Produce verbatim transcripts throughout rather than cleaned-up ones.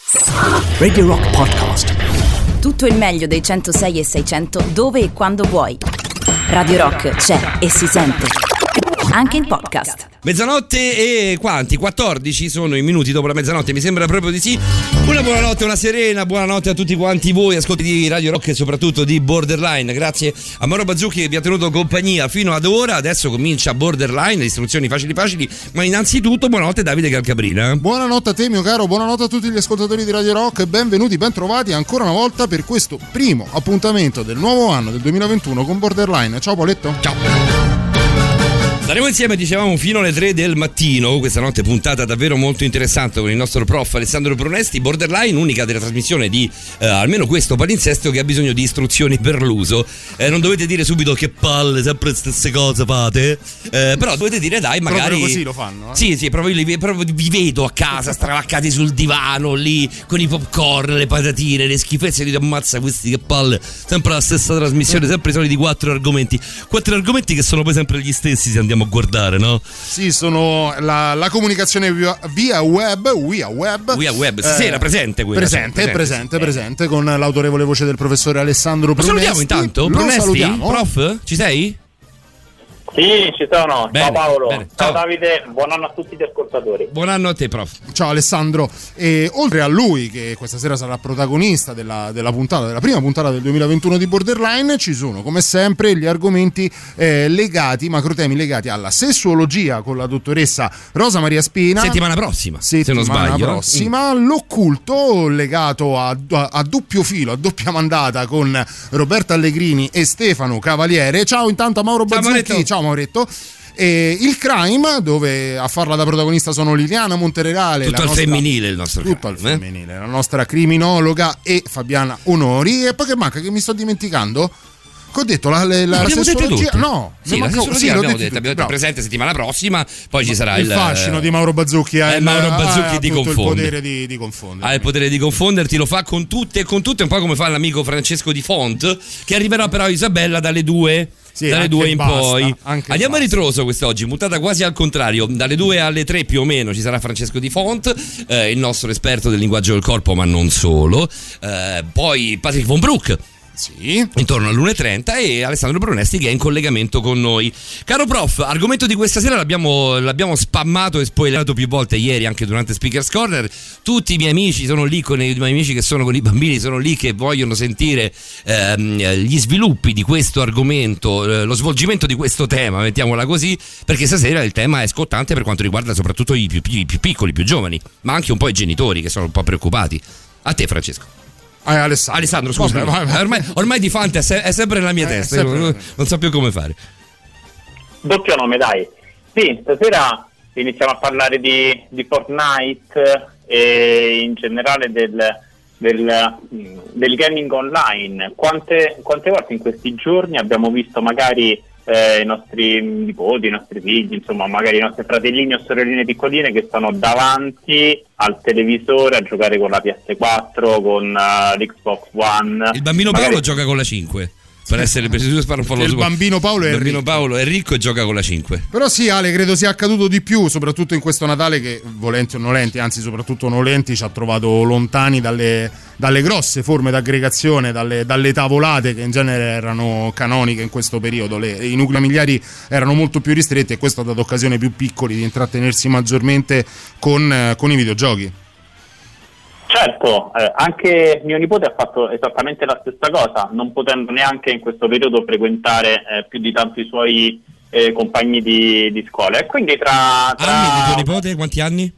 Radio Rock Podcast. Tutto il meglio dei centosei e seicento dove e quando vuoi. Radio Rock c'è e si sente anche in podcast. Mezzanotte e quanti? quattordici sono i minuti dopo la mezzanotte, mi sembra proprio di sì. Una buonanotte, una serena, buonanotte a tutti quanti voi, ascolti di Radio Rock e soprattutto di Borderline. Grazie a Mauro Bazzucchi che vi ha tenuto compagnia fino ad ora. Adesso comincia Borderline, le istruzioni facili facili, ma innanzitutto buonanotte Davide Calcabrina. Buonanotte a te mio caro, buonanotte a tutti gli ascoltatori di Radio Rock e benvenuti, ben trovati ancora una volta per questo primo appuntamento del nuovo anno del duemilaventuno con Borderline. Ciao Poletto. Ciao. Staremo insieme, dicevamo, fino alle tre del mattino. Questa notte puntata davvero molto interessante con il nostro prof Alessandro Brunesti. Borderline, unica della trasmissione di eh, almeno questo palinsesto che ha bisogno di istruzioni per l'uso. Eh, non dovete dire subito che palle, sempre le stesse cose fate. Eh, però dovete dire dai, magari. Proprio così lo fanno. Eh? Sì, sì, proprio, li, proprio vi vedo a casa stravaccati sul divano lì con i popcorn, le patatine, le schifezze. Dite ammazza questi che palle. Sempre la stessa trasmissione, sempre i soliti quattro argomenti. Quattro argomenti che sono poi sempre gli stessi se andiamo a guardare, no? Sì, sono la, la comunicazione via, via web, via web. Via web, sì, era presente quella. Presente, presente, presente, sì. presente con l'autorevole voce del professore Alessandro Brunesti. Lo salutiamo intanto, Lo Brunesti, salutiamo. prof, ci sei? Sì, ci sono. Bene, ciao Paolo, bene. ciao. Ciao Davide, buon anno a tutti gli ascoltatori. Buon anno a te, prof. Ciao Alessandro. E oltre a lui, che questa sera sarà protagonista della, della puntata, della prima puntata del duemilaventuno di Borderline, ci sono come sempre gli argomenti eh, legati, macrotemi legati alla sessuologia con la dottoressa Rosa Maria Spina. Settimana prossima, settimana se non sbaglio. prossima, mm. l'occulto legato a, a, a doppio filo, a doppia mandata con Roberta Allegrini e Stefano Cavaliere. Ciao intanto a Mauro Ciao, Bazzucchi. Mauretto. Ciao Mauretto. E il crime, dove a farla da protagonista sono Liliana Monteregale, tutto la al nostra, femminile il nostro tutto al crime, femminile, eh? La nostra criminologa, e Fabiana Onori. E poi che manca, che mi sto dimenticando? Che ho detto la, la, la sessuologia? No, sì, la manca, sessuologia sì, l'abbiamo detto, detto, abbiamo detto no. presente settimana prossima, poi ci sarà il, il fascino di Mauro Bazzucchi, eh, il, Mauro Bazzucchi ha di tutto confondere. il potere di, di confondere. Ha il potere di confonderti, lo fa con tutte e con tutte, un po' come fa l'amico Francesco Di Font, che arriverà però a Isabella dalle due. Sì, dalle due in basta, poi andiamo a basta. ritroso quest'oggi, puntata quasi al contrario. Dalle due alle tre più o meno ci sarà Francesco Di Font, eh, il nostro esperto del linguaggio del corpo, ma non solo, eh, poi Patrick Von Broek, sì, intorno all'una e trenta, e Alessandro Brunesti che è in collegamento con noi. Caro prof, argomento di questa sera l'abbiamo, l'abbiamo spammato e spoilerato più volte ieri anche durante Speaker's Corner. Tutti i miei amici sono lì, con i miei amici che sono con i bambini sono lì, che vogliono sentire ehm, gli sviluppi di questo argomento, eh, lo svolgimento di questo tema, mettiamola così, perché stasera il tema è scottante per quanto riguarda soprattutto i più, i più piccoli, i più giovani, ma anche un po' i genitori che sono un po' preoccupati. A te Francesco. Eh, Alessandro. Alessandro, scusa, Vabbè, vai, vai. Ormai, ormai Di Fante è, se- è sempre nella mia Eh, testa, sempre... non, non so più come fare. Doppio nome, dai. Sì, stasera iniziamo a parlare di, di Fortnite e in generale del, del, del gaming online. Quante, quante volte in questi giorni abbiamo visto magari eh, i nostri nipoti, i nostri figli, insomma magari i nostri fratellini o sorelline piccoline che stanno davanti al televisore a giocare con la P S quattro, con uh, l'Xbox One. Il bambino magari... Paolo gioca con la cinque. Per essere preciso, fare un po' lo il bambino Paolo, è, il bambino ricco. Paolo è ricco e gioca con la cinque. Però sì, Ale, credo sia accaduto di più, soprattutto in questo Natale che, volenti o nolenti, anzi soprattutto nolenti, ci ha trovato lontani dalle, dalle grosse forme d'aggregazione, dalle, dalle tavolate che in genere erano canoniche in questo periodo. Le, I nuclei familiari erano molto più ristretti e questo ha dato occasione ai più piccoli di intrattenersi maggiormente con, eh, con i videogiochi. Certo, eh, anche mio nipote ha fatto esattamente la stessa cosa, non potendo neanche in questo periodo frequentare eh, più di tanto i suoi eh, compagni di, di scuola. E quindi tra, tra... Anni di tuo nipote? Quanti anni?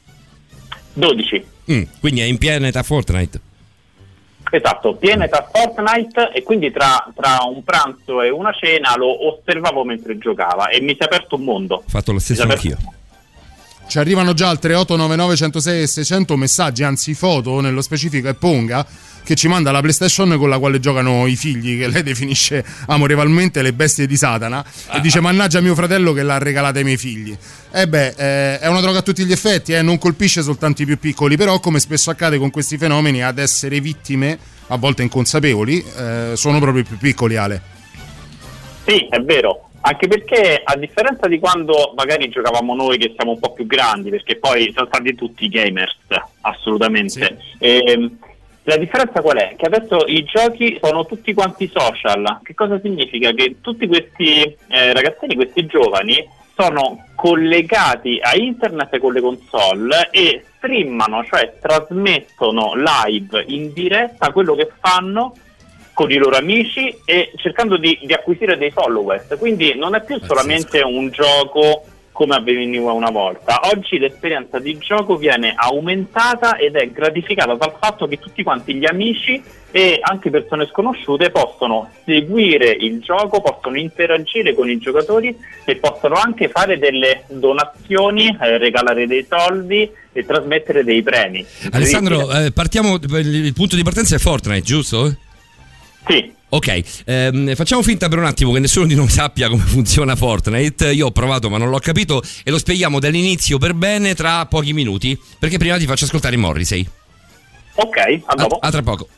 dodici. Mm, quindi è in piena età Fortnite. Esatto, piena età Fortnite, e quindi tra, tra un pranzo e una cena lo osservavo mentre giocava e mi si è aperto un mondo. Ho fatto lo stesso anch'io. Ci arrivano già al tre otto nove nove uno zero sei seicento messaggi, anzi foto, nello specifico è Ponga che ci manda la PlayStation con la quale giocano i figli, che lei definisce amorevolmente le bestie di Satana, e dice mannaggia mio fratello che l'ha regalata ai miei figli. E beh, eh, è una droga a tutti gli effetti, eh, non colpisce soltanto i più piccoli, però come spesso accade con questi fenomeni, ad essere vittime, a volte inconsapevoli, eh, sono proprio i più piccoli, Ale. Sì, è vero. Anche perché, a differenza di quando magari giocavamo noi che siamo un po' più grandi, perché poi sono stati tutti gamers, assolutamente. Sì. E, la differenza qual è? Che adesso i giochi sono tutti quanti social. Che cosa significa? Che tutti questi eh, ragazzini, questi giovani, sono collegati a internet con le console e streamano, cioè trasmettono live in diretta quello che fanno con i loro amici e cercando di, di acquisire dei followers. Quindi non è più solamente un gioco come avveniva una volta. Oggi l'esperienza di gioco viene aumentata ed è gratificata dal fatto che tutti quanti gli amici e anche persone sconosciute possono seguire il gioco, possono interagire con i giocatori e possono anche fare delle donazioni, eh, regalare dei soldi e trasmettere dei premi. Alessandro, eh, partiamo, il punto di partenza è Fortnite, giusto? Sì. Ok, ehm, facciamo finta per un attimo che nessuno di noi sappia come funziona Fortnite. Io ho provato ma non l'ho capito e lo spieghiamo dall'inizio per bene tra pochi minuti, perché prima ti faccio ascoltare Morrissey. Ok, a dopo. A, a tra poco.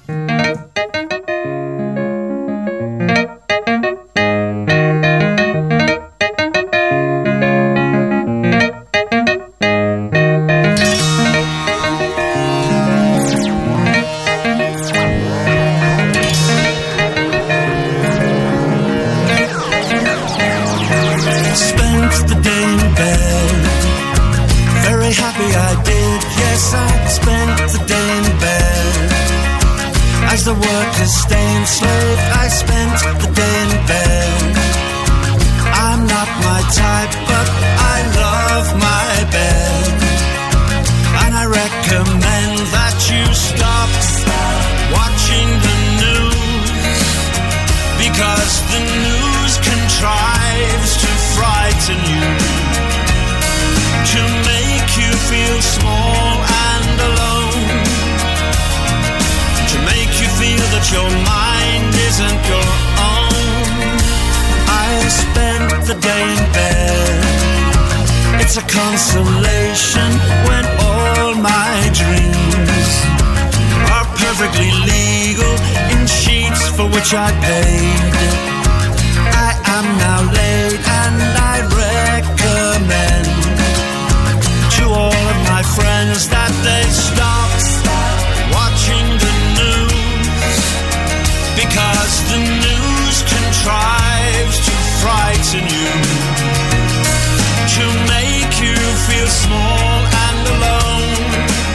As the workers stay enslaved, I spent the day in bed. I'm not my type, but I love my bed. And I recommend that you stop watching the news, because the news contrives to frighten you, to make you feel small and alone, to make you feel that your mind isn't your own. I spent the day in bed. It's a consolation when all my dreams are perfectly legal in sheets for which I paid. I am now laid and I recommend to all of my friends that they stop watching the news, because the news contrives to frighten you, to make you feel small and alone,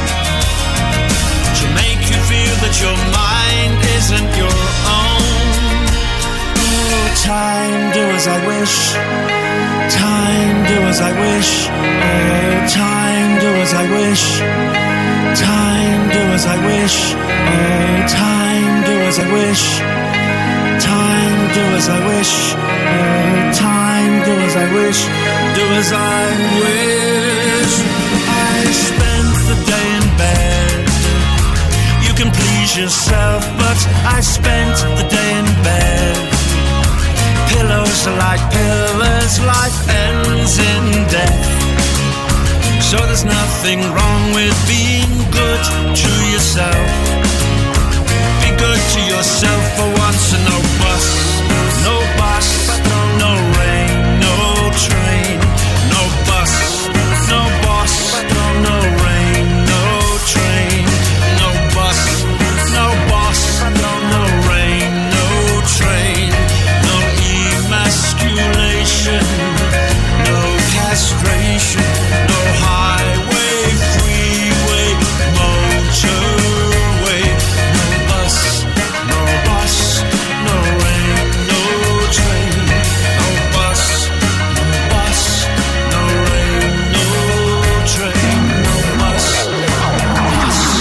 to make you feel that your mind isn't your own. Oh, time, do as I wish. Time, do as I wish. Oh, time, do as I wish. Time, do as I wish. Oh, time, do as I wish. Time, do as I wish. Oh, time, do as I wish. Do as I wish. I spent the day in bed. You can please yourself, but I spent the day in bed. Pillows are like pillars, life ends in death. So there's nothing wrong with being good to yourself. Be good to yourself for once, and no bus, no bus, no rain, no train, no bus, no bus, no rain, no train, no bus, no bus, no rain, no train, no emasculation, no castration, no highway, freeway, motorway, no bus, no bus, no rain, no train, no bus, no bus, no rain, no train, no bus, bus,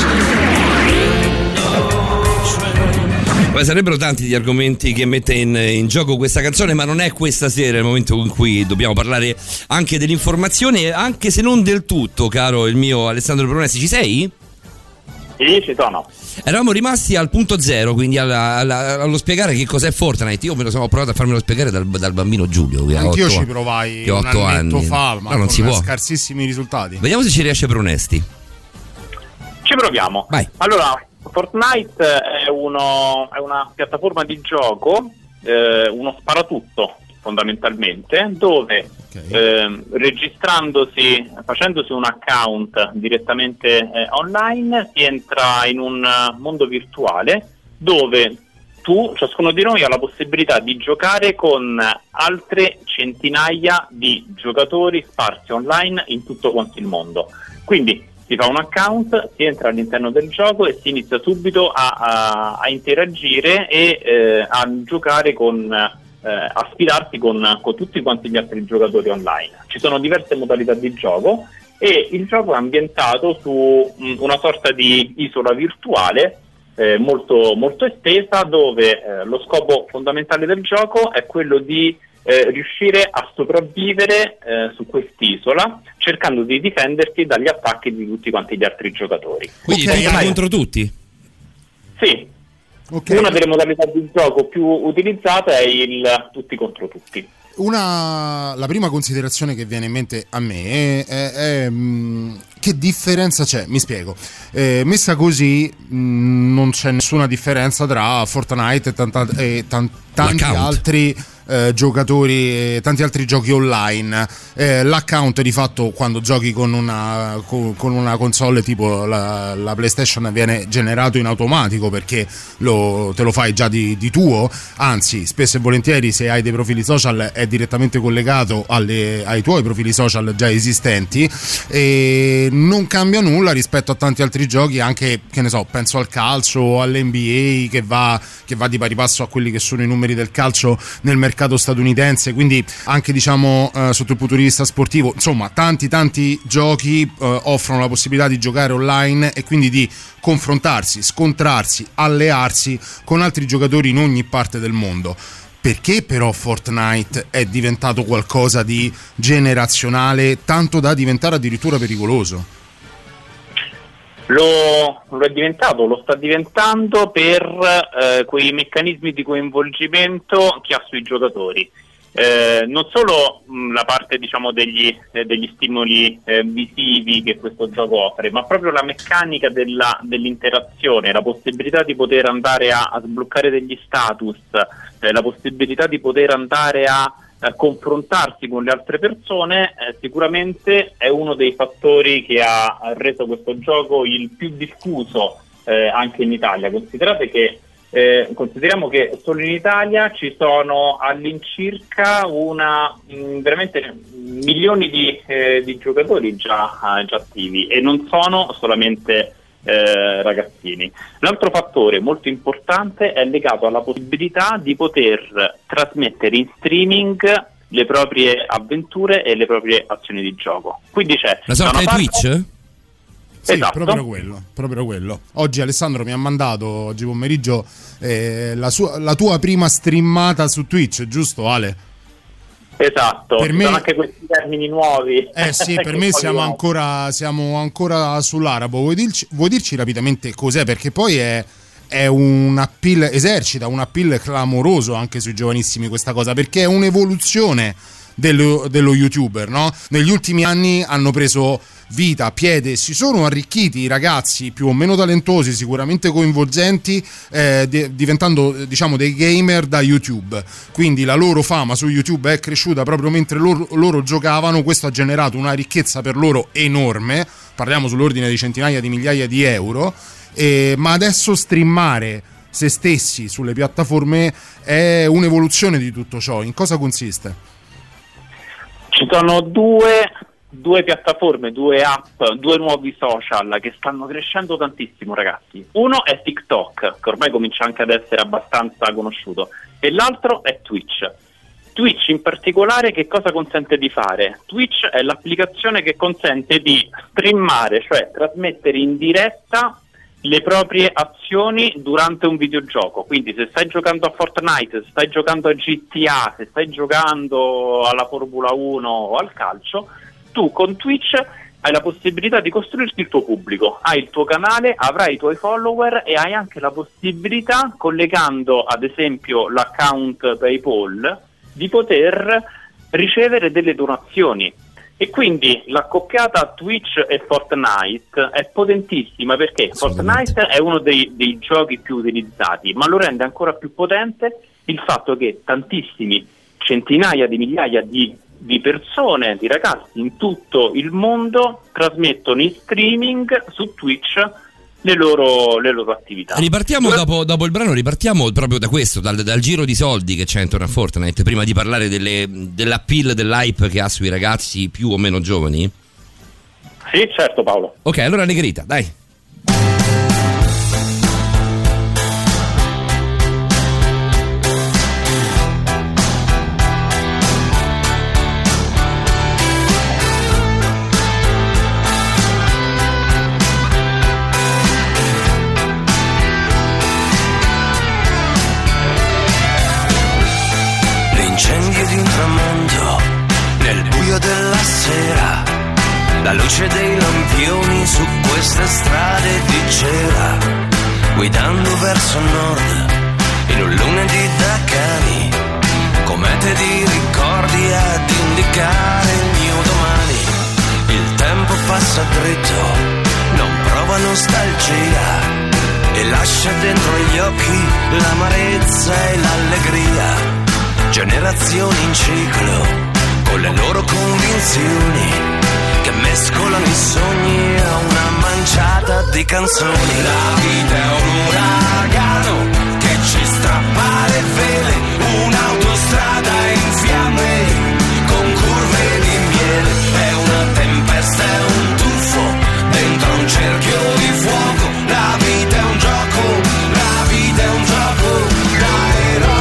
no train. Beh, sarebbero tanti gli argomenti che mette in, in gioco questa canzone, ma non è questa sera il momento in cui dobbiamo parlare anche dell'informazione, anche se non del tutto, caro il mio Alessandro Brunesi. Ci sei? Sì, ci sono. Eravamo rimasti al punto zero, quindi alla, alla, allo spiegare che cos'è Fortnite. Io me lo sono provato a farmelo spiegare dal, dal bambino Giulio. Anch'io ci provai che un otto annetto anni. fa, ma no, non con si può. scarsissimi risultati. Vediamo se ci riesce per onesti. Ci proviamo. Vai. Allora, Fortnite è, uno, è una piattaforma di gioco, eh, uno sparatutto fondamentalmente, dove Okay. eh, registrandosi, facendosi un account direttamente eh, online, si entra in un mondo virtuale dove tu, ciascuno di noi, ha la possibilità di giocare con altre centinaia di giocatori sparsi online in tutto quanto il mondo. Quindi si fa un account, si entra all'interno del gioco e si inizia subito a, a, a interagire e eh, a giocare con, eh, a sfidarsi con, con tutti quanti gli altri giocatori online. Ci sono diverse modalità di gioco e il gioco è ambientato su mh, una sorta di isola virtuale eh, molto, molto estesa, dove eh, lo scopo fondamentale del gioco è quello di Eh, riuscire a sopravvivere eh, su quest'isola, cercando di difendersi dagli attacchi di tutti quanti gli altri giocatori. Quindi Ok. tutti contro tutti? Sì, Ok. una delle modalità di gioco più utilizzata è il tutti contro tutti. Una, la prima considerazione che viene in mente a me è, è, è mh, che differenza c'è? Mi spiego. Eh, messa così mh, non c'è nessuna differenza tra Fortnite e, tanta, e tan- tanti L'account. altri eh, giocatori e tanti altri giochi online. Eh, l'account di fatto quando giochi con una, con, con una console tipo la, la PlayStation viene generato in automatico perché lo, te lo fai già di, di tuo, anzi spesso e volentieri se hai dei profili social è direttamente collegato alle, ai tuoi profili social già esistenti e non cambia nulla rispetto a tanti altri giochi, anche che ne so, penso al calcio o all'N B A che va, che va di pari passo a quelli che sono i numeri del calcio nel mercato statunitense, quindi anche diciamo eh, sotto il punto di vista sportivo, insomma tanti tanti giochi eh, offrono la possibilità di giocare online e quindi di confrontarsi, scontrarsi, allearsi con altri giocatori in ogni parte del mondo. Perché però Fortnite è diventato qualcosa di generazionale, tanto da diventare addirittura pericoloso? Lo, lo è diventato, lo sta diventando per eh, quei meccanismi di coinvolgimento che ha sui giocatori. Eh, non solo mh, la parte diciamo degli, eh, degli stimoli eh, visivi che questo gioco offre, ma proprio la meccanica della, dell'interazione, la possibilità di poter andare a, a sbloccare degli status, eh, la possibilità di poter andare a, a confrontarsi con le altre persone, eh, sicuramente è uno dei fattori che ha reso questo gioco il più diffuso eh, anche in Italia. Considerate che Eh, consideriamo che solo in Italia ci sono all'incirca una mh, veramente milioni di, eh, di giocatori già, eh, già attivi e non sono solamente eh, ragazzini. L'altro fattore molto importante è legato alla possibilità di poter trasmettere in streaming le proprie avventure e le proprie azioni di gioco. Quindi c'è La sorta da di una parte- Twitch? Sì, Esatto. proprio quello, proprio quello. Oggi Alessandro mi ha mandato, oggi pomeriggio, eh, la, sua, la tua prima streamata su Twitch, giusto Ale? Esatto, Per ci me- sono anche questi termini nuovi. Eh sì, per Che me poi siamo io- ancora, siamo ancora sull'arabo. Vuoi dirci, vuoi dirci rapidamente cos'è? Perché poi è, è un appeal, esercita un appeal clamoroso anche sui giovanissimi questa cosa, perché è un'evoluzione dello, dello YouTuber, no? Negli ultimi anni hanno preso vita, piede, si sono arricchiti i ragazzi più o meno talentosi, sicuramente coinvolgenti, eh, di- diventando diciamo dei gamer da YouTube. Quindi la loro fama su YouTube è cresciuta proprio mentre loro, loro giocavano. Questo ha generato una ricchezza per loro enorme, parliamo sull'ordine di centinaia di migliaia di euro, eh, ma adesso streamare se stessi sulle piattaforme è un'evoluzione di tutto ciò. In cosa consiste? Ci sono due, due piattaforme, due app, due nuovi social che stanno crescendo tantissimo, ragazzi. Uno è TikTok, che ormai comincia anche ad essere abbastanza conosciuto, e l'altro è Twitch. Twitch in particolare che cosa consente di fare? Twitch è l'applicazione che consente di streamare, cioè trasmettere in diretta le proprie azioni durante un videogioco. Quindi se stai giocando a Fortnite, se stai giocando a G T A, se stai giocando alla Formula uno o al calcio, tu con Twitch hai la possibilità di costruirti il tuo pubblico, hai il tuo canale, avrai i tuoi follower e hai anche la possibilità, collegando ad esempio l'account PayPal, di poter ricevere delle donazioni. E quindi l'accoppiata Twitch e Fortnite è potentissima, perché Fortnite è uno dei, dei giochi più utilizzati, ma lo rende ancora più potente il fatto che tantissimi centinaia di migliaia di, di persone, di ragazzi in tutto il mondo trasmettono in streaming su Twitch le loro, le loro attività. Ripartiamo dopo, dopo il brano, ripartiamo proprio da questo, dal, dal giro di soldi che c'è intorno a Fortnite, prima di parlare delle, dell'appeal, dell'hype che ha sui ragazzi più o meno giovani. Sì, certo, Paolo. Ok, allora Negrita, dai. L'incendio di un tramonto nel buio della sera, la luce dei lampioni su queste strade di cera, guidando verso nord in un lunedì da cani, comete di ricordi ad indicare il mio domani. Il tempo passa dritto, non prova nostalgia e lascia dentro gli occhi l'amarezza e l'allegria. Generazioni in ciclo con le loro convinzioni che mescolano i sogni a una manciata di canzoni. La vita è un uragano che ci strappa le vele, un'autostrada in fiamme con curve di miele. È una tempesta, è un tuffo dentro un cerchio di fuoco. La vita è un gioco, la vita è un gioco da eroi.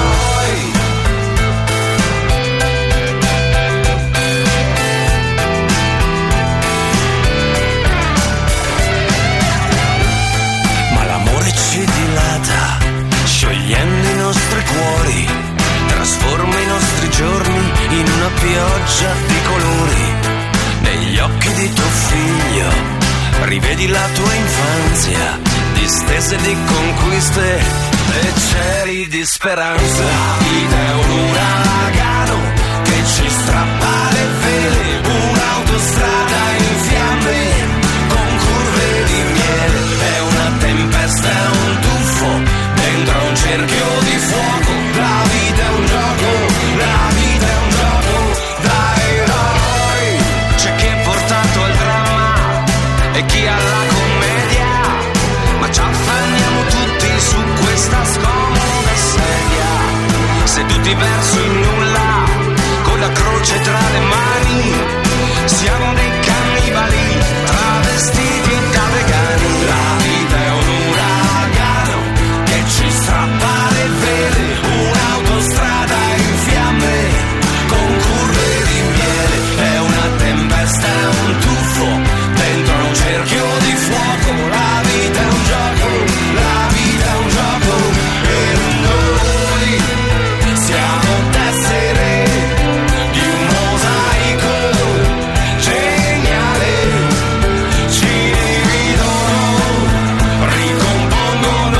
Ci dilata, sciogliendo i nostri cuori, trasforma i nostri giorni in una pioggia di colori. Negli occhi di tuo figlio rivedi la tua infanzia, distese di conquiste e cieli di speranza. La vita è un uragano che ci strappa le vele, un'autostrada in fiamme con curve di miele. È una tempesta, è un tuffo dentro un cerchio di fuoco. La vita è un gioco, la vita è un gioco da eroi. C'è chi è portato al dramma e chi alla commedia, ma ci affanniamo tutti su questa scomoda sedia, seduti verso il nulla con la croce tra le mani. Siamo dei cannibali travestiti da vegani. La vita è un uragano che ci strappa le vele, un'autostrada in fiamme con curve di miele. È una tempesta, è un tuffo dentro un cerchio di fuoco. La vita è un gioco, la vita è un gioco e noi siamo tessere di un mosaico geniale. Ci dividono, ricompongono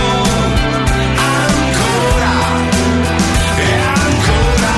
ancora e ancora.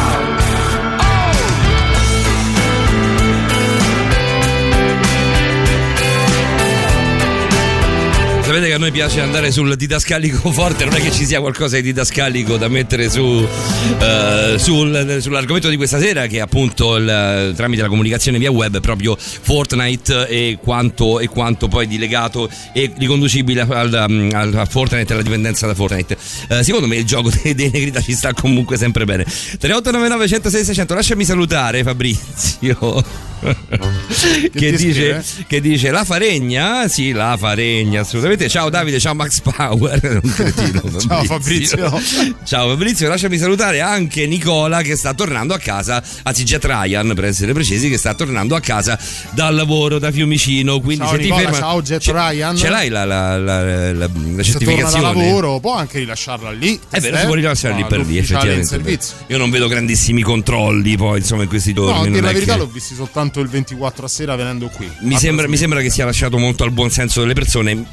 Sapete che a noi piace andare sul didascalico forte, non è che ci sia qualcosa di didascalico da mettere su uh, sul, sull'argomento di questa sera, che è appunto il, tramite la comunicazione via web, proprio Fortnite e quanto, e quanto poi di legato e riconducibile al, al, a Fortnite e alla dipendenza da Fortnite. Uh, secondo me il gioco dei, dei Negrita ci sta comunque sempre bene. tre otto nove nove uno zero sei sei zero zero. Lasciami salutare Fabrizio che, che dice che dice la Faregna, sì, la Faregna assolutamente. Ciao Davide, ciao Max Power. Un cretino, Fabrizio. Ciao Fabrizio. Ciao Fabrizio, lasciami salutare anche Nicola che sta tornando a casa, anzi Jet Ryan per essere precisi, che sta tornando a casa dal lavoro da Fiumicino. Quindi ciao se Nicola, ti ferma, ciao Jet ce, Ryan. Ce l'hai la, la, la, la, la se certificazione? Torna da lavoro, può anche rilasciarla lì. È vero, si può rilasciare lì per lì, effettivamente. Io non vedo grandissimi controlli poi, insomma, in questi giorni. No, a dire la verità che... l'ho visti soltanto il ventiquattro a sera venendo qui. Mi sembra, mi sembra che sia lasciato molto al buon senso delle persone, e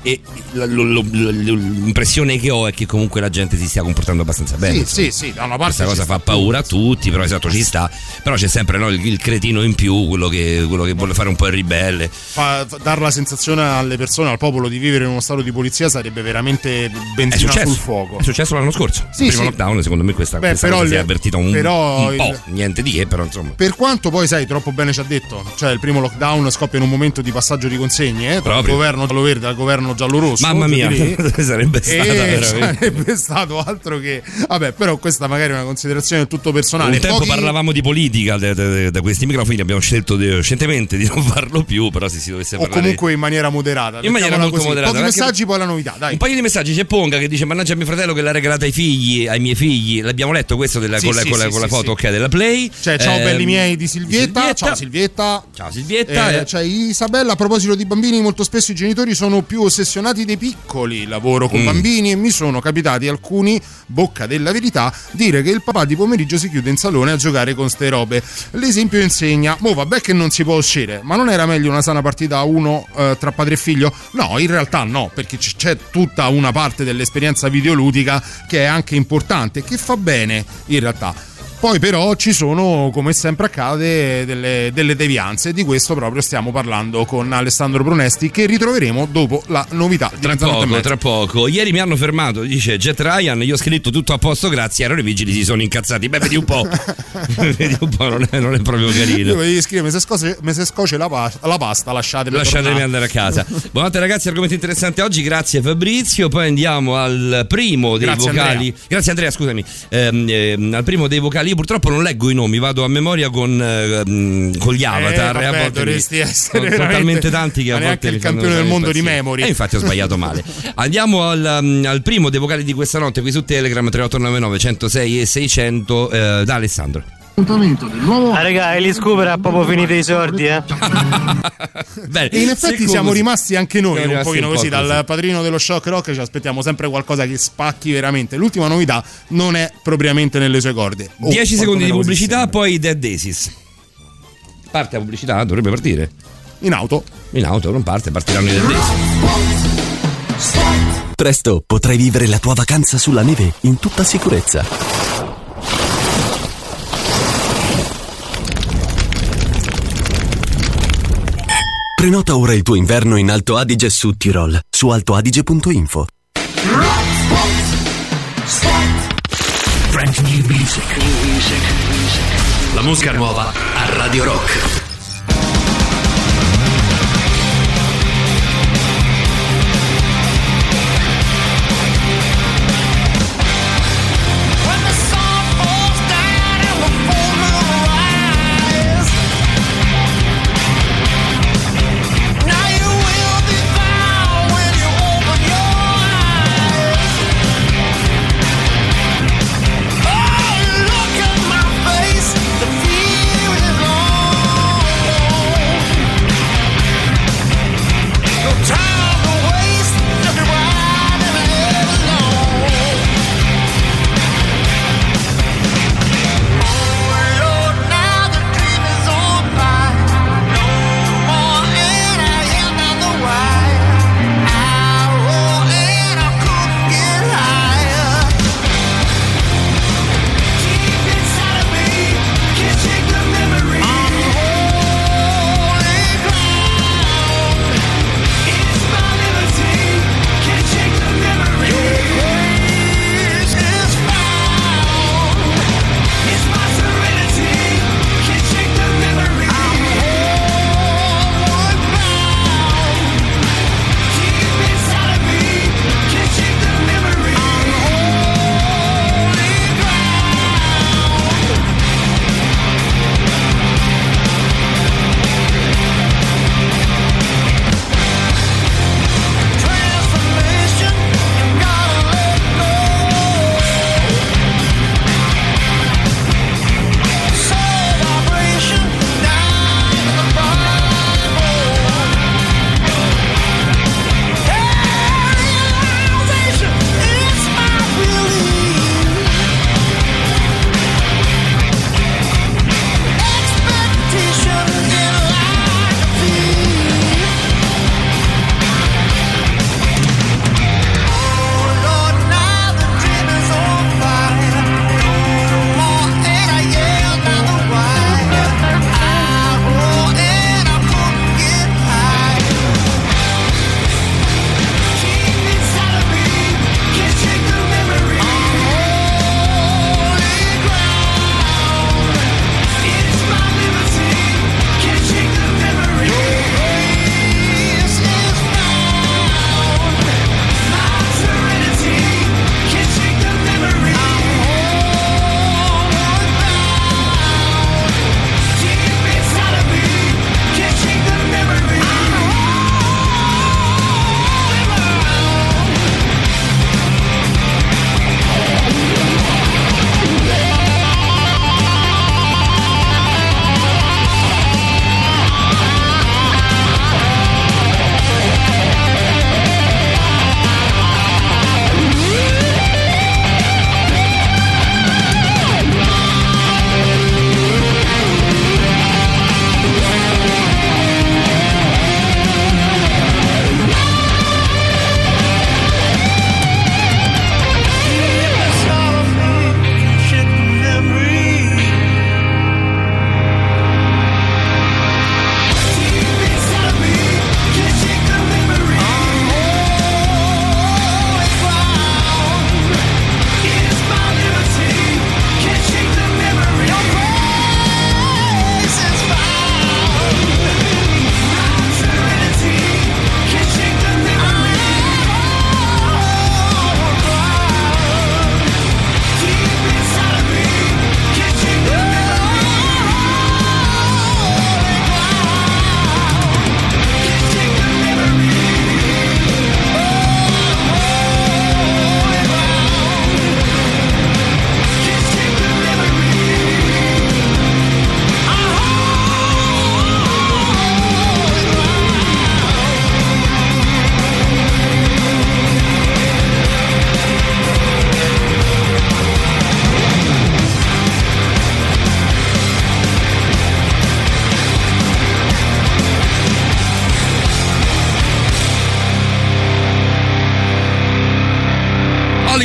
la, lo, lo, l'impressione che ho è che comunque la gente si stia comportando abbastanza bene. Sì, sì, sì, da una parte questa cosa fa paura a tutti, però esatto, ci sta. Però c'è sempre, no, il, il cretino in più, quello che, quello che vuole fare un po' il ribelle. Fa, fa, dar la sensazione alle persone, al popolo, di vivere in uno stato di polizia sarebbe veramente benzina sul fuoco. È successo l'anno scorso, sì, il primo sì. lockdown, secondo me questa, Beh, questa però cosa il, si è avvertita un, però un po', il, niente di che, però insomma. Per quanto poi, sai, troppo bene ci ha detto, cioè il primo lockdown scoppia in un momento di passaggio di consegne, eh, tra il governo giallo-verde al governo giallo-rosso. Mamma mia, sarebbe stata e sarebbe stato altro che, vabbè, però questa magari è una considerazione del tutto personale. Un tempo Pochi... parlavamo di politica da, da, da questi microfoni, abbiamo scelto de, scientemente di non farlo più, però se si dovesse parlare, o comunque in maniera moderata, in maniera molto così. moderata. Pochi messaggi, poi la novità, dai. Un paio di messaggi. C'è Ponga che dice: mannaggia mio fratello che l'ha regalata ai figli, ai miei figli. L'abbiamo letto questo della, sì, con, sì, la, con, sì, la, con sì, la foto, sì. ok, della Play. Cioè, ciao eh, belli miei di Silvietta. Silvietta. Ciao Silvietta. Ciao Silvietta. Eh, cioè, Isabella, a proposito di bambini, molto spesso i genitori sono più ossessionati dei piccoli. Lavoro con mm. bambini e mi sono capitati alcuni, bocca della verità, dire che il papà di pomeriggio si chiude in salone a giocare con ste robe. L'esempio insegna: mo vabbè che non si può uscire, ma non era meglio una sana partita a uno eh, tra padre e figlio? No, in realtà no, perché c- c'è tutta una parte dell'esperienza videoludica che è anche importante e che fa bene in realtà. Poi però ci sono, come sempre accade, delle, delle devianze. Di questo proprio stiamo parlando con Alessandro Brunesti, che ritroveremo dopo la novità di tra poco, tra poco. Ieri mi hanno fermato, dice Jet Ryan, io ho scritto tutto a posto, grazie. Erano i vigili, si sono incazzati. Beh, vedi un po'. Vedi un po', non è, non è proprio carino. Io vi scrivo, mi se scoce, mi se scoce la, pa- la pasta, lasciatemi Lasciatemi andare a casa. Buonanotte ragazzi, argomento interessante oggi, grazie Fabrizio. Poi andiamo al primo dei grazie vocali. Andrea. Grazie Andrea, scusami. Ehm, ehm, al primo dei vocali. Io purtroppo non leggo i nomi, vado a memoria con, ehm, con gli avatar. Eh, vabbè, a volte dovresti mi, essere sono talmente tanti che a volte il mi campione del mondo di memory. E infatti ho sbagliato male. Andiamo al, um, al primo dei vocali di questa notte qui su Telegram, tre otto nove nove uno zero sei e seicento, eh, da Alessandro. Ah, raga, Alice Cooper ha proprio finito i sordi, eh. Bene, e in effetti siamo così. rimasti anche noi siamo un pochino un così, così dal padrino dello shock rock ci aspettiamo sempre qualcosa che spacchi veramente. L'ultima novità non è propriamente nelle sue corde. oh, dieci secondi di pubblicità, poi Dead Daisies. Parte la pubblicità? Dovrebbe partire in auto. In auto non parte, partiranno i Dead Daisies. Presto potrai vivere la tua vacanza sulla neve in tutta sicurezza. Prenota ora il tuo inverno in Alto Adige su Tirol su altoadige punto info. La musica nuova a Radio Rock. Oh, look at my face, the fear is on.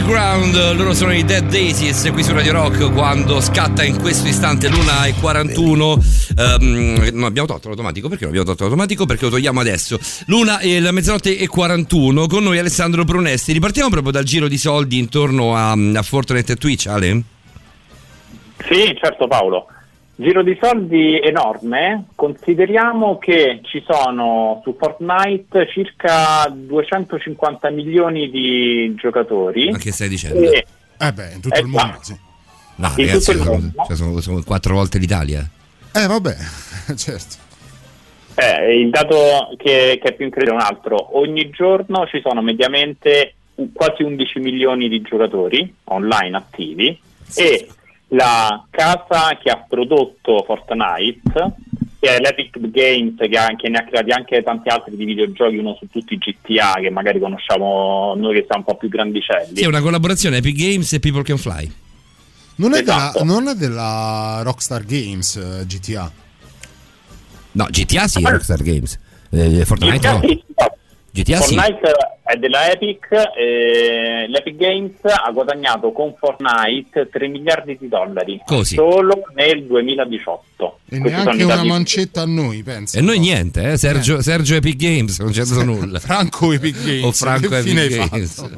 Underground, loro sono i Dead Daisies qui su Radio Rock quando scatta in questo istante l'una e quarantuno. Um, no, abbiamo tolto l'automatico, perché non abbiamo tolto l'automatico? Perché lo togliamo adesso. L'una e la mezzanotte e quarantuno, con noi Alessandro Brunesti. Ripartiamo proprio dal giro di soldi intorno a, a Fortnite e Twitch, Ale? Sì, certo Paolo. Giro di soldi enorme. Consideriamo che ci sono su Fortnite circa duecentocinquanta milioni di giocatori. Ma che stai dicendo? E, eh beh, in tutto eh, il mondo, sì. No, in ragazzi, tutto il mondo. Sono, cioè sono, sono quattro volte l'Italia. Eh vabbè, certo. Eh, il dato che, che è più incredibile è un altro. Ogni giorno ci sono mediamente quasi undici milioni di giocatori online attivi, sì. E la casa che ha prodotto Fortnite, che è l'Epic Games, che, ha, che ne ha creati anche tanti altri di videogiochi, uno su tutti G T A, che magari conosciamo noi che siamo un po' più grandicelli. Sì, è una collaborazione Epic Games e People Can Fly. Non è, esatto. della, non è della Rockstar Games uh, G T A? No, G T A sì, è Rockstar Games. Eh, Fortnite G T A, no. Sì. G T A Fortnite sì. È della Epic, eh, l'Epic Games ha guadagnato con Fortnite tre miliardi di dollari. Così. Solo nel duemiladiciotto. E Questi neanche una mancetta a noi, penso. E noi niente, eh? Sergio, eh. Sergio Epic Games, non c'è stato nulla. Franco Epic Games. O Franco che Epic Games.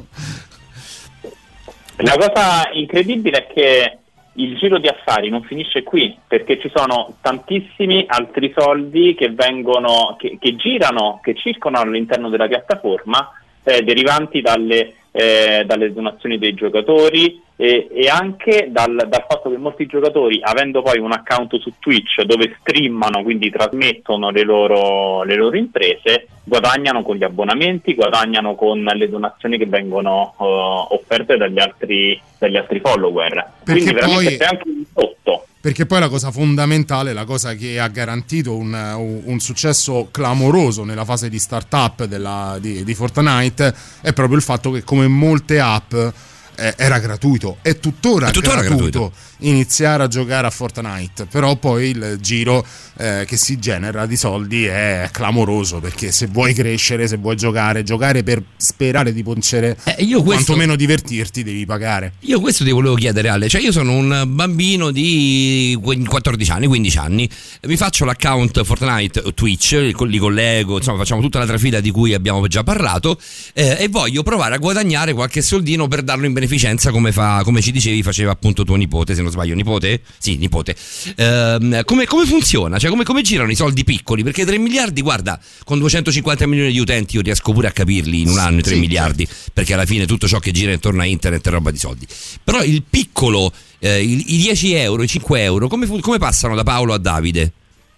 La cosa incredibile è che il giro di affari non finisce qui, perché ci sono tantissimi altri soldi che vengono, che, che girano, che circolano all'interno della piattaforma, eh, derivanti dalle, eh, dalle donazioni dei giocatori e, e anche dal, dal fatto che molti giocatori, avendo poi un account su Twitch dove streamano, quindi trasmettono le loro, le loro imprese, guadagnano con gli abbonamenti, guadagnano con le donazioni che vengono uh, offerte dagli altri, dagli altri follower. Perché quindi veramente poi... c'è anche un sotto. Perché poi la cosa fondamentale, la cosa che ha garantito un, un successo clamoroso nella fase di startup della, di, di Fortnite è proprio il fatto che, come molte app, eh, era gratuito, è tuttora, è tuttora gratuito, gratuito iniziare a giocare a Fortnite, però poi il giro eh, che si genera di soldi è clamoroso, perché se vuoi crescere, se vuoi giocare, giocare per sperare di vincere, eh, io questo, quantomeno divertirti, devi pagare. Io questo ti volevo chiedere, Ale, cioè io sono un bambino di quattordici anni, quindici anni, mi faccio l'account Fortnite Twitch, li collego, insomma facciamo tutta la trafila di cui abbiamo già parlato, eh, e voglio provare a guadagnare qualche soldino per darlo in beneficenza, come, fa, come ci dicevi faceva appunto tuo nipote, se non sbaglio. Nipote? Sì, nipote. Ehm, come, come funziona? Cioè, come, come girano i soldi piccoli? Perché tre miliardi, guarda, con duecentocinquanta milioni di utenti io riesco pure a capirli in un anno i tre sì, miliardi, certo. Perché alla fine tutto ciò che gira intorno a internet è roba di soldi. Però il piccolo, eh, i, i dieci euro, i cinque euro, come, come passano da Paolo a Davide?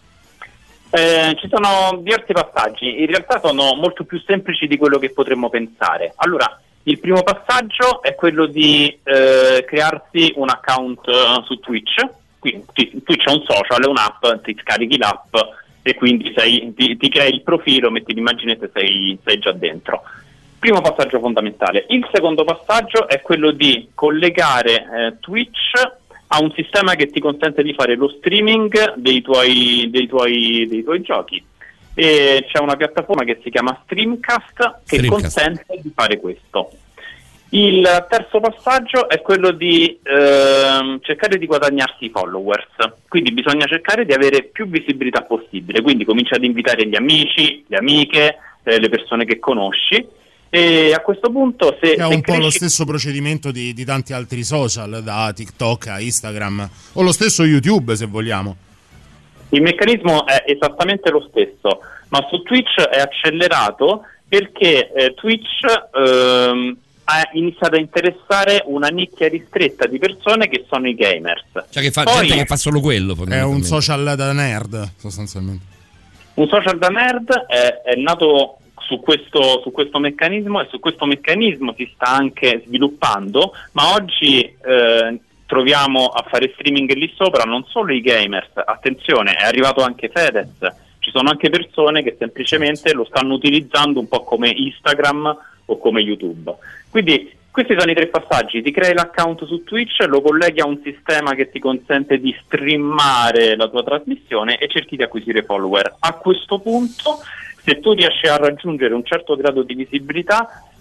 Eh, ci sono diversi passaggi, in realtà sono molto più semplici di quello che potremmo pensare. Allora, il primo passaggio è quello di eh, crearsi un account uh, su Twitch. Quindi Twitch è un social, è un'app, ti scarichi l'app e quindi sei, ti, ti crei il profilo, metti l'immagine e sei, sei già dentro. Primo passaggio fondamentale. Il secondo passaggio è quello di collegare eh, Twitch a un sistema che ti consente di fare lo streaming dei tuoi, dei tuoi, dei tuoi giochi. E c'è una piattaforma che si chiama Streamcast che Streamcast. consente di fare questo. Il terzo passaggio è quello di eh, cercare di guadagnarsi i followers, quindi bisogna cercare di avere più visibilità possibile, quindi comincia ad invitare gli amici, le amiche, eh, le persone che conosci, e a questo punto se, è se un cresci... po' lo stesso procedimento di, di tanti altri social, da TikTok a Instagram o lo stesso YouTube, se vogliamo. Il meccanismo è esattamente lo stesso, ma su Twitch è accelerato perché eh, Twitch ehm, ha iniziato a interessare una nicchia ristretta di persone che sono i gamers. Cioè che fa Poi, gente che fa solo quello. È un social da nerd, sostanzialmente. Un social da nerd è, è nato su questo, su questo meccanismo, e su questo meccanismo si sta anche sviluppando, ma oggi eh, troviamo a fare streaming lì sopra non solo i gamers, attenzione, è arrivato anche Fedez, ci sono anche persone che semplicemente lo stanno utilizzando un po' come Instagram o come YouTube. Quindi questi sono i tre passaggi: ti crei l'account su Twitch, lo colleghi a un sistema che ti consente di streamare la tua trasmissione e cerchi di acquisire follower. A questo punto, se tu riesci a raggiungere un certo grado di visibilità,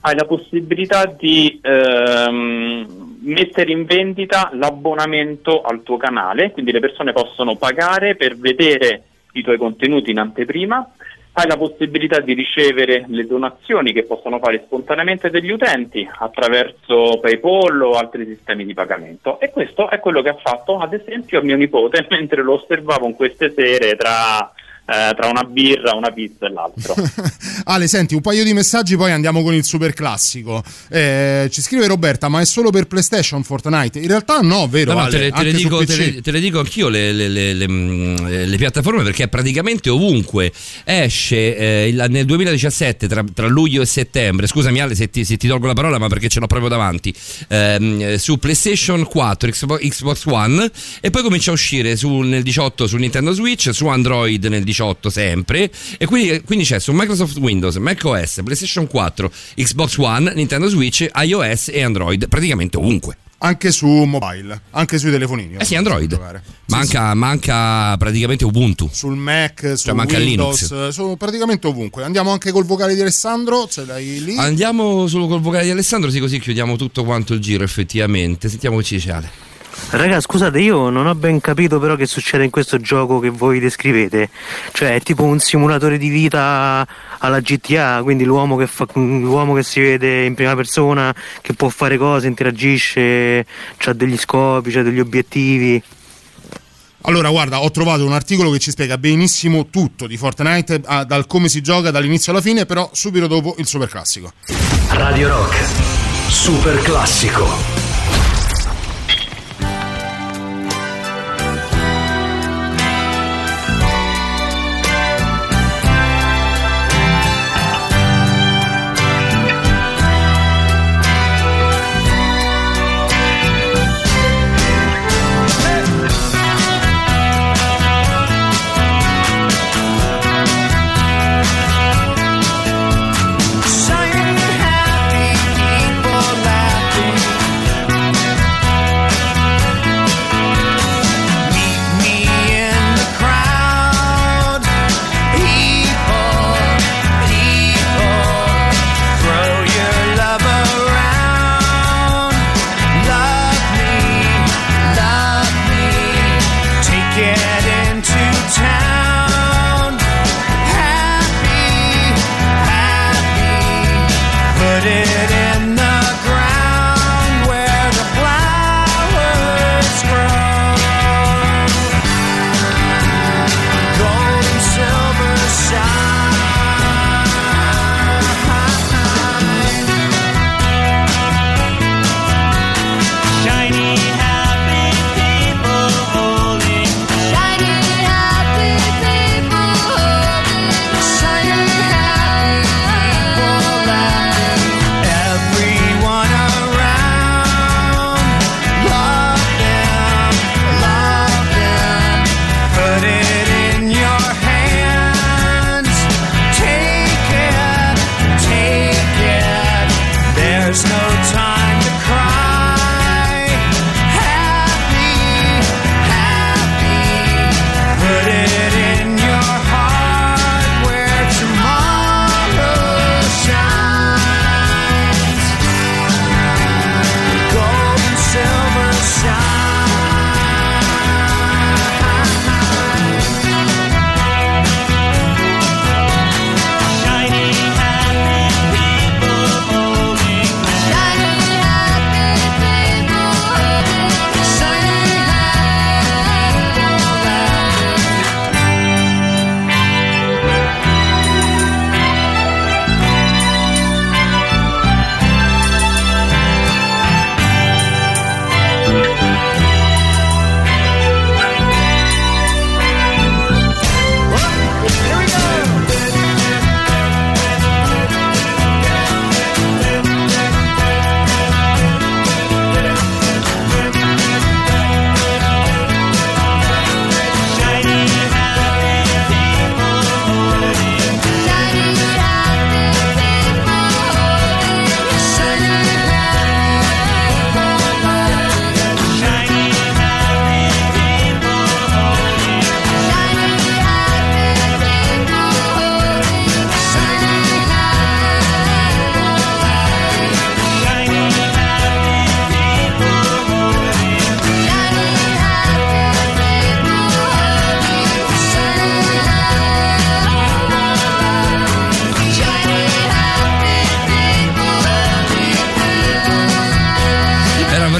hai la possibilità di ehm, mettere in vendita l'abbonamento al tuo canale, quindi le persone possono pagare per vedere i tuoi contenuti in anteprima. Hai la possibilità di ricevere le donazioni che possono fare spontaneamente degli utenti attraverso PayPal o altri sistemi di pagamento, e questo è quello che ha fatto ad esempio mio nipote mentre lo osservavo in queste sere tra, eh, tra una birra, una pizza e l'altro. Ale, senti, un paio di messaggi, poi andiamo con il super classico. Eh, ci scrive Roberta: ma è solo per PlayStation Fortnite? In realtà no, vero? No, no, Ale, te, le, te, le dico, te, le, te le dico anch'io le, le, le, le, le piattaforme, perché praticamente ovunque esce eh, il, nel duemiladiciassette tra, tra luglio e settembre. Scusami Ale se ti, se ti tolgo la parola, ma perché ce l'ho proprio davanti, ehm, su PlayStation quattro, Xbox, Xbox One, e poi comincia a uscire su, nel diciotto su Nintendo Switch, su Android nel diciotto sempre, e quindi, quindi c'è su Microsoft Windows, macOS, PlayStation quattro, Xbox One, Nintendo Switch, iOS e Android, praticamente ovunque. Anche su mobile, anche sui telefonini. Eh sì, Android. Manca, sì, sì. manca praticamente Ubuntu. Sul Mac, su cioè manca Windows, Linux. Su praticamente ovunque. Andiamo anche col vocale di Alessandro, ce l'hai lì? Andiamo solo col vocale di Alessandro, sì, così chiudiamo tutto quanto il giro effettivamente. Sentiamo che ci dice Ale. Raga, scusate, io non ho ben capito però che succede in questo gioco che voi descrivete. Cioè è tipo un simulatore di vita alla G T A, quindi l'uomo che fa, l'uomo che si vede in prima persona, che può fare cose, interagisce, c'ha degli scopi, c'ha degli obiettivi. Allora, guarda, ho trovato un articolo che ci spiega benissimo tutto di Fortnite, ah, dal come si gioca dall'inizio alla fine, però subito dopo il super classico. Radio Rock Super Classico.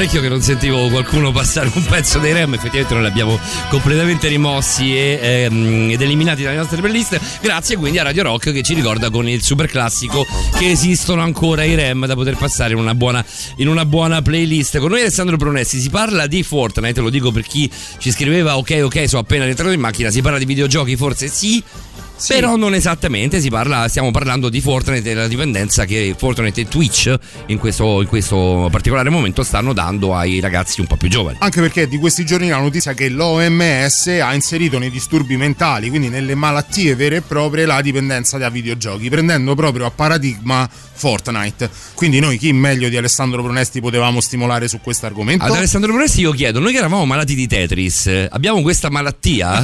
parecchio che non sentivo qualcuno passare un pezzo dei Rem, effettivamente noi li abbiamo completamente rimossi e, ehm, ed eliminati dalle nostre playlist, grazie quindi a Radio Rock che ci ricorda con il super classico che esistono ancora i Rem da poter passare in una buona, in una buona playlist. Con noi Alessandro Brunessi, si parla di Fortnite, lo dico per chi ci scriveva ok ok sono appena rientrato in macchina, si parla di videogiochi, forse sì. Sì. Però non esattamente, si parla, stiamo parlando di Fortnite e della dipendenza che Fortnite e Twitch in questo, in questo particolare momento stanno dando ai ragazzi un po' più giovani. Anche perché di questi giorni la notizia che l'O M S ha inserito nei disturbi mentali, quindi nelle malattie vere e proprie, la dipendenza da videogiochi, prendendo proprio a paradigma Fortnite. Quindi noi chi meglio di Alessandro Brunesti potevamo stimolare su questo argomento? Ad Alessandro Brunesti io chiedo, noi che eravamo malati di Tetris, abbiamo questa malattia?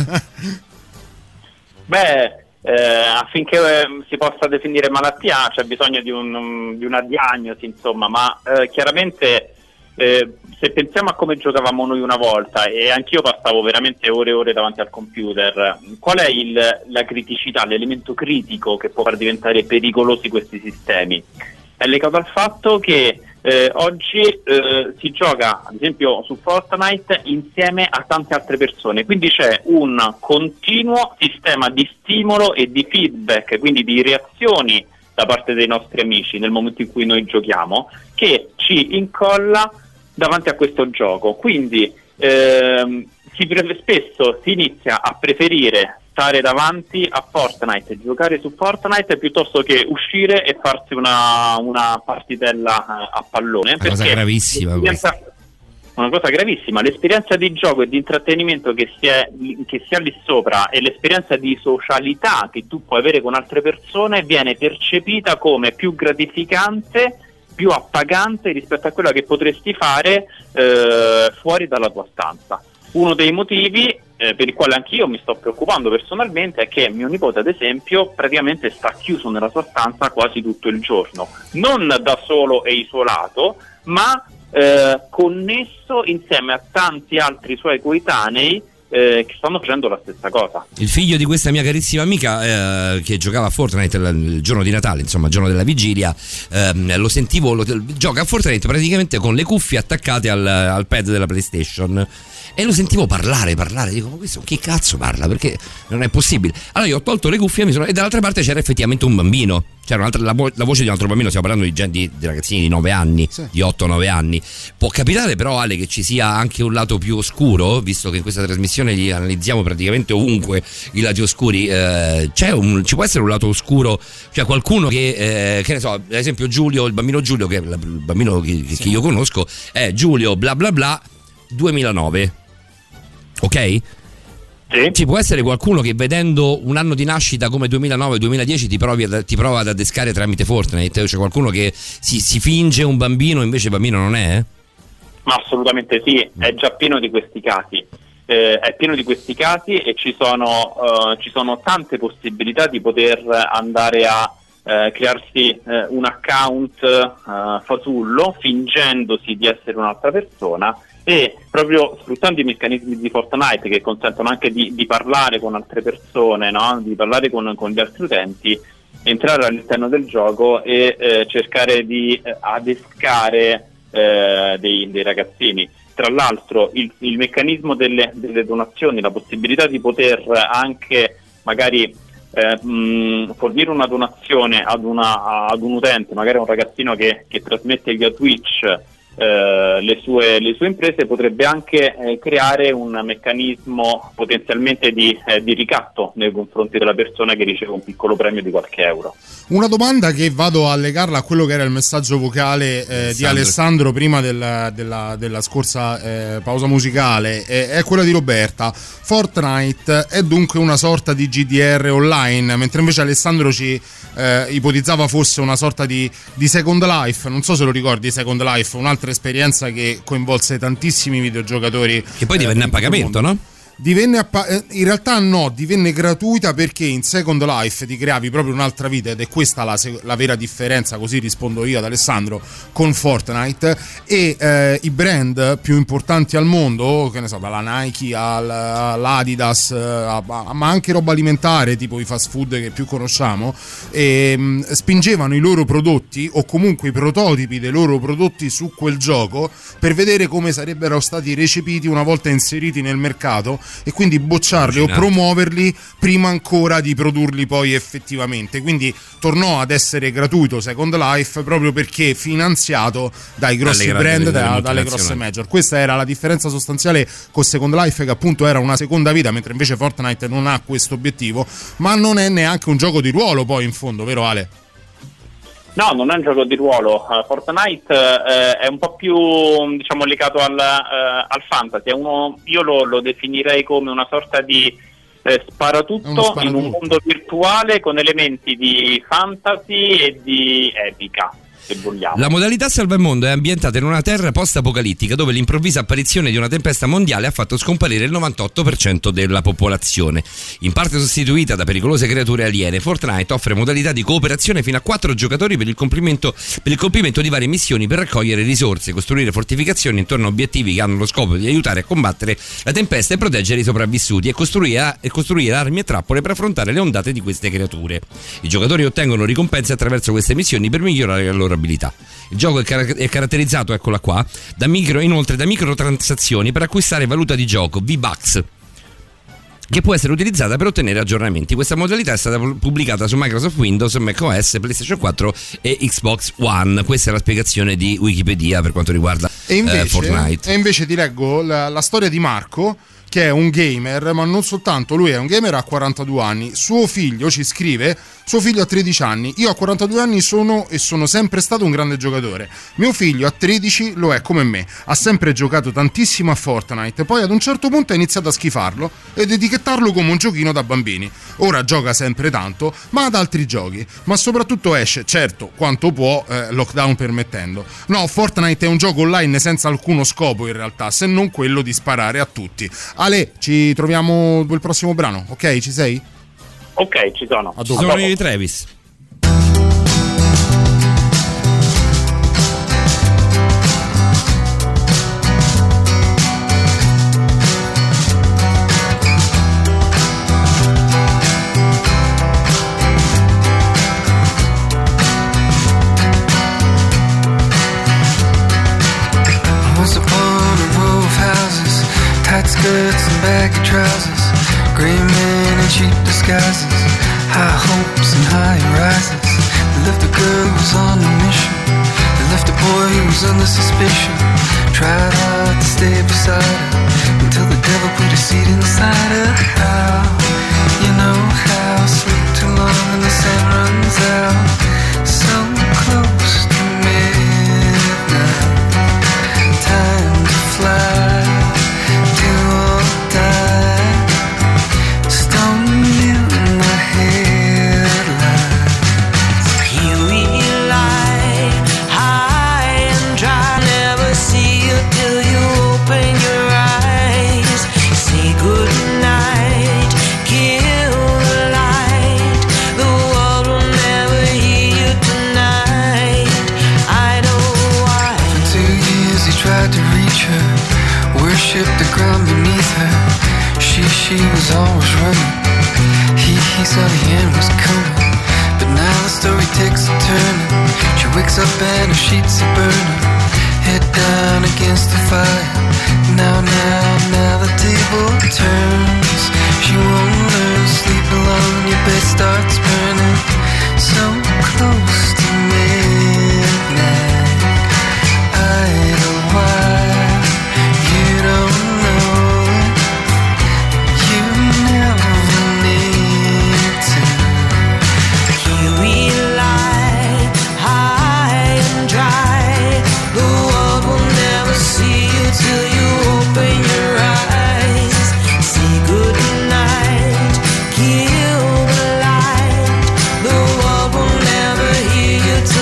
Beh... Eh, affinché eh, si possa definire malattia c'è bisogno di, un, um, di una diagnosi, insomma, ma eh, chiaramente eh, se pensiamo a come giocavamo noi una volta, e anch'io passavo veramente ore e ore davanti al computer, qual è il, la criticità, l'elemento critico che può far diventare pericolosi questi sistemi? È legato al fatto che Eh, oggi eh, si gioca ad esempio su Fortnite insieme a tante altre persone, quindi c'è un continuo sistema di stimolo e di feedback, quindi di reazioni da parte dei nostri amici nel momento in cui noi giochiamo, che ci incolla davanti a questo gioco. Quindi ehm, si pre- spesso si inizia a preferire stare davanti a Fortnite, giocare su Fortnite piuttosto che uscire e farsi una, una partitella a pallone. Una cosa gravissima questa. Una cosa gravissima, l'esperienza di gioco e di intrattenimento che si, è, che si ha lì sopra e l'esperienza di socialità che tu puoi avere con altre persone viene percepita come più gratificante, più appagante rispetto a quella che potresti fare eh, fuori dalla tua stanza. Uno dei motivi eh, per il quale anch'io mi sto preoccupando personalmente è che mio nipote, ad esempio, praticamente sta chiuso nella sua stanza quasi tutto il giorno, non da solo e isolato, ma eh, connesso insieme a tanti altri suoi coetanei eh, che stanno facendo la stessa cosa. Il figlio di questa mia carissima amica eh, che giocava a Fortnite il, il giorno di Natale, insomma il giorno della vigilia, ehm, lo sentivo, lo, gioca a Fortnite praticamente con le cuffie attaccate al, al pad della PlayStation. E lo sentivo parlare, parlare, dico, ma questo che cazzo parla? Perché non è possibile. Allora io ho tolto le cuffie mi sono, e dall'altra parte c'era effettivamente un bambino. C'era un'altra, la, vo- la voce di un altro bambino, stiamo parlando di, di, di ragazzini di nove anni, sì. Di otto nove anni. Può capitare però, Ale, che ci sia anche un lato più oscuro, visto che in questa trasmissione li analizziamo praticamente ovunque i lati oscuri. Eh, c'è un, ci può essere un lato oscuro, cioè qualcuno che, eh, che ne so, ad esempio Giulio, il bambino Giulio, che è il bambino che, sì. che io conosco, è Giulio bla bla bla duemilanove. Ok? Sì. Ci può essere qualcuno che vedendo un anno di nascita come duemilanove duemiladieci ti, provi a, ti prova ad adescare tramite Fortnite? C'è qualcuno che si, si finge un bambino invece bambino non è? Ma assolutamente sì, è già pieno di questi casi. Eh, è pieno di questi casi e ci sono, uh, ci sono tante possibilità di poter andare a uh, crearsi uh, un account uh, fasullo fingendosi di essere un'altra persona, e proprio sfruttando i meccanismi di Fortnite che consentono anche di, di parlare con altre persone, no? Di parlare con, con gli altri utenti, entrare all'interno del gioco e eh, cercare di eh, adescare eh, dei, dei ragazzini. Tra l'altro il, il meccanismo delle, delle donazioni, la possibilità di poter anche magari eh, mh, fornire una donazione ad, una, ad un utente, magari un ragazzino che, che trasmette via Twitch Uh, le, sue, le sue imprese, potrebbe anche eh, creare un meccanismo potenzialmente di, eh, di ricatto nei confronti della persona che riceve un piccolo premio di qualche euro. Una domanda che vado a legarla a quello che era il messaggio vocale eh, di Alessandro prima della, della, della scorsa eh, pausa musicale, eh, è quella di Roberta. Fortnite è dunque una sorta di G D R online, mentre invece Alessandro ci eh, ipotizzava fosse una sorta di, di Second Life. Non so se lo ricordi, Second Life, un'altra esperienza che coinvolse tantissimi videogiocatori, che poi divenne eh, a pagamento, no? Divenne appa- in realtà no, divenne gratuita perché in Second Life ti creavi proprio un'altra vita, ed è questa la, se- la vera differenza, così rispondo io ad Alessandro, con Fortnite. E eh, i brand più importanti al mondo, che ne so, dalla Nike al, all'Adidas, a, a, ma anche roba alimentare tipo i fast food che più conosciamo, e, spingevano i loro prodotti o comunque i prototipi dei loro prodotti su quel gioco per vedere come sarebbero stati recepiti una volta inseriti nel mercato, e quindi bocciarli o promuoverli prima ancora di produrli poi effettivamente. Quindi tornò ad essere gratuito Second Life proprio perché finanziato dai grossi dalle brand, grandi, da, dalle grosse major. Questa era la differenza sostanziale con Second Life, che appunto era una seconda vita, mentre invece Fortnite non ha questo obiettivo, ma non è neanche un gioco di ruolo poi in fondo, vero Ale? No, non è un gioco di ruolo. Uh, Fortnite uh, è un po' più, diciamo, legato al, uh, al fantasy. È uno, io lo, lo definirei come una sorta di eh, sparatutto, sparatutto in un mondo virtuale con elementi di fantasy e di epica, se vogliamo. La modalità salva il mondo è ambientata in una terra post-apocalittica dove l'improvvisa apparizione di una tempesta mondiale ha fatto scomparire il novantotto per cento della popolazione. In parte sostituita da pericolose creature aliene, Fortnite offre modalità di cooperazione fino a quattro giocatori per il compimento, per il compimento di varie missioni per raccogliere risorse, costruire fortificazioni intorno a obiettivi che hanno lo scopo di aiutare a combattere la tempesta e proteggere i sopravvissuti, e costruire, e costruire armi e trappole per affrontare le ondate di queste creature. I giocatori ottengono ricompense attraverso queste missioni per migliorare la loro abilità. Il gioco è, car- è caratterizzato, eccola qua, da micro, inoltre da microtransazioni per acquistare valuta di gioco, V-Bucks, che può essere utilizzata per ottenere aggiornamenti. Questa modalità è stata pubblicata su Microsoft Windows, macOS, PlayStation quattro e Xbox One. Questa è la spiegazione di Wikipedia per quanto riguarda e invece, eh, Fortnite. E invece ti leggo la, la storia di Marco, che è un gamer, ma non soltanto, lui è un gamer, ha quarantadue anni. Suo figlio ci scrive, suo figlio ha tredici anni, io a quarantadue anni sono e sono sempre stato un grande giocatore. Mio figlio a tredici lo è come me, ha sempre giocato tantissimo a Fortnite, poi ad un certo punto ha iniziato a schifarlo ed etichettarlo come un giochino da bambini. Ora gioca sempre tanto, ma ad altri giochi, ma soprattutto esce, certo, quanto può, eh, lockdown permettendo. No, Fortnite è un gioco online senza alcuno scopo in realtà, se non quello di sparare a tutti. Ale, ci troviamo il prossimo brano, ok? Ci sei? Ok, ci sono. Ci sono i Travis. Skirts and baggy trousers, gray men in cheap disguises, high hopes and high rises. They left a girl who was on a mission, they left a boy who was under suspicion. Tried hard to stay beside her until the devil put a seed inside her. How, you know how, sleep too long and the sun runs out. So close to midnight, time to fly. Worshipped the ground beneath her. She, she was always running. He, he saw the end was coming. But now the story takes a turn. She wakes up and her sheets are burning. Head down against the fire. Now, now, now the table turns. She won't learn to sleep alone. Your bed starts burning. So close to midnight. Idle while you don't know it, you never need to. Here we lie, high and dry. The world will never see you till you open your eyes. Say goodnight, kill the light. The world will never hear you.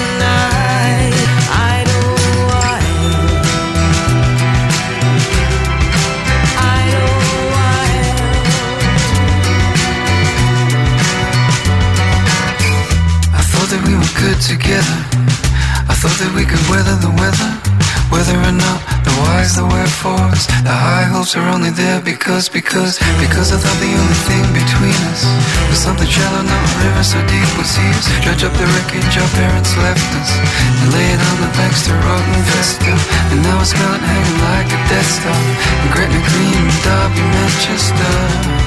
for us. The high hopes are only there because, because, because I thought the only thing between us was something shallow, not a river so deep would see us. Dredge up the wreckage our parents left us and lay it on the Baxter Road and Vesta. And now it's gone hanging like a Death Star in Gretna Green, Derby, Manchester.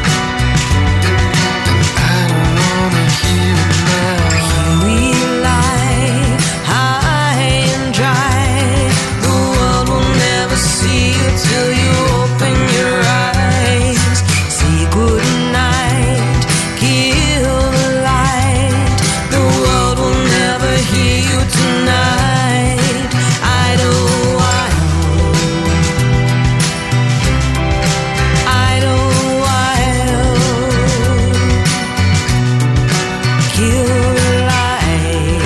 And I don't wanna hear it now. We lie high and dry. The world will never see you till you open your eyes. Say good night, kill the light. The world will never hear you tonight. Idlewild, Idlewild, kill the light.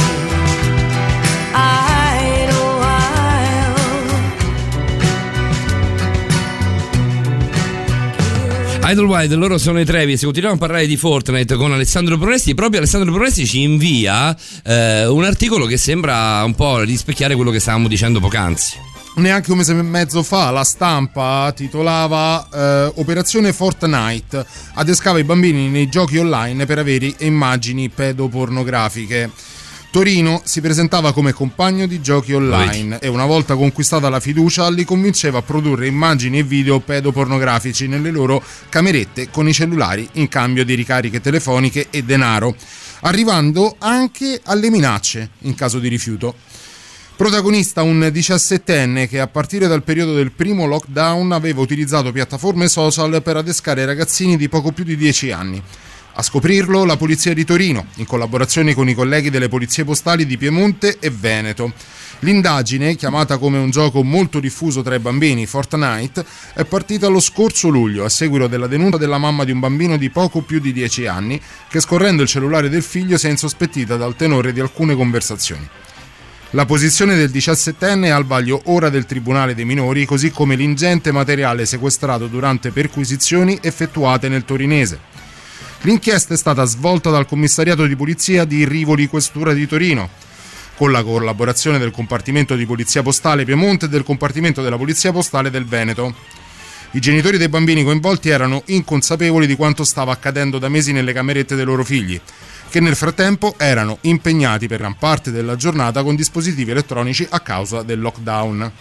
Idlewild, loro sono i Travis. Continuiamo a parlare di Fortnite con Alessandro Pronesti. Proprio Alessandro Pronesti ci invia eh, un articolo che sembra un po' rispecchiare quello che stavamo dicendo poc'anzi. Neanche un mese e mezzo fa La Stampa titolava eh, Operazione Fortnite, adescava i bambini nei giochi online per avere immagini pedopornografiche. Torino si presentava come compagno di giochi online e una volta conquistata la fiducia li convinceva a produrre immagini e video pedopornografici nelle loro camerette con i cellulari in cambio di ricariche telefoniche e denaro, arrivando anche alle minacce in caso di rifiuto. Protagonista un diciassettenne che a partire dal periodo del primo lockdown aveva utilizzato piattaforme social per adescare ragazzini di poco più di dieci anni. A scoprirlo la polizia di Torino, in collaborazione con i colleghi delle polizie postali di Piemonte e Veneto. L'indagine, chiamata come un gioco molto diffuso tra i bambini, Fortnite, è partita lo scorso luglio a seguito della denuncia della mamma di un bambino di poco più di dieci anni che, scorrendo il cellulare del figlio, si è insospettita dal tenore di alcune conversazioni. La posizione del diciassettenne è al vaglio ora del Tribunale dei minori, così come l'ingente materiale sequestrato durante perquisizioni effettuate nel torinese. L'inchiesta è stata svolta dal commissariato di polizia di Rivoli Questura di Torino, con la collaborazione del compartimento di polizia postale Piemonte e del compartimento della polizia postale del Veneto. I genitori dei bambini coinvolti erano inconsapevoli di quanto stava accadendo da mesi nelle camerette dei loro figli, che nel frattempo erano impegnati per gran parte della giornata con dispositivi elettronici a causa del lockdown.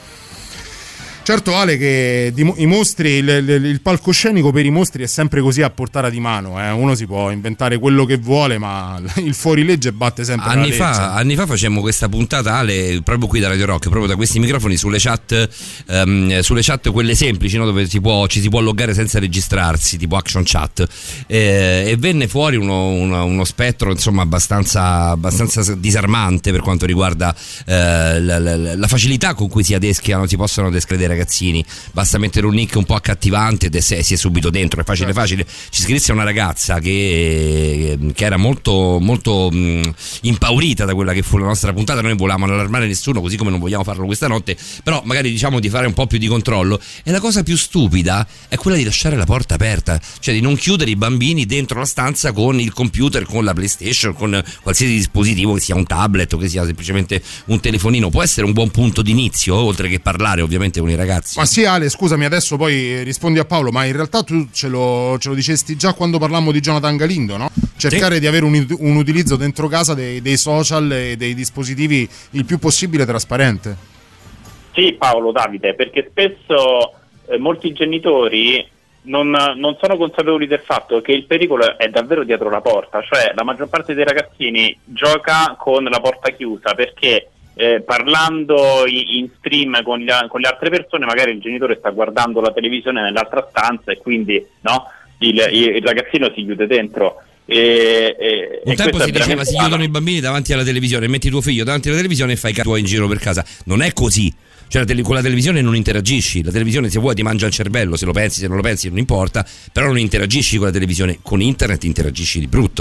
Certo, Ale, che i mostri, il, il, il palcoscenico per i mostri è sempre così a portata di mano, eh? Uno si può inventare quello che vuole, ma il fuorilegge batte sempre anni la legge. Fa, anni fa facemmo questa puntata, Ale, proprio qui da Radio Rock, proprio da questi microfoni, sulle chat, um, sulle chat quelle semplici, no? Dove si può, ci si può loggare senza registrarsi, tipo Action Chat, eh, e venne fuori uno, uno, uno spettro, insomma, abbastanza, abbastanza disarmante per quanto riguarda eh, la, la, la facilità con cui si adeschiano, si possono adescredere ragazzini. Basta mettere un nick un po' accattivante ed si è subito dentro, è facile facile. Ci scrisse una ragazza che, che era molto molto mh, impaurita da quella che fu la nostra puntata. Noi non volevamo allarmare nessuno, così come non vogliamo farlo questa notte, però magari diciamo di fare un po' più di controllo. E la cosa più stupida è quella di lasciare la porta aperta, cioè di non chiudere i bambini dentro la stanza con il computer, con la PlayStation, con qualsiasi dispositivo, che sia un tablet o che sia semplicemente un telefonino. Può essere un buon punto d'inizio, oltre che parlare ovviamente con i ragazzi. Ma sì, Ale, scusami, adesso poi rispondi a Paolo, ma in realtà tu ce lo, ce lo dicesti già quando parlammo di Jonathan Galindo, no? Cercare sì. di avere un, un utilizzo dentro casa dei, dei social e dei dispositivi il più possibile trasparente. Sì, Paolo, Davide, perché spesso eh, molti genitori non, non sono consapevoli del fatto che il pericolo è davvero dietro la porta, cioè la maggior parte dei ragazzini gioca con la porta chiusa perché Eh, parlando in stream con, gli, con le altre persone, magari il genitore sta guardando la televisione nell'altra stanza e quindi no, il, il ragazzino si chiude dentro. E, e, un e tempo si diceva si chiudono i bambini davanti alla televisione, metti tuo figlio davanti alla televisione e fai i cazzi tuoi in giro per casa. Non è così. Cioè la tele, con la televisione non interagisci, la televisione se vuoi ti mangia il cervello, se lo pensi, se non lo pensi non importa, però non interagisci con la televisione, con internet interagisci di brutto.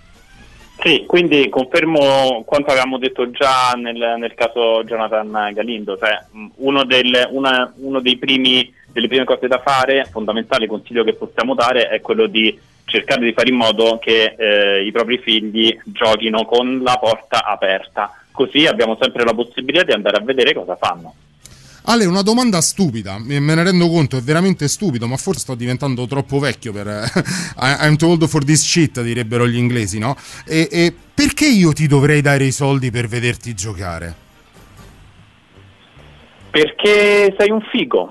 Sì, quindi confermo quanto avevamo detto già nel, nel caso Jonathan Galindo, cioè uno, del, una, uno dei primi, delle prime cose da fare, fondamentale consiglio che possiamo dare, è quello di cercare di fare in modo che eh, i propri figli giochino con la porta aperta, così abbiamo sempre la possibilità di andare a vedere cosa fanno. Ale, una domanda stupida, me ne rendo conto, è veramente stupido, ma forse sto diventando troppo vecchio per I'm too old for this shit, direbbero gli inglesi, no? E, e perché io ti dovrei dare i soldi per vederti giocare? Perché sei un figo.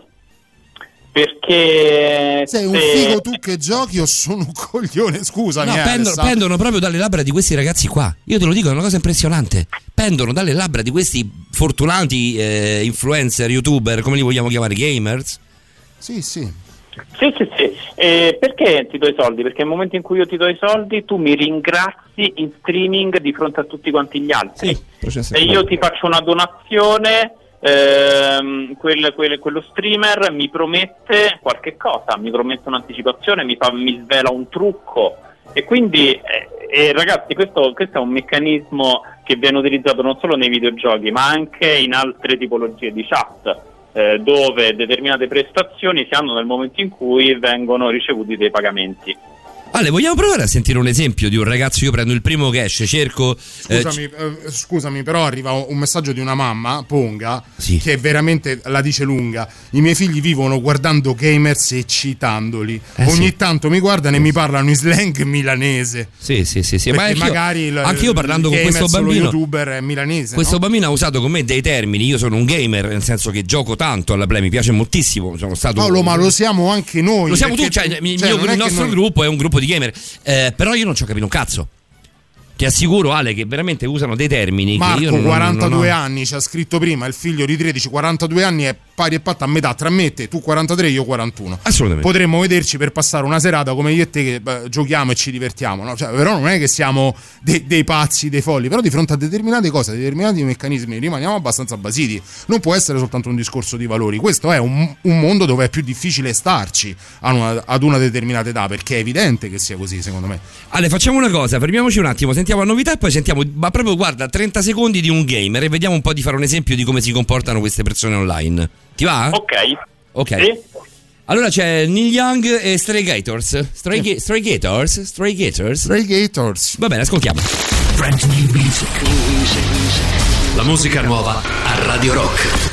Perché sei un se... figo tu che giochi o sono un coglione? Scusami. No, eh, pendono, pendono proprio dalle labbra di questi ragazzi qua. Io te lo dico, è una cosa impressionante. Pendono dalle labbra di questi fortunati eh, influencer, youtuber, come li vogliamo chiamare, gamers. Sì, sì. Sì, sì, sì. Eh, perché ti do i soldi? Perché nel momento in cui io ti do i soldi tu mi ringrazi in streaming di fronte a tutti quanti gli altri. Sì, e io ti faccio una donazione. Ehm, quel, quel, quello streamer mi promette qualche cosa, mi promette un'anticipazione, mi, fa, mi svela un trucco e quindi eh, eh, ragazzi questo, questo è un meccanismo che viene utilizzato non solo nei videogiochi ma anche in altre tipologie di chat eh, dove determinate prestazioni si hanno nel momento in cui vengono ricevuti dei pagamenti. Ale, vogliamo provare a sentire un esempio di un ragazzo? Io prendo il primo che esce, cerco. Scusami, eh, eh, scusami, però arriva un messaggio di una mamma, Ponga, sì. che veramente la dice lunga. I miei figli vivono guardando gamers e citandoli. Eh, Ogni sì. tanto mi guardano e mi parlano in slang milanese. Sì, sì, sì, sì. Perché Ma anch'io, magari il, anch'io parlando con questo bambino, lo youtuber è milanese. questo no? bambino ha usato con me dei termini. Io sono un gamer, nel senso che gioco tanto alla Play, mi piace moltissimo. Sono stato Paolo, ma lo siamo anche noi. Lo siamo perché tutti, cioè, tu- il, cioè, mio- non è il che nostro noi- gruppo è un gruppo di gamer. Eh, però io non ci ho capito un cazzo. Ti assicuro, Ale, che veramente usano dei termini Marco, che io non, quarantadue non ho. anni, ci ha scritto prima, il figlio di tredici, quarantadue anni è pari e patta a metà tra me e te, tu quarantatré, io quarantuno. Assolutamente. Potremmo vederci per passare una serata come io e te che beh, giochiamo e ci divertiamo, no? Cioè, però non è che siamo de- dei pazzi, dei folli, però di fronte a determinate cose, a determinati meccanismi rimaniamo abbastanza basiti. Non può essere soltanto un discorso di valori, questo è un, un mondo dove è più difficile starci ad una, ad una determinata età, perché è evidente che sia così, secondo me. Ale, facciamo una cosa, fermiamoci un attimo, sentiamo la novità e poi sentiamo, ma proprio guarda, trenta secondi di un gamer e vediamo un po' di fare un esempio di come si comportano queste persone online. Ti va? Ok. Ok. Sì. Allora c'è Neil Young e Stray Gators. Stray, Ga- Stray Gators? Stray Gators? Stray Gators. Va bene, ascoltiamo. La musica nuova a Radio Rock.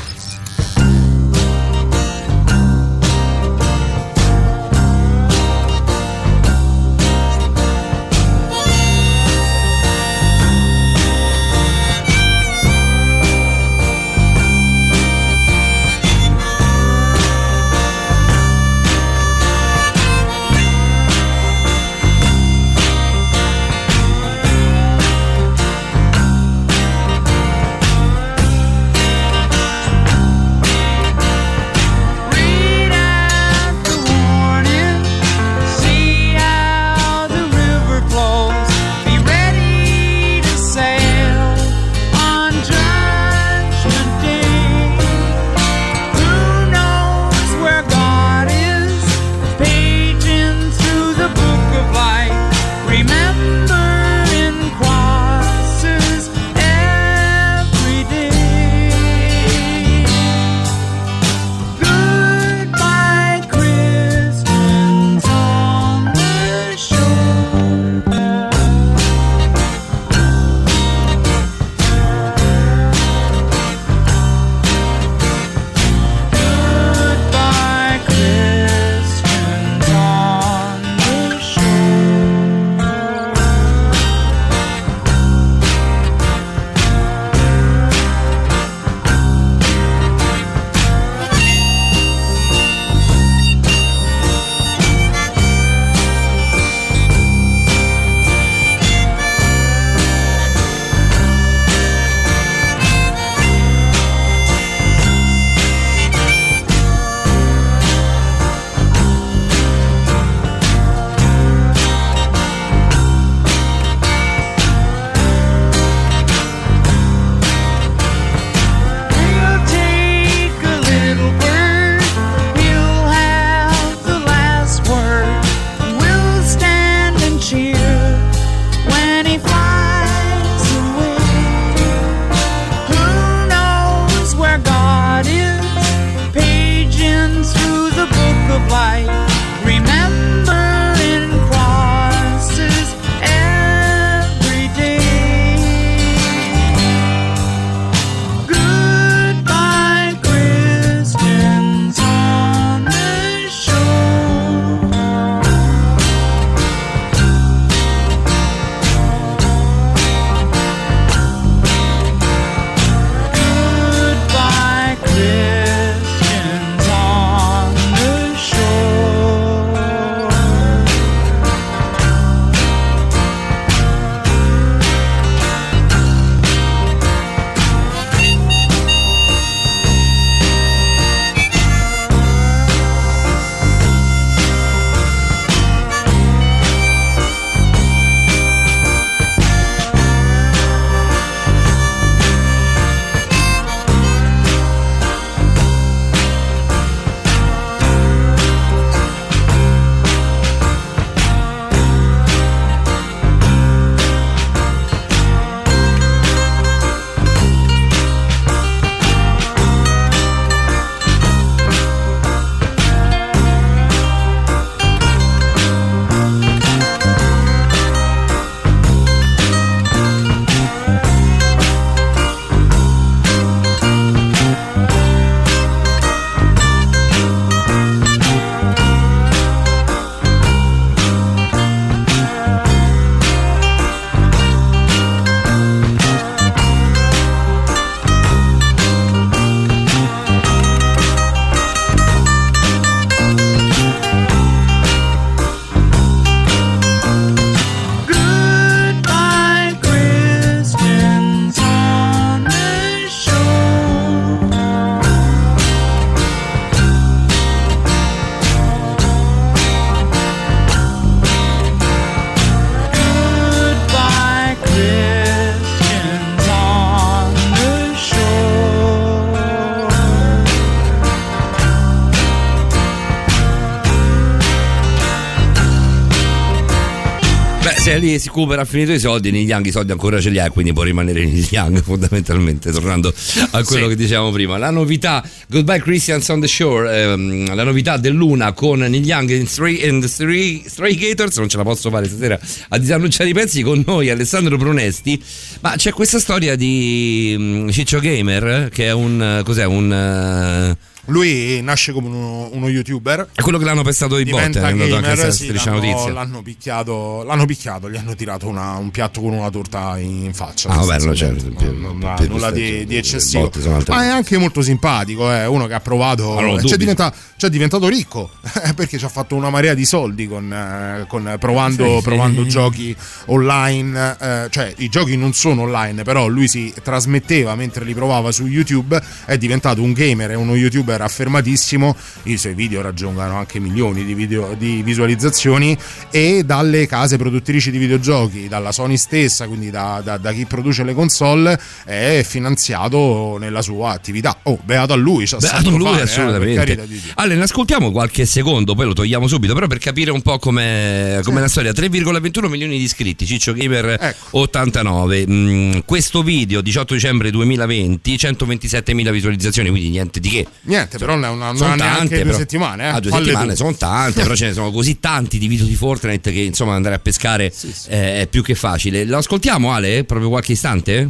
Beh, se lì si recupera, ha finito i soldi, Neil Young i soldi ancora ce li ha, quindi può rimanere Neil Young fondamentalmente, tornando a quello sì. che dicevamo prima. La novità, Goodbye Christians on the Shore, ehm, la novità dell'una con Neil Young and Stray, and Stray, Stray Gators, non ce la posso fare stasera a disannunciare i pezzi, con noi Alessandro Brunesti. Ma c'è questa storia di um, Ciccio Gamer, che è un, cos'è, un... Uh, lui nasce come uno, uno youtuber. È quello che l'hanno pestato di botte, è andato anche a sì, Striscia l'hanno, Notizie. L'hanno picchiato, l'hanno picchiato, gli hanno tirato una, un piatto con una torta in faccia. Ah, vabbè, non c'è non, non ha nulla di, di eccessivo. Ma è anche molto simpatico, è eh, uno che ha provato. Allora, c'è, diventa, c'è diventato ricco perché ci ha fatto una marea di soldi con, eh, con provando, sì, provando sì. giochi online. Eh, cioè, i giochi non sono online, però lui si trasmetteva mentre li provava su YouTube. È diventato un gamer, è uno youtuber affermatissimo. I suoi video raggiungono anche milioni di, video, di visualizzazioni, e dalle case produttrici di videogiochi, dalla Sony stessa, quindi da, da, da chi produce le console, è finanziato nella sua attività. Oh, beato a lui, c'ha beato lui fare, assolutamente. Eh, di allora, ne ascoltiamo qualche secondo, poi lo togliamo subito, però per capire un po' com'è, com'è sì. la storia. tre virgola ventuno milioni di iscritti, Ciccio Gamer ecco. ottantanove. Mm, questo video diciotto dicembre duemilaventi, centoventisettemila visualizzazioni, quindi niente di che. Niente, però non è una sono non tante, due però, settimane, eh? ah, due Falle settimane tu. Sono tante, però ce ne sono così tanti di video di Fortnite che insomma andare a pescare sì, sì. Eh, è più che facile. Lo ascoltiamo, Ale? Proprio qualche istante?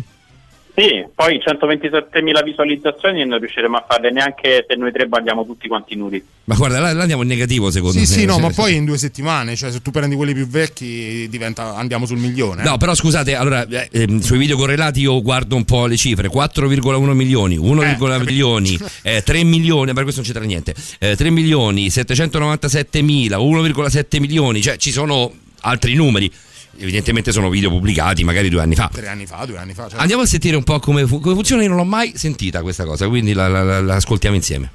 Sì, poi centoventisettemila visualizzazioni e non riusciremo a farle neanche se noi tre balliamo tutti quanti nudi. Ma guarda, là, là andiamo in negativo secondo sì, me. Sì, sì, no, cioè, ma cioè. poi in due settimane, cioè se tu prendi quelli più vecchi diventa, andiamo sul milione. Eh? No, però scusate, allora eh, eh, sui video correlati io guardo un po' le cifre, quattro virgola uno milioni, uno virgola uno eh. milioni, eh, tre milioni, per questo non c'entra niente, eh, tre milioni, settecentonovantasettemila, uno virgola sette milioni, cioè ci sono altri numeri. Evidentemente sono video pubblicati magari due anni fa. Tre anni fa, due anni fa. Certo. Andiamo a sentire un po' come, fu- come funziona. Io non l'ho mai sentita questa cosa, quindi la, la, la, la ascoltiamo insieme.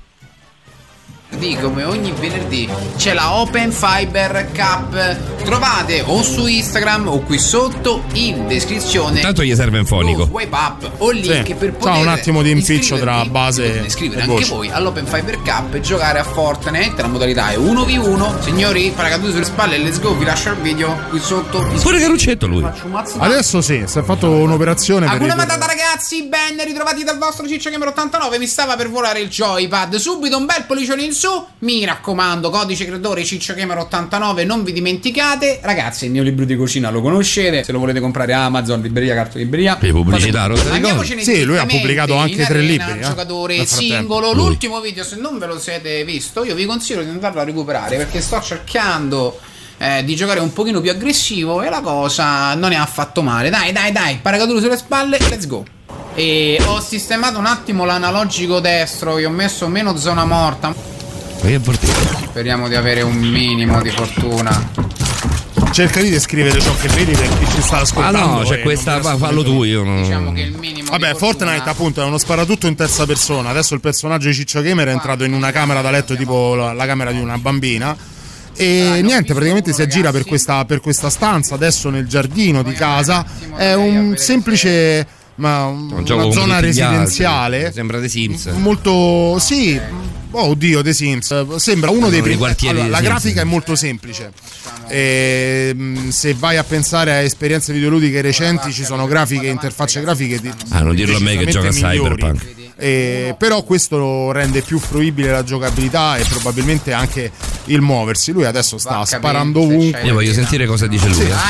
Come ogni venerdì c'è la Open Fiber Cup. Trovate o su Instagram o qui sotto in descrizione. Tanto gli serve un fonico. Swipe up o link sì. per poter C'ha un attimo di impiccio tra base e iscrivere anche voi all'Open Fiber Cup e giocare a Fortnite. La modalità è uno vu uno. Signori, paracadute sulle spalle, let's go. Vi lascio il video qui sotto. Pure Caruccetto lui. Adesso sì, si è fatto un'operazione. Hakuna Matata ragazzi, ben ritrovati dal vostro Ciccio Gamer ottantanove. Mi stava per volare il joypad. Subito un bel pollicione in su. Mi raccomando, codice creatore Ciccio Gamer ottantanove, non vi dimenticate. Ragazzi, il mio libro di cucina lo conoscete, se lo volete comprare a Amazon, libreria, carta libreria. Per pubblicità, andiamocene. Sì, lui ha pubblicato anche tre libri. Giocatore eh? singolo. Lui. L'ultimo video, se non ve lo siete visto, io vi consiglio di andarlo a recuperare perché sto cercando eh, di giocare un pochino più aggressivo e la cosa non è affatto male. Dai, dai, dai, paracadute sulle spalle, let's go. E ho sistemato un attimo l'analogico destro, vi ho messo meno zona morta. Speriamo di avere un minimo di fortuna. Cerca di descrivere ciò che vedi per chi ci sta ascoltando. Ah no, c'è questa, fallo tu, io non... Diciamo che il minimo Vabbè, di Fortnite appunto è uno sparatutto in terza persona. Adesso il personaggio di Ciccio Gamer è entrato in una camera da letto tipo la, la camera di una bambina. E niente, praticamente si aggira per questa, per questa stanza, adesso nel giardino di casa. È un semplice... ma un una zona residenziale. Sembra The Sims. Molto... sì... Oh oddio, The Sims sembra uno dei primi. Allora, la grafica è molto semplice. E, se vai a pensare a esperienze videoludiche recenti, ci sono grafiche, interfacce grafiche di, ah, non dirlo a me che gioca a Cyberpunk. E, però questo rende più fruibile la giocabilità e probabilmente anche il muoversi. Lui adesso sta sparando ovunque. Io voglio sentire cosa dice lui. Sì.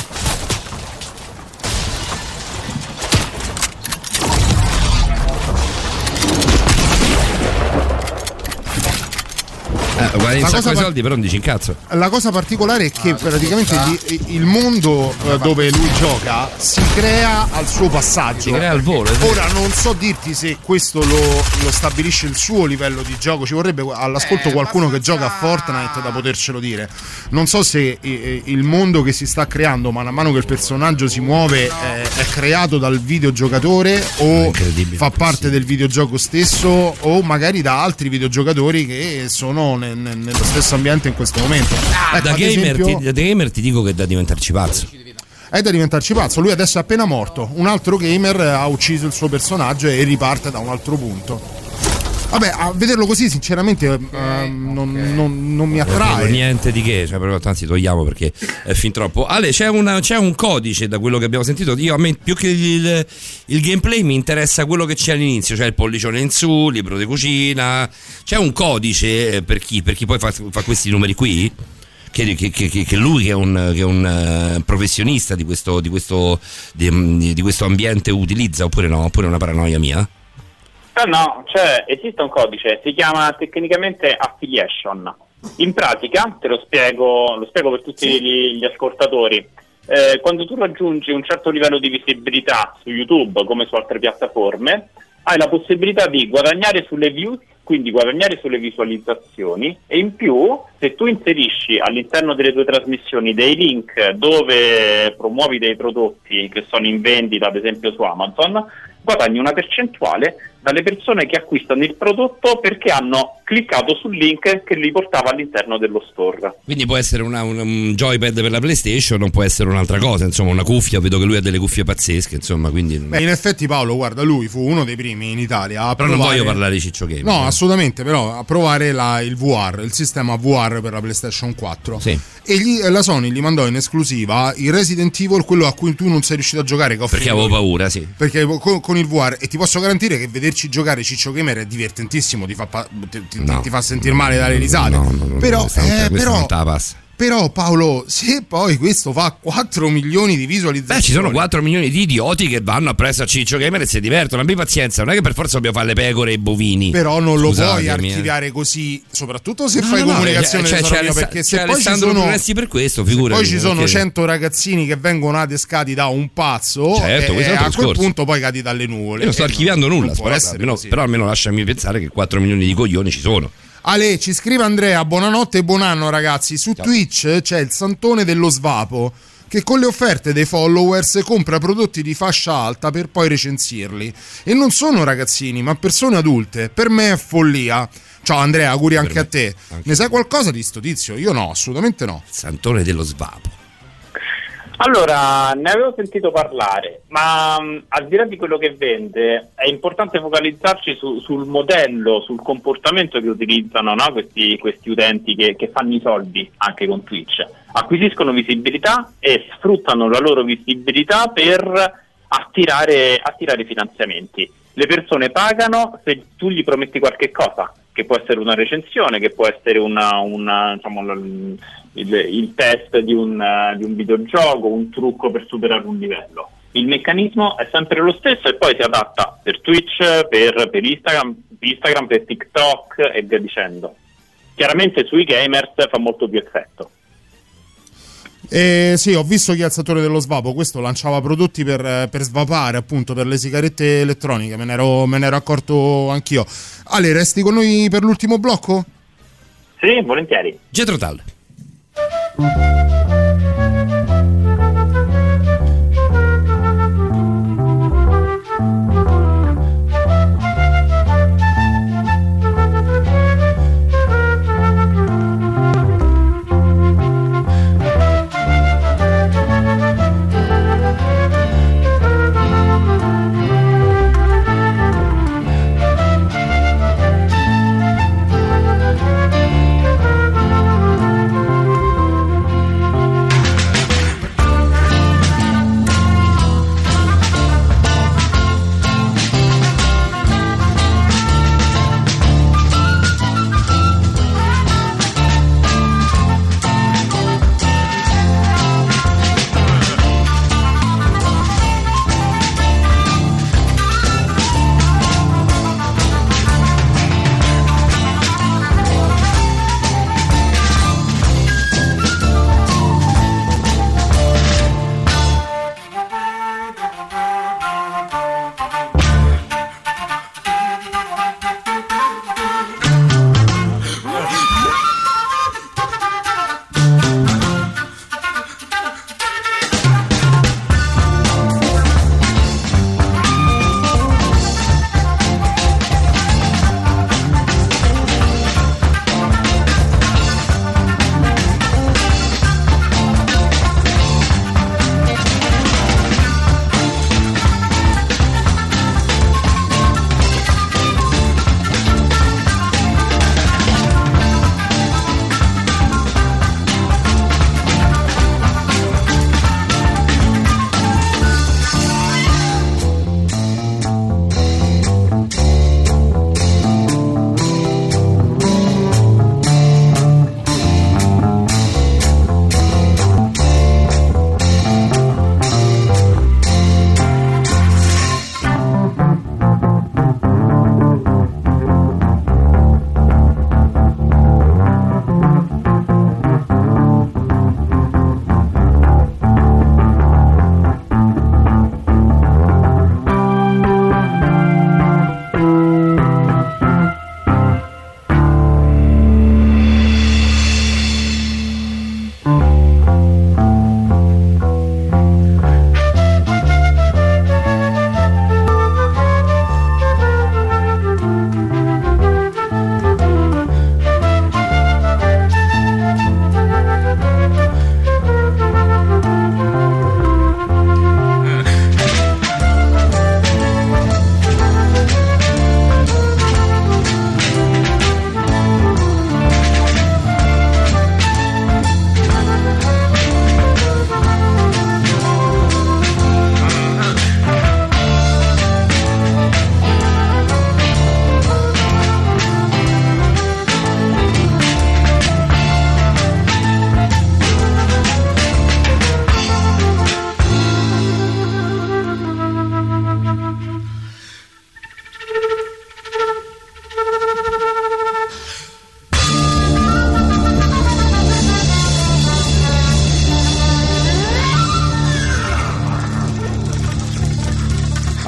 Eh, guarda, un sacco di soldi, però non dici in cazzo. La cosa particolare è che praticamente il, il mondo dove lui gioca si crea al suo passaggio. Si crea al volo. Ora non so dirti se questo lo, lo stabilisce il suo livello di gioco. Ci vorrebbe all'ascolto qualcuno che gioca a Fortnite da potercelo dire. Non so se il mondo che si sta creando man mano che il personaggio si muove è, è creato dal videogiocatore o fa parte del videogioco stesso, o magari da altri videogiocatori che sono nel, nello stesso ambiente in questo momento. Ah, ecco, da, gamer esempio, ti, da gamer ti dico che è da diventarci pazzo. È da diventarci pazzo. Lui adesso è appena morto. Un altro gamer ha ucciso il suo personaggio e riparte da un altro punto. Vabbè, a vederlo così sinceramente okay, uh, non, okay. non, non mi attrae. Niente di che, cioè, però, anzi togliamo perché è fin troppo. Ale, c'è, una, c'è un codice da quello che abbiamo sentito. Io a me più che il, il gameplay mi interessa quello che c'è all'inizio, cioè il pollicione in su, il libro di cucina. C'è un codice per chi, per chi poi fa, fa questi numeri qui? Che, che, che, che lui che è un, che è un uh, professionista di questo, di, questo, di, di questo ambiente utilizza, oppure no? Oppure è una paranoia mia? No, no, cioè esiste un codice, si chiama tecnicamente affiliation. In pratica, te lo spiego, lo spiego per tutti sì. gli, gli ascoltatori, eh, quando tu raggiungi un certo livello di visibilità su YouTube come su altre piattaforme, hai la possibilità di guadagnare sulle views, quindi guadagnare sulle visualizzazioni, e in più se tu inserisci all'interno delle tue trasmissioni dei link dove promuovi dei prodotti che sono in vendita, ad esempio su Amazon, guadagni una percentuale dalle persone che acquistano il prodotto perché hanno cliccato sul link che li portava all'interno dello store. Quindi può essere una, un, un joypad per la PlayStation, non può essere un'altra cosa, insomma una cuffia, vedo che lui ha delle cuffie pazzesche, insomma, quindi... Beh, in effetti Paolo, guarda, lui fu uno dei primi in Italia a però provare... non voglio parlare di Ciccio Gamer. No, assolutamente, però a provare la, il V R, il sistema V R per la PlayStation quattro. Sì. E gli, la Sony gli mandò in esclusiva il Resident Evil, quello a cui tu non sei riuscito a giocare, che perché avevo paura, sì. Perché con, con il V R, e ti posso garantire che vederci giocare Ciccio Gamer è divertentissimo, ti fa, ti, ti, no. ti fa sentire male dalle risate. No, no, no, però, questa, eh, questa però, non te la passa. Però Paolo, se poi questo fa quattro milioni di visualizzazioni, beh, ci sono quattro milioni di idioti che vanno appresso a Ciccio Gamer e si divertono. Abbi pazienza, non è che per forza dobbiamo fare le pecore e i bovini. Però non lo Scusatemi, puoi archiviare eh. cosí, soprattutto se no, fai no, comunicazione cioè, cioè, mio, perché se cioè, poi ci sono per questo, figurati, poi ci sono perché... cento ragazzini che vengono adescati da un pazzo, certo, e, e a quel discorso. punto poi cadi dalle nuvole. Io non sto archiviando non, nulla, non può però, essere almeno, però almeno lasciami pensare che quattro milioni di coglioni ci sono. Ale, ci scrive Andrea, buonanotte e buon anno ragazzi. Su Ciao. Twitch c'è il santone dello svapo che con le offerte dei followers compra prodotti di fascia alta per poi recensirli. E non sono ragazzini, ma persone adulte. Per me è follia. Ciao Andrea, auguri anche a te. Anche ne sai qualcosa di sto tizio? Io no, assolutamente no. Il santone dello svapo. Allora, ne avevo sentito parlare, ma mh, al di là di quello che vende, è importante focalizzarci su, sul modello, sul comportamento che utilizzano, no? questi, questi utenti che, che fanno i soldi anche con Twitch. Acquisiscono visibilità e sfruttano la loro visibilità per attirare, attirare finanziamenti. Le persone pagano se tu gli prometti qualche cosa, che può essere una recensione, che può essere una, una diciamo, il, il test di un, di un videogioco, un trucco per superare un livello. Il meccanismo è sempre lo stesso e poi si adatta per Twitch, per, per Instagram, Instagram, per TikTok e via dicendo. Chiaramente sui gamers fa molto più effetto. Eh, sì, ho visto chi è il settore dello svapo. Questo lanciava prodotti per, per svapare, appunto, per le sigarette elettroniche. Me ne ero, me ne ero accorto anch'io. Ale, resti con noi per l'ultimo blocco? Sì, volentieri. Jethro Tull.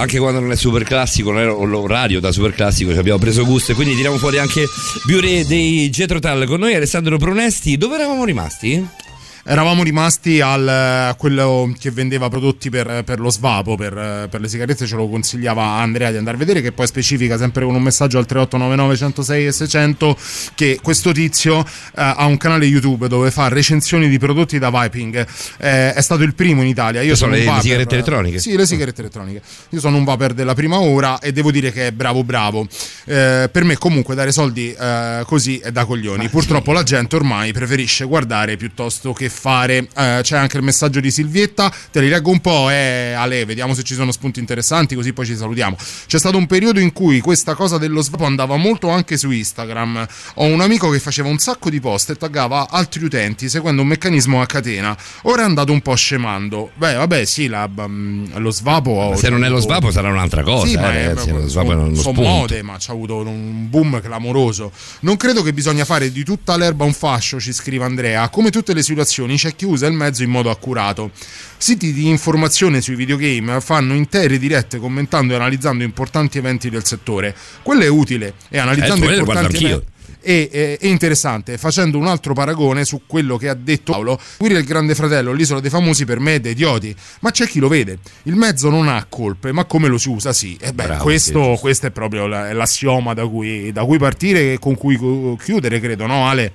anche quando non è super classico, non è l'orario da super classico, ci abbiamo preso gusto e quindi tiriamo fuori anche Biure dei Jethro Tull. Con noi Alessandro Pronesti. Dove eravamo rimasti? Eravamo rimasti al a quello che vendeva prodotti per, per lo svapo, per, per le sigarette, ce lo consigliava Andrea di andare a vedere, che poi specifica sempre con un messaggio al tre otto nove nove uno zero sei e seicento che questo tizio eh, ha un canale YouTube dove fa recensioni di prodotti da vaping. Eh, è stato il primo in Italia. Io sono le, un vaper, le sigarette elettroniche? Sì, le sigarette elettroniche. Io sono un vaper della prima ora e devo dire che è bravo bravo. Eh, per me comunque dare soldi eh, così è da coglioni. Purtroppo la gente ormai preferisce guardare piuttosto che fare. Eh, c'è anche il messaggio di Silvietta, te li leggo un po', eh, Ale, vediamo se ci sono spunti interessanti, così poi ci salutiamo. C'è stato un periodo in cui questa cosa dello svapo andava molto anche su Instagram. Ho un amico che faceva un sacco di post e taggava altri utenti seguendo un meccanismo a catena. Ora è andato un po' scemando. Beh, vabbè, sì, la, um, lo svapo. Ma se non è lo svapo sarà un'altra cosa, sì, eh, ma ragazzi. È, lo svapo sono, è uno sono spunto. mode, ma c'ha avuto un boom clamoroso. Non credo che bisogna fare di tutta l'erba un fascio, ci scrive Andrea. Come tutte le situazioni c'è chi usa il mezzo in modo accurato. Siti di informazione sui videogame fanno intere dirette commentando e analizzando importanti eventi del settore. Quello è utile, e analizzando eh, importanti eventi. E, e, è interessante, facendo un altro paragone su quello che ha detto Paolo. Guire il Grande Fratello, l'Isola dei Famosi, per me è da idioti, ma c'è chi lo vede. Il mezzo non ha colpe, ma come lo si usa sì. E beh, Bravo, questo, sì, questo è proprio la, l'assioma da cui, da cui partire e con cui chiudere, credo, no Ale?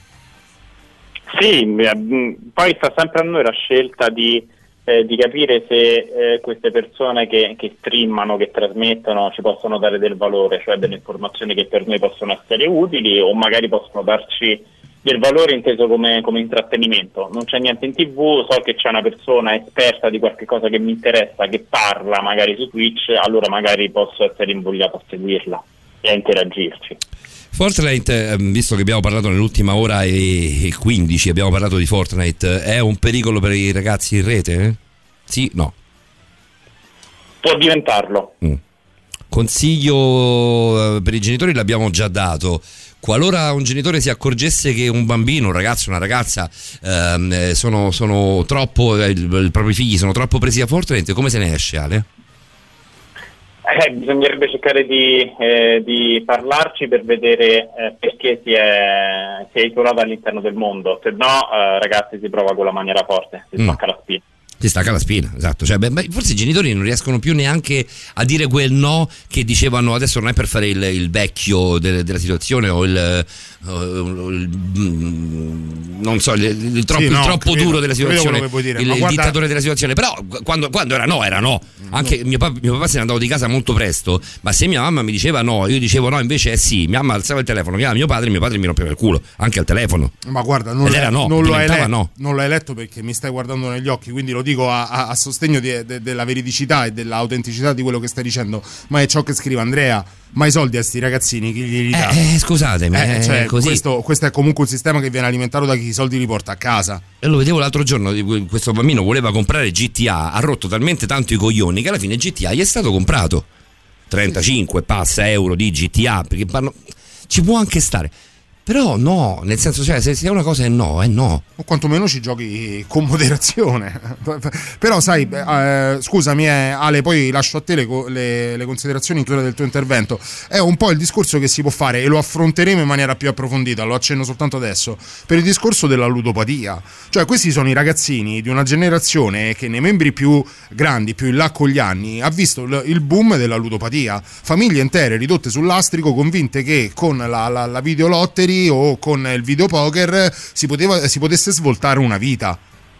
Sì, poi sta sempre a noi la scelta di, eh, di capire se eh, queste persone che, che streamano, che trasmettono, ci possono dare del valore, cioè delle informazioni che per noi possono essere utili o magari possono darci del valore inteso come, come intrattenimento. Non c'è niente in tv, so che c'è una persona esperta di qualche cosa che mi interessa, che parla magari su Twitch, allora magari posso essere invogliato a seguirla e a interagirci. Fortnite, visto che abbiamo parlato nell'ultima ora e quindici, abbiamo parlato di Fortnite, è un pericolo per i ragazzi in rete? Eh? Sì, no? Può diventarlo. Mm. Consiglio per i genitori l'abbiamo già dato. Qualora un genitore si accorgesse che un bambino, un ragazzo, una ragazza ehm, sono, sono troppo, eh, i propri figli sono troppo presi da Fortnite, come se ne esce, Ale? Eh, bisognerebbe cercare di, eh, di parlarci per vedere eh, perché si è, si è isolato all'interno del mondo, se no eh, ragazzi si prova con la maniera forte, si spacca mm. la spina. Si stacca la spina, esatto. Cioè, beh, forse i genitori non riescono più neanche a dire quel no che dicevano adesso, non è per fare il, il vecchio de, della situazione o il, o il non so, il, il troppo, sì, no, il troppo credo, duro della situazione, dire, il, il guarda... dittatore della situazione. Però quando, quando era no, era no. Anche no. Mio, papà, mio papà se ne andava di casa molto presto, ma se mia mamma mi diceva no, io dicevo no, invece è sì. Mia mamma alzava il telefono, chiamava mio padre, mio padre mi rompeva il culo anche al telefono. Ma guarda, non, Ed era no, non, lo, hai letto, no. non l'hai letto perché mi stai guardando negli occhi, quindi lo dico a, a, a sostegno di, de, della veridicità e dell'autenticità di quello che stai dicendo, ma è ciò che scrive Andrea. Ma i soldi a sti ragazzini chi glieli dà? Eh, eh, scusatemi, eh, cioè, così. Questo, questo è comunque un sistema che viene alimentato da chi i soldi li porta a casa. E lo vedevo l'altro giorno, questo bambino voleva comprare G T A, ha rotto talmente tanto i coglioni che alla fine G T A gli è stato comprato. trentacinque passa euro di G T A, perché parlo... ci può anche stare. Però no, nel senso, cioè, se, se una cosa è no, è no. O quantomeno ci giochi con moderazione. Però sai, eh, scusami eh, Ale, poi lascio a te le, le, le considerazioni in chiusura del tuo intervento. È un po' il discorso che si può fare e lo affronteremo in maniera più approfondita, lo accenno soltanto adesso, per il discorso della ludopatia. Cioè questi sono i ragazzini di una generazione che nei membri più grandi, più in là con gli anni, ha visto il, il boom della ludopatia. Famiglie intere ridotte sul lastrico, convinte che con la, la, la videolottery o con il videopoker si, poteva, si potesse svoltare una vita.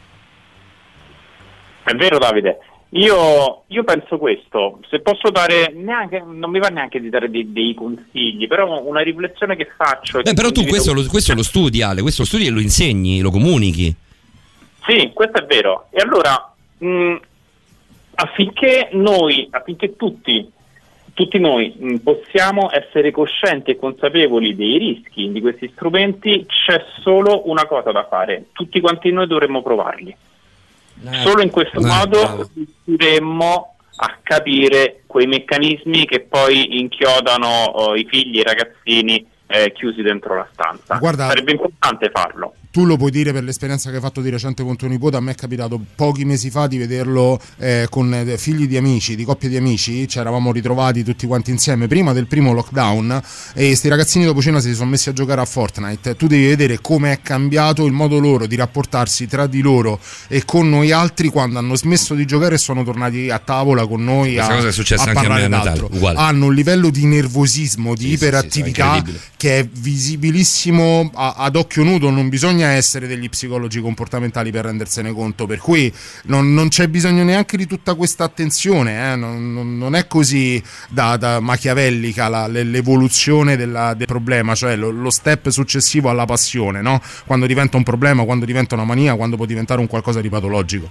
È vero Davide, io, io penso questo, se posso dare neanche, non mi va neanche di dare dei, dei consigli, però una riflessione che faccio... Beh, però tu questo lo, questo lo studi Ale, questo lo studi e lo insegni, lo comunichi. Sì, questo è vero, e allora mh, affinché noi, affinché tutti Tutti noi mh, possiamo essere coscienti e consapevoli dei rischi di questi strumenti, c'è solo una cosa da fare, tutti quanti noi dovremmo provarli. Eh, solo in questo eh, modo riusciremmo a capire quei meccanismi che poi inchiodano oh, i figli e i ragazzini eh, chiusi dentro la stanza. Guarda, sarebbe importante farlo. tu lo puoi dire per l'esperienza che hai fatto di recente con tuo nipote. A me è capitato pochi mesi fa di vederlo eh, con figli di amici, di coppie di amici. Ci eravamo ritrovati tutti quanti insieme prima del primo lockdown e sti ragazzini dopo cena si sono messi a giocare a Fortnite. Tu devi vedere come è cambiato il modo loro di rapportarsi tra di loro e con noi altri quando hanno smesso di giocare e sono tornati a tavola con noi a, cosa è successa a anche a parlare me a Natale, d'altro. uguale. Hanno un livello di nervosismo, di Sì, sì, sì, iperattività sì, che è visibilissimo a, ad occhio nudo. Non bisogna essere degli psicologi comportamentali per rendersene conto, per cui non, non c'è bisogno neanche di tutta questa attenzione, eh? non, non, non è così da, da machiavellica la, l'evoluzione della, del problema, cioè lo, lo step successivo alla passione, no? Quando diventa un problema, quando diventa una mania, quando può diventare un qualcosa di patologico.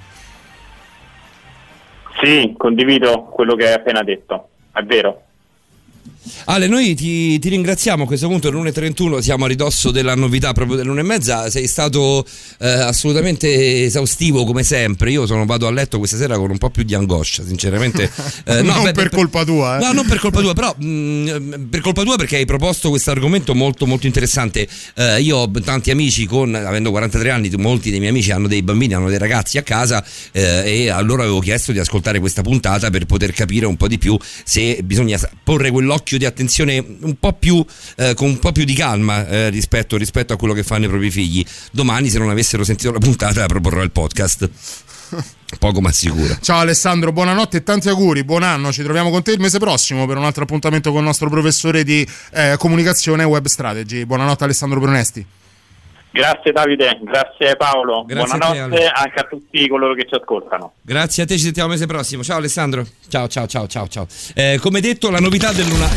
Sì, condivido quello che hai appena detto, è vero. Ale, noi ti, ti ringraziamo. A questo punto è l'una e trentuno, siamo a ridosso della novità proprio dell'una e mezza. Sei stato eh, assolutamente esaustivo come sempre. Io sono vado a letto questa sera con un po' più di angoscia, sinceramente. Eh, no, non beh, per, per colpa tua, eh. No, non per colpa tua, però mh, per colpa tua perché hai proposto questo argomento molto molto interessante. Eh, io ho tanti amici con, avendo quarantatré anni, molti dei miei amici hanno dei bambini, hanno dei ragazzi a casa eh, e allora avevo chiesto di ascoltare questa puntata per poter capire un po' di più se bisogna porre quell'occhio di attenzione un po' più eh, con un po' più di calma eh, rispetto, rispetto a quello che fanno i propri figli. Domani, se non avessero sentito la puntata, proporrò il podcast. Poco ma sicuro. Ciao Alessandro, buonanotte e tanti auguri, buon anno. Ci troviamo con te il mese prossimo per un altro appuntamento con il nostro professore di eh, comunicazione e web strategy. Buonanotte Alessandro Brunesti. Grazie Davide, grazie Paolo, Grazie buonanotte a te, Ale. anche a tutti coloro che ci ascoltano. Grazie a te, ci sentiamo il mese prossimo. Ciao Alessandro. Ciao ciao ciao ciao ciao. Eh, come detto, la novità del luna.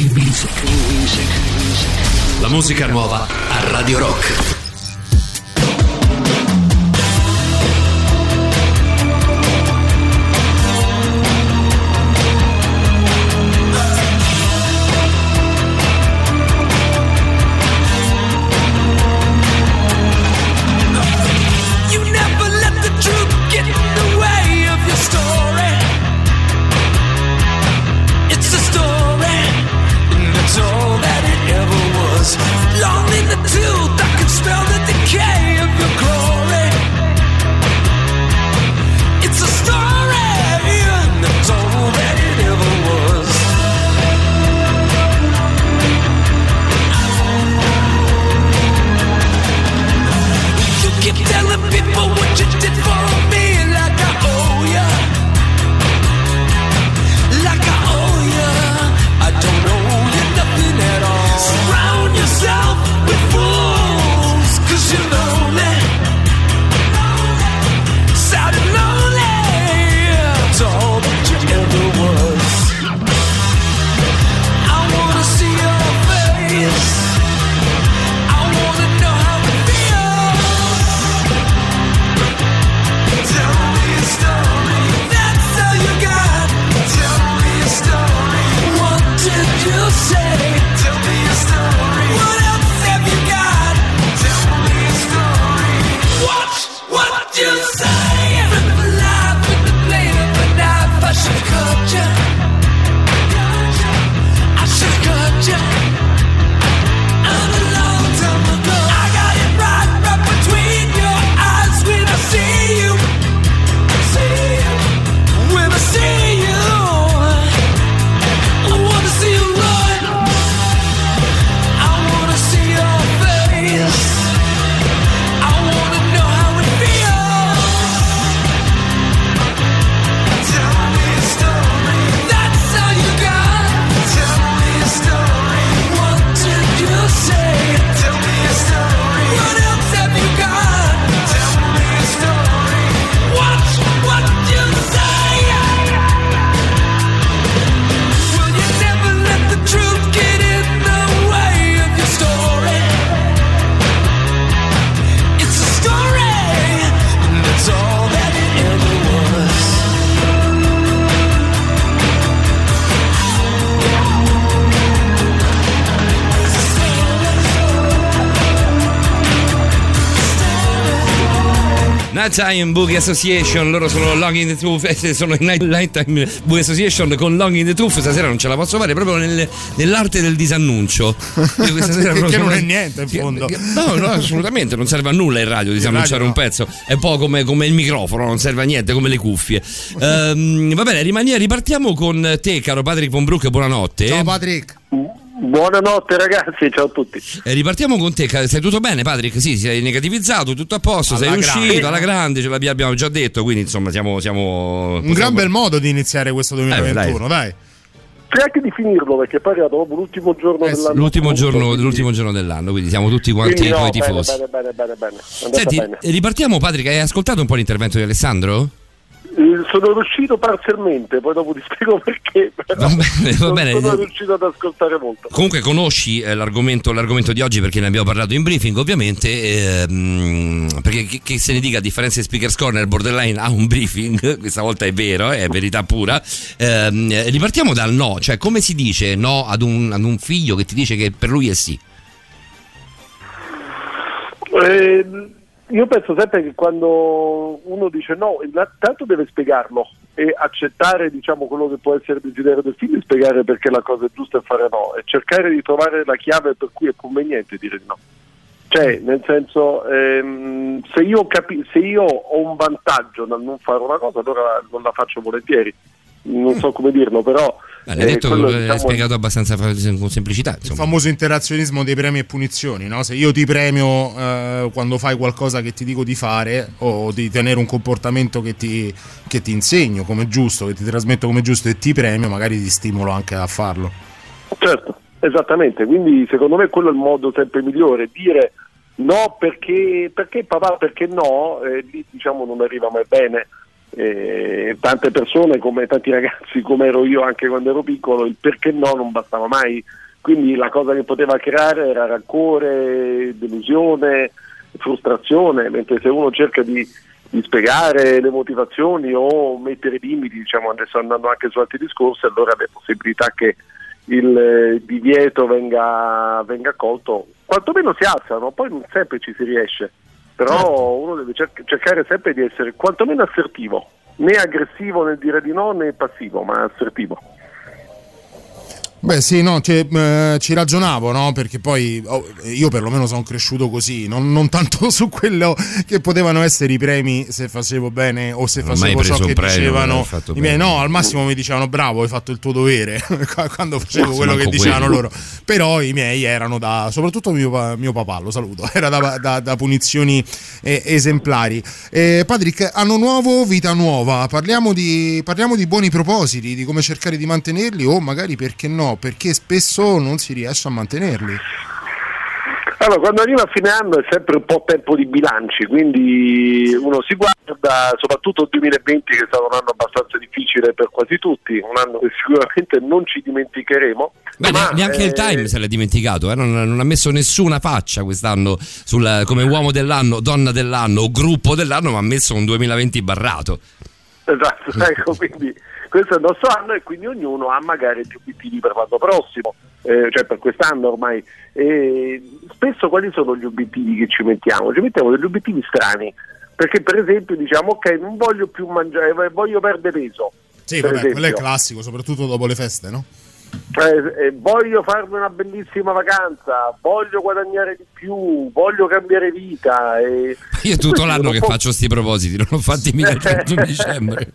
La musica nuova a Radio Rock. Long in the tooth, I can smell Nighttime Boogie Association, loro sono Long in the Tooth, eh, sono in Night- Nighttime Boogie Association con Long in the Tooth. Stasera non ce la posso fare proprio nel, nell'arte del disannuncio. Io questa sera che, proprio che non sono- è niente in fondo. No, no, assolutamente, non serve a nulla il radio disannunciare radio no. un pezzo, è un po' come, come il microfono, non serve a niente, come le cuffie. Ehm, va bene, rimani- ripartiamo con te, caro Patrick Von Broek, buonanotte. Ciao Patrick. Buonanotte ragazzi, ciao a tutti. Eh, ripartiamo con te, ca- stai tutto bene Patrick? Sì, sei negativizzato, tutto a posto, Alla sei grande. uscito alla grande, ce l'abbiamo già detto, quindi insomma siamo... siamo Un gran bel modo di iniziare questo duemilaventuno, Eh, dai. C'è anche di finirlo perché poi è arrivato proprio l'ultimo giorno Eh sì, dell'anno. L'ultimo giorno, quindi- l'ultimo giorno dell'anno, quindi siamo tutti quanti quindi no, tuoi bene, tifosi. bene, bene, bene, bene, è andata Senti, bene. ripartiamo Patrick, hai ascoltato un po' l'intervento di Alessandro? Eh, Sono riuscito parzialmente, poi dopo ti spiego perché, però Va bene, va non bene. sono riuscito ad ascoltare molto. Comunque conosci eh, l'argomento, l'argomento di oggi perché ne abbiamo parlato in briefing ovviamente, ehm, perché che, che se ne dica, a differenza di Speaker's Corner, Borderline ha un briefing, questa volta è vero, è verità pura. Ehm, ripartiamo dal no, cioè come si dice no ad un, ad un figlio che ti dice che per lui è sì? Eh, io penso sempre che quando uno dice no, intanto deve spiegarlo e accettare, diciamo, quello che può essere il desiderio del figlio e spiegare perché la cosa è giusta e fare no, e cercare di trovare la chiave per cui è conveniente dire di no. Cioè, nel senso, ehm, se, io capi- se io ho un vantaggio dal non fare una cosa, allora non la faccio volentieri. Non so come dirlo, però Eh, l'hai detto, quello, l'hai diciamo, spiegato abbastanza fa- con semplicità. Il Insomma. famoso interazionismo dei premi e punizioni, no? Se io ti premio eh, quando fai qualcosa che ti dico di fare, o di tenere un comportamento che ti, che ti insegno come giusto, che ti trasmetto come giusto e ti premio, magari ti stimolo anche a farlo. Certo, esattamente, quindi secondo me quello è il modo sempre migliore, dire no perché, perché papà, perché no, eh, lì diciamo non arriva mai bene. Eh, tante persone, come tanti ragazzi, come ero io anche quando ero piccolo, il perché no non bastava mai, quindi la cosa che poteva creare era rancore, delusione, frustrazione, mentre se uno cerca di, di spiegare le motivazioni o mettere limiti, diciamo, adesso andando anche su altri discorsi, allora le possibilità che il divieto venga, venga accolto quantomeno si alzano, poi non sempre ci si riesce. Però uno deve cer- cercare sempre di essere quantomeno assertivo, né aggressivo nel dire di no né passivo, ma assertivo. Beh sì, no, ci, eh, ci ragionavo, no? Perché poi oh, io perlomeno sono cresciuto così, non, non tanto su quello che potevano essere i premi se facevo bene o se Non ho mai facevo ciò preso che un premio, dicevano non ho fatto i miei. bene. No, al massimo mi dicevano bravo, hai fatto il tuo dovere quando facevo Ma quello che manco dicevano quello. loro. Però i miei erano da, soprattutto mio, pa- mio papà, lo saluto, era da, da, da punizioni eh, esemplari. Eh, Patrick, anno nuovo, vita nuova, parliamo di, parliamo di buoni propositi, di come cercare di mantenerli o magari perché no, perché spesso non si riesce a mantenerli. Allora, quando arriva a fine anno è sempre un po' tempo di bilanci, quindi uno si guarda, soprattutto il duemilaventi che è stato un anno abbastanza difficile per quasi tutti, un anno che sicuramente non ci dimenticheremo. Beh, ma, neanche eh, il Time se l'è dimenticato, eh? non, non ha messo nessuna faccia quest'anno sul, come uomo dell'anno, donna dell'anno o gruppo dell'anno, ma ha messo un duemilaventi barrato. Esatto, ecco, quindi questo è il nostro anno e quindi ognuno ha magari gli obiettivi per l'anno prossimo, eh, cioè per quest'anno ormai. E spesso quali sono gli obiettivi che ci mettiamo? Ci mettiamo degli obiettivi strani, perché per esempio diciamo ok, non voglio più mangiare, voglio perdere peso. Sì, per vabbè, quello è esempio. classico, soprattutto dopo le feste, no? Eh, eh, voglio farmi una bellissima vacanza, voglio guadagnare di più, voglio cambiare vita. E... Io è tutto l'anno non che può- faccio sti propositi, non ho fatti mica il trentuno dicembre.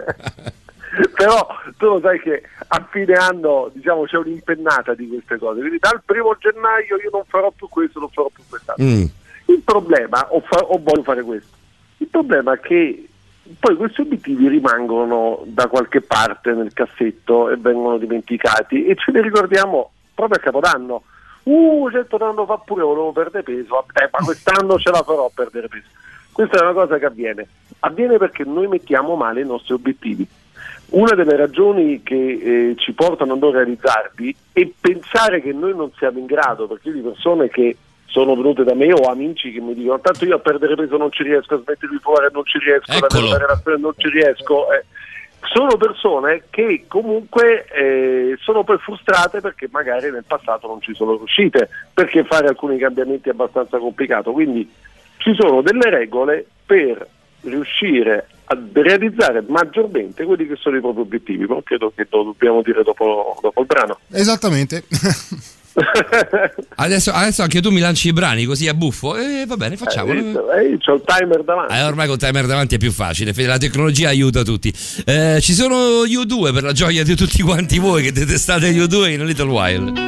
Però tu lo sai che a fine anno diciamo c'è un'impennata di queste cose, quindi dal primo gennaio io non farò più questo, non farò più quest'altro. Mm. Il problema, o, fa- o voglio fare questo, il problema è che poi questi obiettivi rimangono da qualche parte nel cassetto e vengono dimenticati e ce ne ricordiamo proprio a Capodanno. Uh, certo anno fa pure volevo perdere peso, vabbè, ma quest'anno ce la farò a perdere peso. Questa è una cosa che avviene. Avviene perché noi mettiamo male i nostri obiettivi. Una delle ragioni che eh, ci portano a non realizzarli è pensare che noi non siamo in grado, perché io di persone che sono venute da me o amici che mi dicono tanto io a perdere peso non ci riesco, a smettere di fumare non ci riesco, ad avere una relazione non ci riesco, eh. Sono persone che comunque eh, sono poi frustrate perché magari nel passato non ci sono riuscite, perché fare alcuni cambiamenti è abbastanza complicato, quindi ci sono delle regole per riuscire a realizzare maggiormente quelli che sono i propri obiettivi, però credo che lo dobbiamo dire dopo, dopo il brano. Esattamente. adesso, adesso anche tu mi lanci i brani così a buffo e eh, va bene, facciamolo. Eh, eh, c'ho il timer davanti. Eh, ormai con il timer davanti è più facile, la tecnologia aiuta tutti. Eh, ci sono gli U due per la gioia di tutti quanti voi che detestate gli U due in A Little While.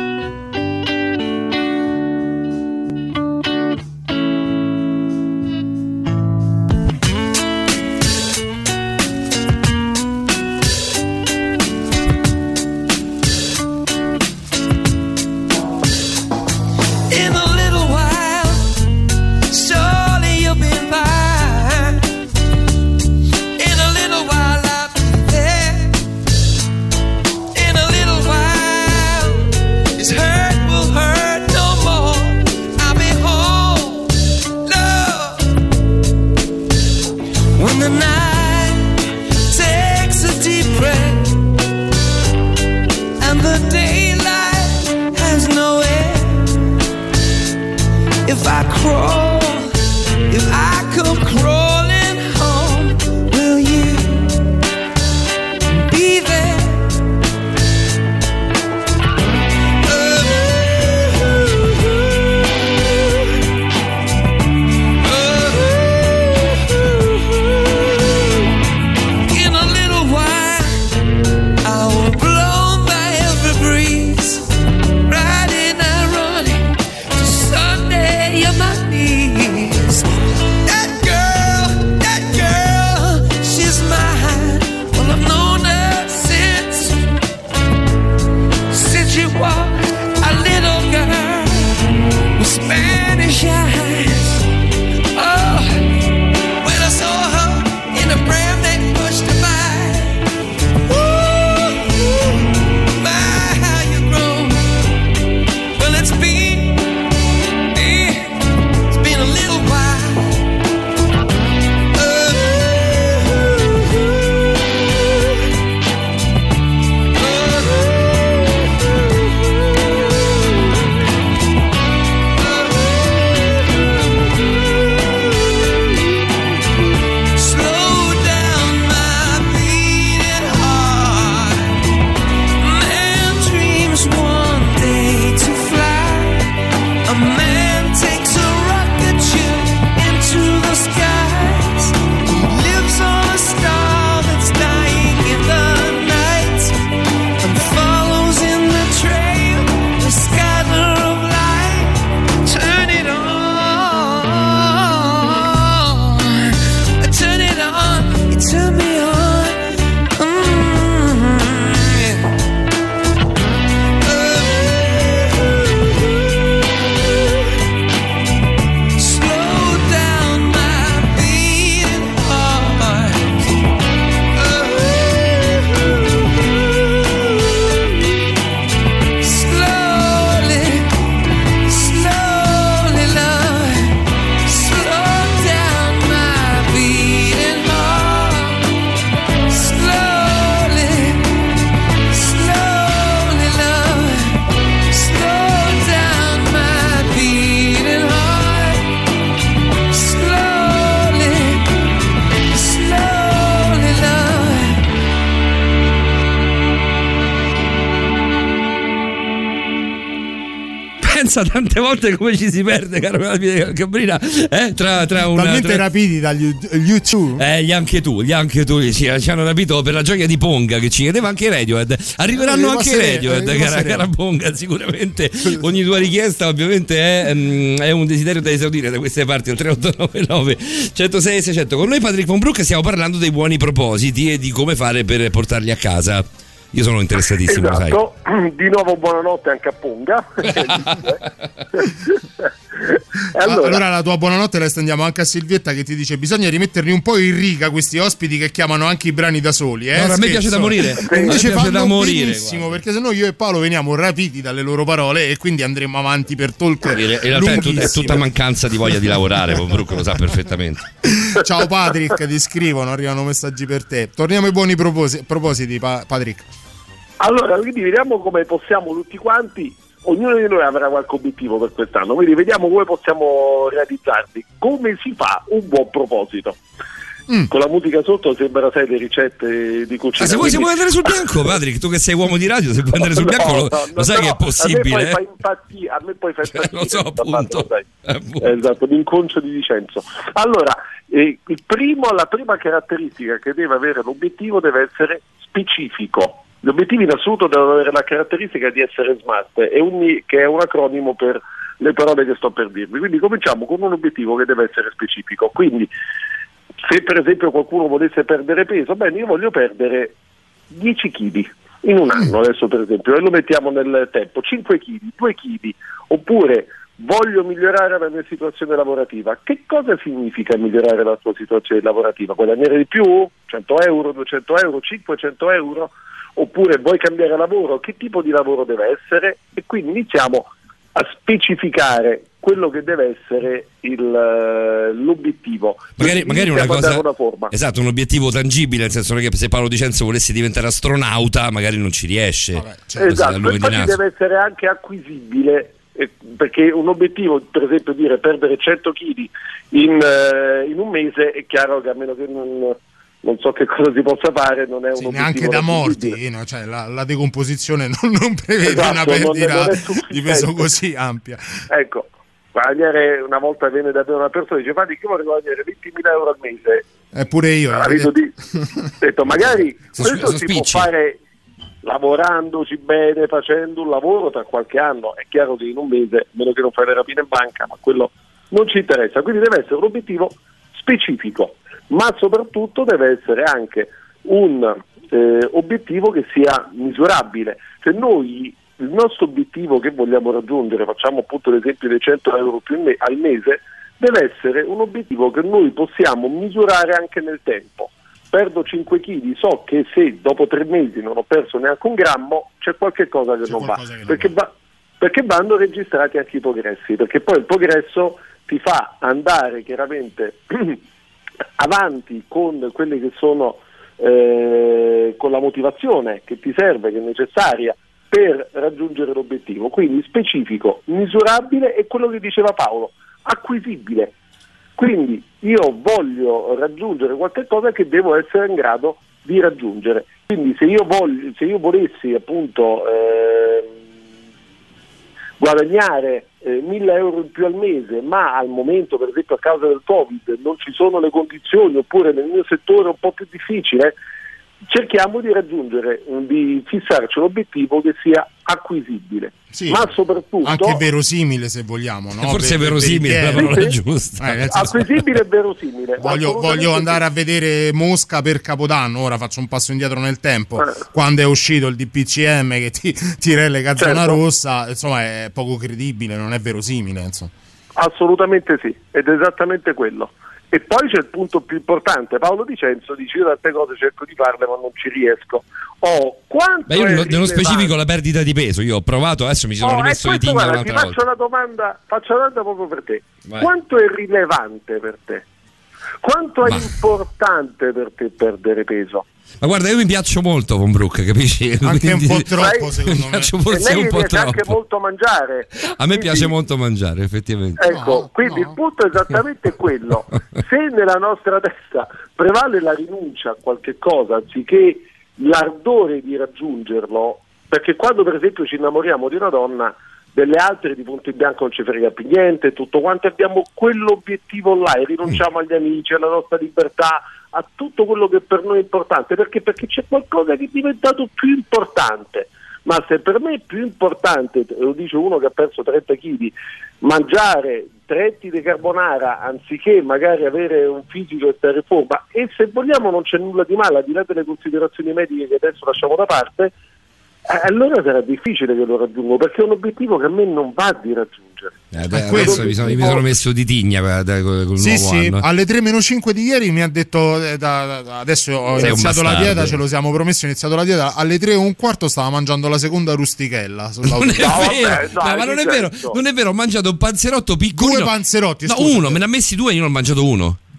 Tante volte come ci si perde, caro Cabrina, eh? tra, tra un talmente tra... rapiti dagli YouTube, eh, gli anche tu, gli anche tu ci, ci hanno rapito per la gioia di Ponga, che ci chiedeva anche Radiohead. Arriveranno eh, anche i Radiohead, eh, cara, cara Ponga, sicuramente. Ogni tua richiesta ovviamente è, um, è un desiderio da esaudire da queste parti. Al tre otto nove nove uno zero sei sei zero zero. Con noi Patrick Von Broek stiamo parlando dei buoni propositi e di come fare per portarli a casa. Io sono interessatissimo, esatto. Sai. Di nuovo buonanotte anche a Ponga. allora, allora la tua buonanotte la estendiamo anche a Silvietta, che ti dice: bisogna rimetterli un po' in riga questi ospiti che chiamano anche i brani da soli, eh? No, a me piace da morire. E invece piace da morire, benissimo, guarda. Perché sennò io e Paolo veniamo rapiti dalle loro parole e quindi andremo avanti per talk. In realtà è, tut- è tutta mancanza di voglia di lavorare, Von Broek lo sa perfettamente. Ciao Patrick, ti scrivono, arrivano messaggi per te. Torniamo ai buoni proposi- propositi, pa- Patrick. Allora, quindi vediamo come possiamo tutti quanti, ognuno di noi avrà qualche obiettivo per quest'anno, quindi vediamo come possiamo realizzarli, come si fa un buon proposito. Mm. Con la musica sotto sembra, sai, le ricette di cucina. Ah, se vuoi, se vuoi andare sul bianco, Patrick, tu che sei uomo di radio, se vuoi andare sul bianco, no, lo, no, lo sai no, che è possibile. A me poi eh? fa impazzire, a me poi fa impazzire. Cioè, lo so, appunto. Eh, esatto, l'inconcio di Vicenzo. Allora, eh, il primo, la prima caratteristica che deve avere l'obiettivo deve essere specifico. Gli obiettivi in assoluto devono avere la caratteristica di essere SMART, è un, che è un acronimo per le parole che sto per dirvi. Quindi cominciamo con un obiettivo che deve essere specifico. Quindi se per esempio qualcuno volesse perdere peso, bene, io voglio perdere dieci chili in un anno, adesso per esempio, e lo mettiamo nel tempo, cinque chili, due chili, oppure voglio migliorare la mia situazione lavorativa. Che cosa significa migliorare la tua situazione lavorativa? Guadagnare di più? cento euro, duecento euro, cinquecento euro? Oppure vuoi cambiare lavoro? Che tipo di lavoro deve essere? E quindi iniziamo a specificare quello che deve essere il, l'obiettivo. Magari, magari una cosa, una forma. Esatto, un obiettivo tangibile, nel senso che se Paolo Di Cenzo volesse diventare astronauta magari non ci riesce. Vabbè, certo. Esatto, infatti deve essere anche acquisibile, eh, perché un obiettivo, per esempio dire perdere cento chili in, eh, in un mese, è chiaro che a meno che non... non so che cosa si possa fare, non è un sì, obiettivo neanche da morti, no? Cioè, la, la decomposizione non, non prevede esatto, una perdita non è, non di peso così ampia. Ecco, guadagnare, una volta viene da una persona e dice Fatti che vorrei guadagnare ventimila euro al mese. Eppure io. Ho detto, di, detto magari questo si può fare lavorandoci bene, facendo un lavoro tra qualche anno. È chiaro che in un mese, a meno che non fai le rapine in banca, ma quello non ci interessa. Quindi deve essere un obiettivo specifico, ma soprattutto deve essere anche un eh, obiettivo che sia misurabile. Se noi il nostro obiettivo che vogliamo raggiungere, facciamo appunto l'esempio dei cento euro più me- al mese, deve essere un obiettivo che noi possiamo misurare anche nel tempo. Perdo cinque chili, so che se dopo tre mesi non ho perso neanche un grammo, c'è qualche cosa che c'è non va, che perché, va perché vanno registrati anche i progressi, perché poi il progresso ti fa andare chiaramente avanti con quelle che sono eh, con la motivazione che ti serve, che è necessaria per raggiungere l'obiettivo. Quindi specifico, misurabile e quello che diceva Paolo, acquisibile. Quindi io voglio raggiungere qualche cosa che devo essere in grado di raggiungere. Quindi se io voglio, se io volessi appunto eh, guadagnare eh, mille euro in più al mese, ma al momento per esempio a causa del Covid non ci sono le condizioni, oppure nel mio settore è un po' più difficile, cerchiamo di raggiungere, di fissarci un obiettivo che sia acquisibile, sì, ma soprattutto anche verosimile, se vogliamo, no? Forse per, verosimile è la parola giusta. Eh, acquisibile e verosimile. Voglio, voglio andare a vedere Mosca per Capodanno. Ora faccio un passo indietro nel tempo. Eh. Quando è uscito il D P C M che ti, ti relega certo. zona rossa, insomma, è poco credibile, non è verosimile, insomma. Assolutamente sì, ed è esattamente quello. E poi c'è il punto più importante. Paolo Di Cenzo dice: io tante cose cerco di farle ma non ci riesco. Oh, quanto Beh, io nello specifico la perdita di peso, io ho provato, adesso mi sono oh, rimesso i tigni un'altra volta. Ti faccio una domanda, faccio una domanda proprio per te. Vai. Quanto è rilevante per te? Quanto è ma. importante per te perdere peso? Ma guarda, io mi piaccio molto Von Brook, capisci? Anche Quindi, un po' troppo, secondo me. Piaccio forse e lei un po' piace troppo. anche molto mangiare. A me quindi, piace molto mangiare, effettivamente. Ecco, no, quindi no. il punto è esattamente quello. Se nella nostra testa prevale la rinuncia a qualche cosa anziché l'ardore di raggiungerlo, perché quando per esempio ci innamoriamo di una donna, delle altre di punto in bianco non ci frega più niente, tutto quanto abbiamo quell'obiettivo là e rinunciamo agli amici, alla nostra libertà, a tutto quello che per noi è importante, perché perché c'è qualcosa che è diventato più importante. Ma se per me è più importante, lo dice uno che ha perso trenta chili, mangiare tre etti di carbonara anziché magari avere un fisico e stare forma, e se vogliamo non c'è nulla di male al di là delle considerazioni mediche che adesso lasciamo da parte, eh, allora sarà difficile che lo raggiungo, perché è un obiettivo che a me non va di raggiungere. Eh, beh, adesso mi sono, mi sono messo di tigna da, col, col sì, nuovo sì, anno. alle tre meno cinque di ieri mi ha detto eh, da, da, adesso ho Sei iniziato la dieta, ce lo siamo promesso, ho iniziato la dieta, alle tre e un quarto stava mangiando la seconda rustichella. Non è no, vero, vabbè, dai, no, ma non è vero, non è vero, ho mangiato un panzerotto piccolo. Due panzerotti, no, scusa. uno, me ne ha messi due e io ne ho mangiato uno.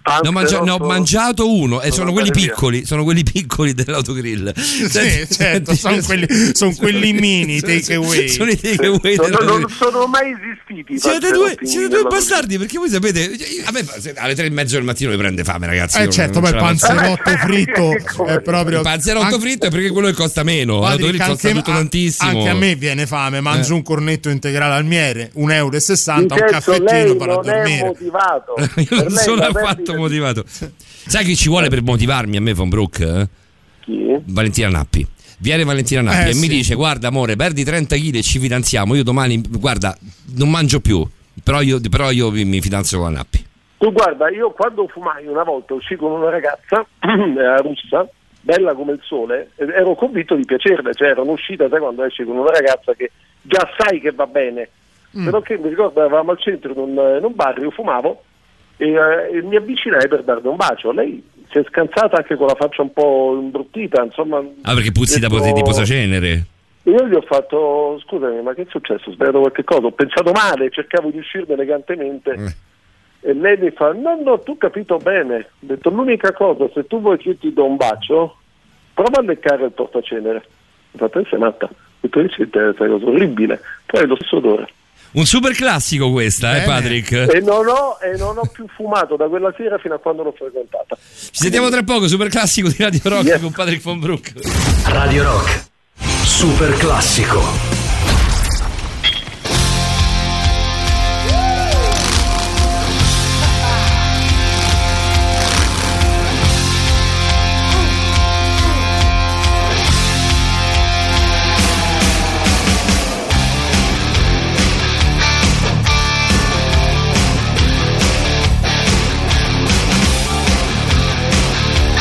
Ne ho, mangia- ne ho mangiato uno e sono quelli via. piccoli, sono quelli piccoli dell'autogrill. Sì, certo, sono quelli, son quelli mini take away. Sono i take away. Sono, non sono mai esistiti. Siete due, siete due bastardi, perché voi sapete, a me alle tre e mezzo del mattino mi prende fame, ragazzi. Eh certo, ma il panzerotto fritto è proprio... Il panzerotto anche... fritto è perché quello che costa meno. L'autogrill costa tutto tantissimo. Anche a me viene fame, mangio Eh. un cornetto integrale al miele, un euro e sessanta, un Vincenzo, caffettino lei per a non è dormire. motivato. Io Per non lei sono la affatto perdita- motivato. Sai chi ci vuole per motivarmi a me, Von Brook? Eh? Chi? Valentina Nappi. Viene Valentina Nappi Eh, e mi sì. dice: guarda amore, perdi trenta chili e ci fidanziamo. Io domani, guarda, non mangio più. Però io, però io mi, mi fidanzo con la Nappi. Tu guarda, io quando fumai una volta uscì con una ragazza era russa, bella come il sole, ed ero convinto di piacerle, cioè era un'uscita, sai quando esci con una ragazza che già sai che va bene, Mm. però che mi ricordo eravamo al centro in un, in un bar, io fumavo e, eh, e mi avvicinai per darle un bacio, lei si è scansata anche con la faccia un po' imbruttita, insomma. Ah, perché puzzi da detto- di posacenere. Io gli ho fatto, scusami, ma che è successo? Ho sbagliato qualche cosa, ho pensato male, cercavo di uscirne elegantemente. Eh. E lei mi fa, no, no, tu capito bene. Ho detto, l'unica cosa, se tu vuoi che io ti do un bacio, prova a leccare il portacenere. Ho fatto, sei matta. Ho detto, sì, è una cosa orribile, poi è lo stesso odore. Un super classico questa, eh, Bene. Patrick. E non, ho, e non ho più fumato da quella sera fino a quando l'ho frequentata. Ci sentiamo tra poco, super classico di Radio Rock Yes. con Patrick Von Brook. Radio Rock, super classico.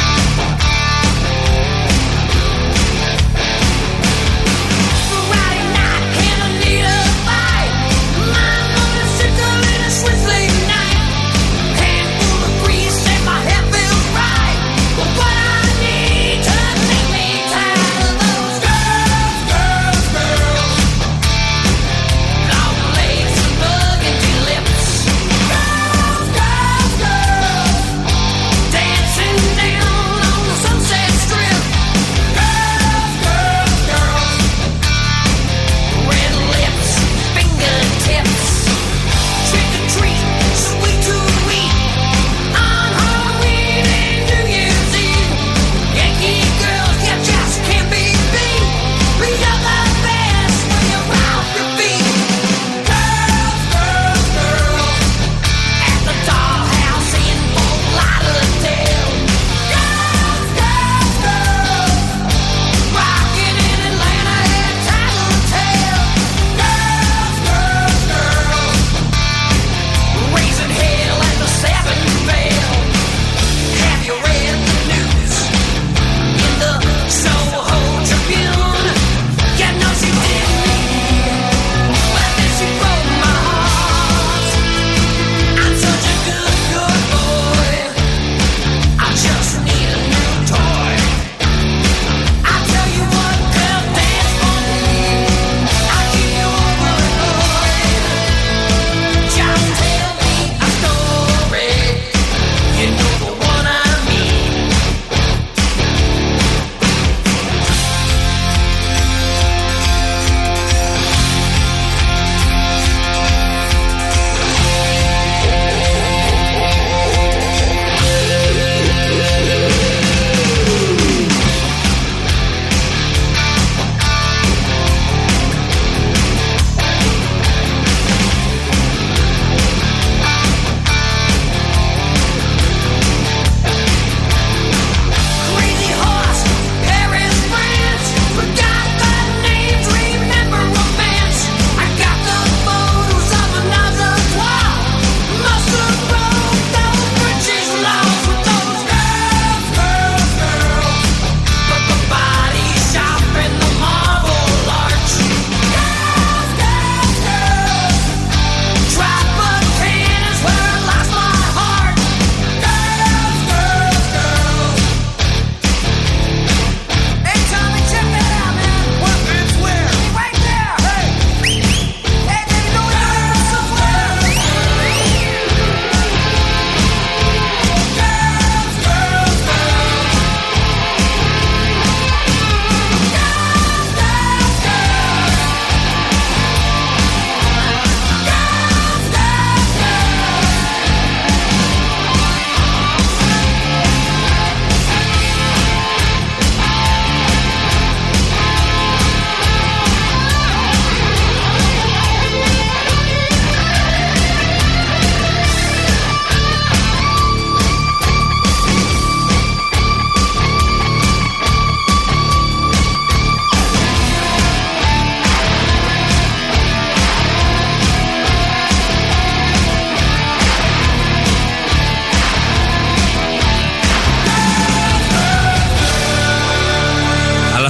Riding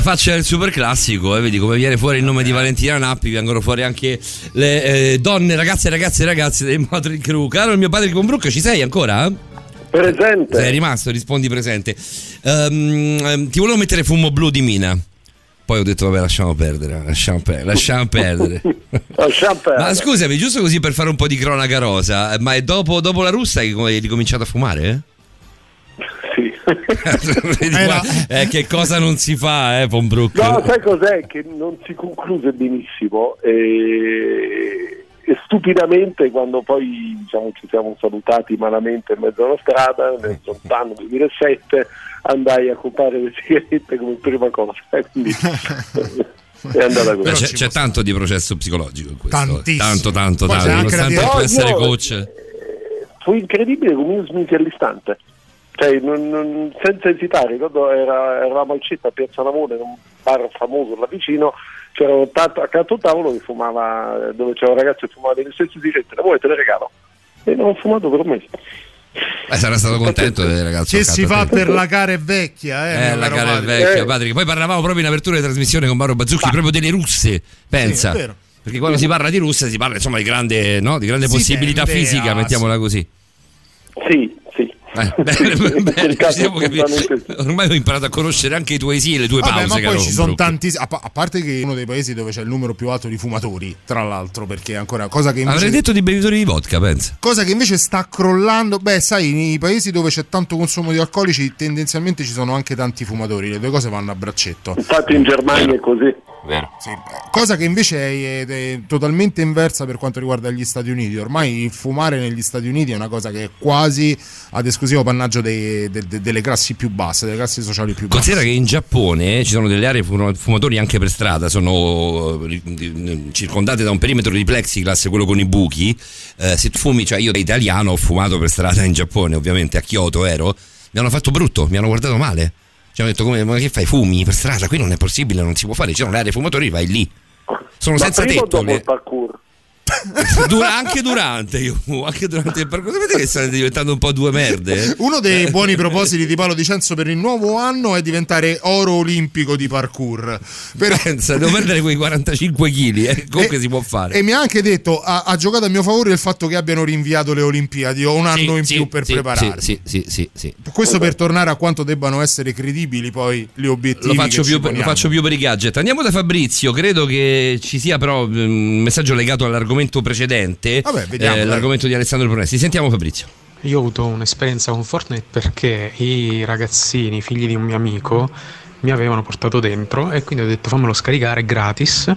faccia del super classico, eh, vedi come viene fuori il nome di Valentina Nappi, vengono fuori anche le eh, donne, ragazze, ragazze e ragazzi dei Motley Crue. Caro il mio Patrick Von Broek, ci sei ancora? Presente. Sei rimasto, rispondi presente. Um, ti volevo mettere Fumo Blu di Mina. Poi ho detto vabbè, lasciamo perdere, lasciamo perdere, lasciamo perdere. lasciamo perdere. Ma scusami, giusto così per fare un po' di cronaca rosa, ma è dopo, dopo la russa che hai ricominciato a fumare? Eh? Sì. Vedi qua, eh, che cosa non si fa, eh, Von Broek? No, sai cos'è? Che non si concluse benissimo e, e stupidamente quando poi diciamo ci siamo salutati malamente in mezzo alla strada nel lontano duemilasette andai a comprare le sigarette come prima cosa, quindi è andata così. Beh, c'è, c'è tanto di processo psicologico in questo. Tantissimo. Tanto, tanto, Poi tanto. c'è anche Nonostante la- può No, essere io- coach. Fu incredibile come io smisi all'istante, cioè non, non- senza esitare. Ricordo era, eravamo al C I T a Piazza Navone, in un bar famoso là vicino, c'era un tanto, accanto a un tavolo che fumava, dove c'era un ragazzo che fumava delle stesse sigarette, la vuoi te le regalo? E non ho fumato per un mese. Eh, sarà stato contento del ragazzo Che accanto si a fa te. per la cara e vecchia, eh, Eh, nella la cara è roba- vecchia, Eh. Patrick. Poi parlavamo proprio in apertura di trasmissione con Mauro Bazzucchi proprio delle russe, pensa. Sì, è vero. Perché quando si parla di russe si parla insomma di grande, no? Di grande Si possibilità tende fisica, a- mettiamola così. Sì, sì. Eh, bene, bene, bene, Nel caso ci siamo capiti. assolutamente sì. Ormai ho imparato a conoscere anche i tuoi sì e le tue Vabbè, pause, ma poi caro ci sono Brook. tantissimi. A, pa- a parte che è uno dei paesi dove c'è il numero più alto di fumatori, tra l'altro, perché è ancora cosa che invece, Avrei detto di bevitori di vodka, pensa. cosa che invece sta crollando. Beh, sai, nei paesi dove c'è tanto consumo di alcolici, tendenzialmente ci sono anche tanti fumatori. Le due cose vanno a braccetto. Infatti in Germania è così. Vero. Sì, cosa che invece è, è- è totalmente inversa per quanto riguarda gli Stati Uniti. Ormai fumare negli Stati Uniti è una cosa che è quasi ad esclusivo pannaggio dei- de- de- delle classi più basse, delle classi sociali più basse. Considera che in Giappone ci sono delle aree fum- fumatori anche per strada, sono eh, ri- circondate da un perimetro di plexiglass, quello con i buchi. Eh, se tu fumi, cioè io da italiano ho fumato per strada in Giappone, ovviamente a Kyoto ero, mi hanno fatto brutto, mi hanno guardato male. Ci hanno detto come, ma che fai, fumi per strada? Qui non è possibile, non si può fare, ci sono le aree fumatori, vai lì. Sono Ma senza prima o tetto. dopo Le... il parkour? Dura- anche durante io anche durante il percorso, vedete che state diventando un po' due merde, eh? Uno dei buoni propositi di Paolo Di Cenzo per il nuovo anno è diventare oro olimpico di parkour. Per... Pensa, devo perdere quei quarantacinque chili, eh? Comunque E- si può fare. E mi ha anche detto, ha, ha giocato a mio favore il fatto che abbiano rinviato le Olimpiadi. Ho un anno Sì, in sì, più per sì, prepararsi. sì, sì, sì, sì. Questo per tornare a quanto debbano essere credibili poi gli obiettivi. Lo faccio, che più ci per, lo poniamo. faccio più per i gadget. Andiamo da Fabrizio. Credo che ci sia però un messaggio legato all'argomento precedente. Vabbè, vediamo, eh, dai. l'argomento di Alessandro Brunesti. Sentiamo Fabrizio. Io ho avuto un'esperienza con Fortnite perché i ragazzini, figli di un mio amico, mi avevano portato dentro e quindi ho detto fammelo scaricare gratis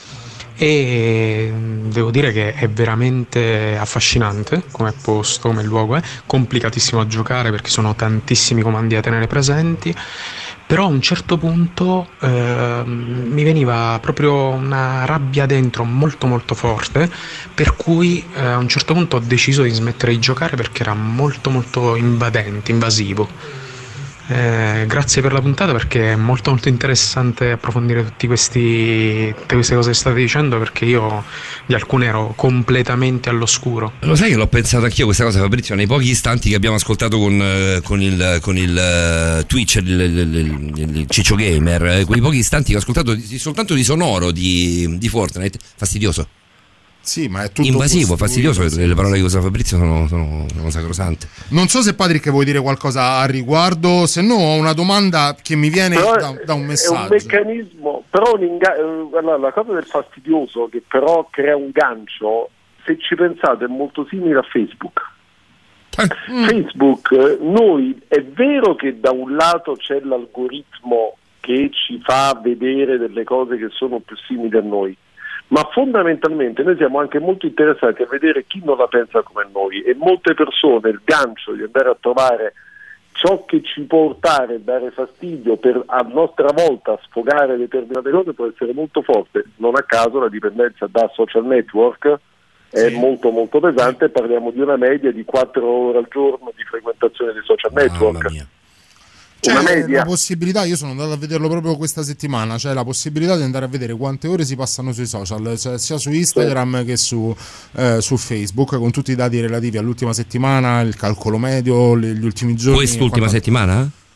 e devo dire che è veramente affascinante come posto, come luogo, è complicatissimo a giocare perché sono tantissimi comandi da tenere presenti. Però a un certo punto eh, mi veniva proprio una rabbia dentro molto molto forte, per cui eh, a un certo punto ho deciso di smettere di giocare perché era molto molto invadente, invasivo. Eh, grazie per la puntata perché è molto molto interessante approfondire tutti questi, tutte queste cose che state dicendo, perché io di alcune ero completamente all'oscuro. Lo sai che l'ho pensato anch'io questa cosa, Fabrizio, nei pochi istanti che abbiamo ascoltato con, eh, con il, con il eh, Twitch, il, il, il, il- il Ciccio Gamer, eh, quei pochi istanti che ho ascoltato di- soltanto di sonoro di, di Fortnite, fastidioso. Sì, ma è tutto Invasivo, costruito, fastidioso, sì. le parole che usa Fabrizio sono, sono, sono sacrosante. Non so se Patrick vuoi dire qualcosa a riguardo, se no ho una domanda che mi viene Però da, da un è un messaggio. meccanismo, però un inga- eh, allora, la cosa del fastidioso che però crea un gancio, se ci pensate è molto simile a Facebook. Mm. Facebook, eh, noi è vero che da un lato c'è l'algoritmo che ci fa vedere delle cose che sono più simili a noi, ma fondamentalmente noi siamo anche molto interessati a vedere chi non la pensa come noi, e molte persone il gancio di andare a trovare ciò che ci può portare a dare fastidio per a nostra volta sfogare determinate cose può essere molto forte. Non a caso la dipendenza da social network è Sì. molto molto pesante, parliamo di una media di quattro ore al giorno di frequentazione dei social network. Mamma mia. C'è Una media. la possibilità, io sono andato a vederlo proprio questa settimana, c'è la possibilità di andare a vedere quante ore si passano sui social, cioè sia su Instagram che su, eh, su Facebook, con tutti i dati relativi all'ultima settimana, il calcolo medio, le- gli ultimi giorni. Quest'ultima quant'altro. settimana?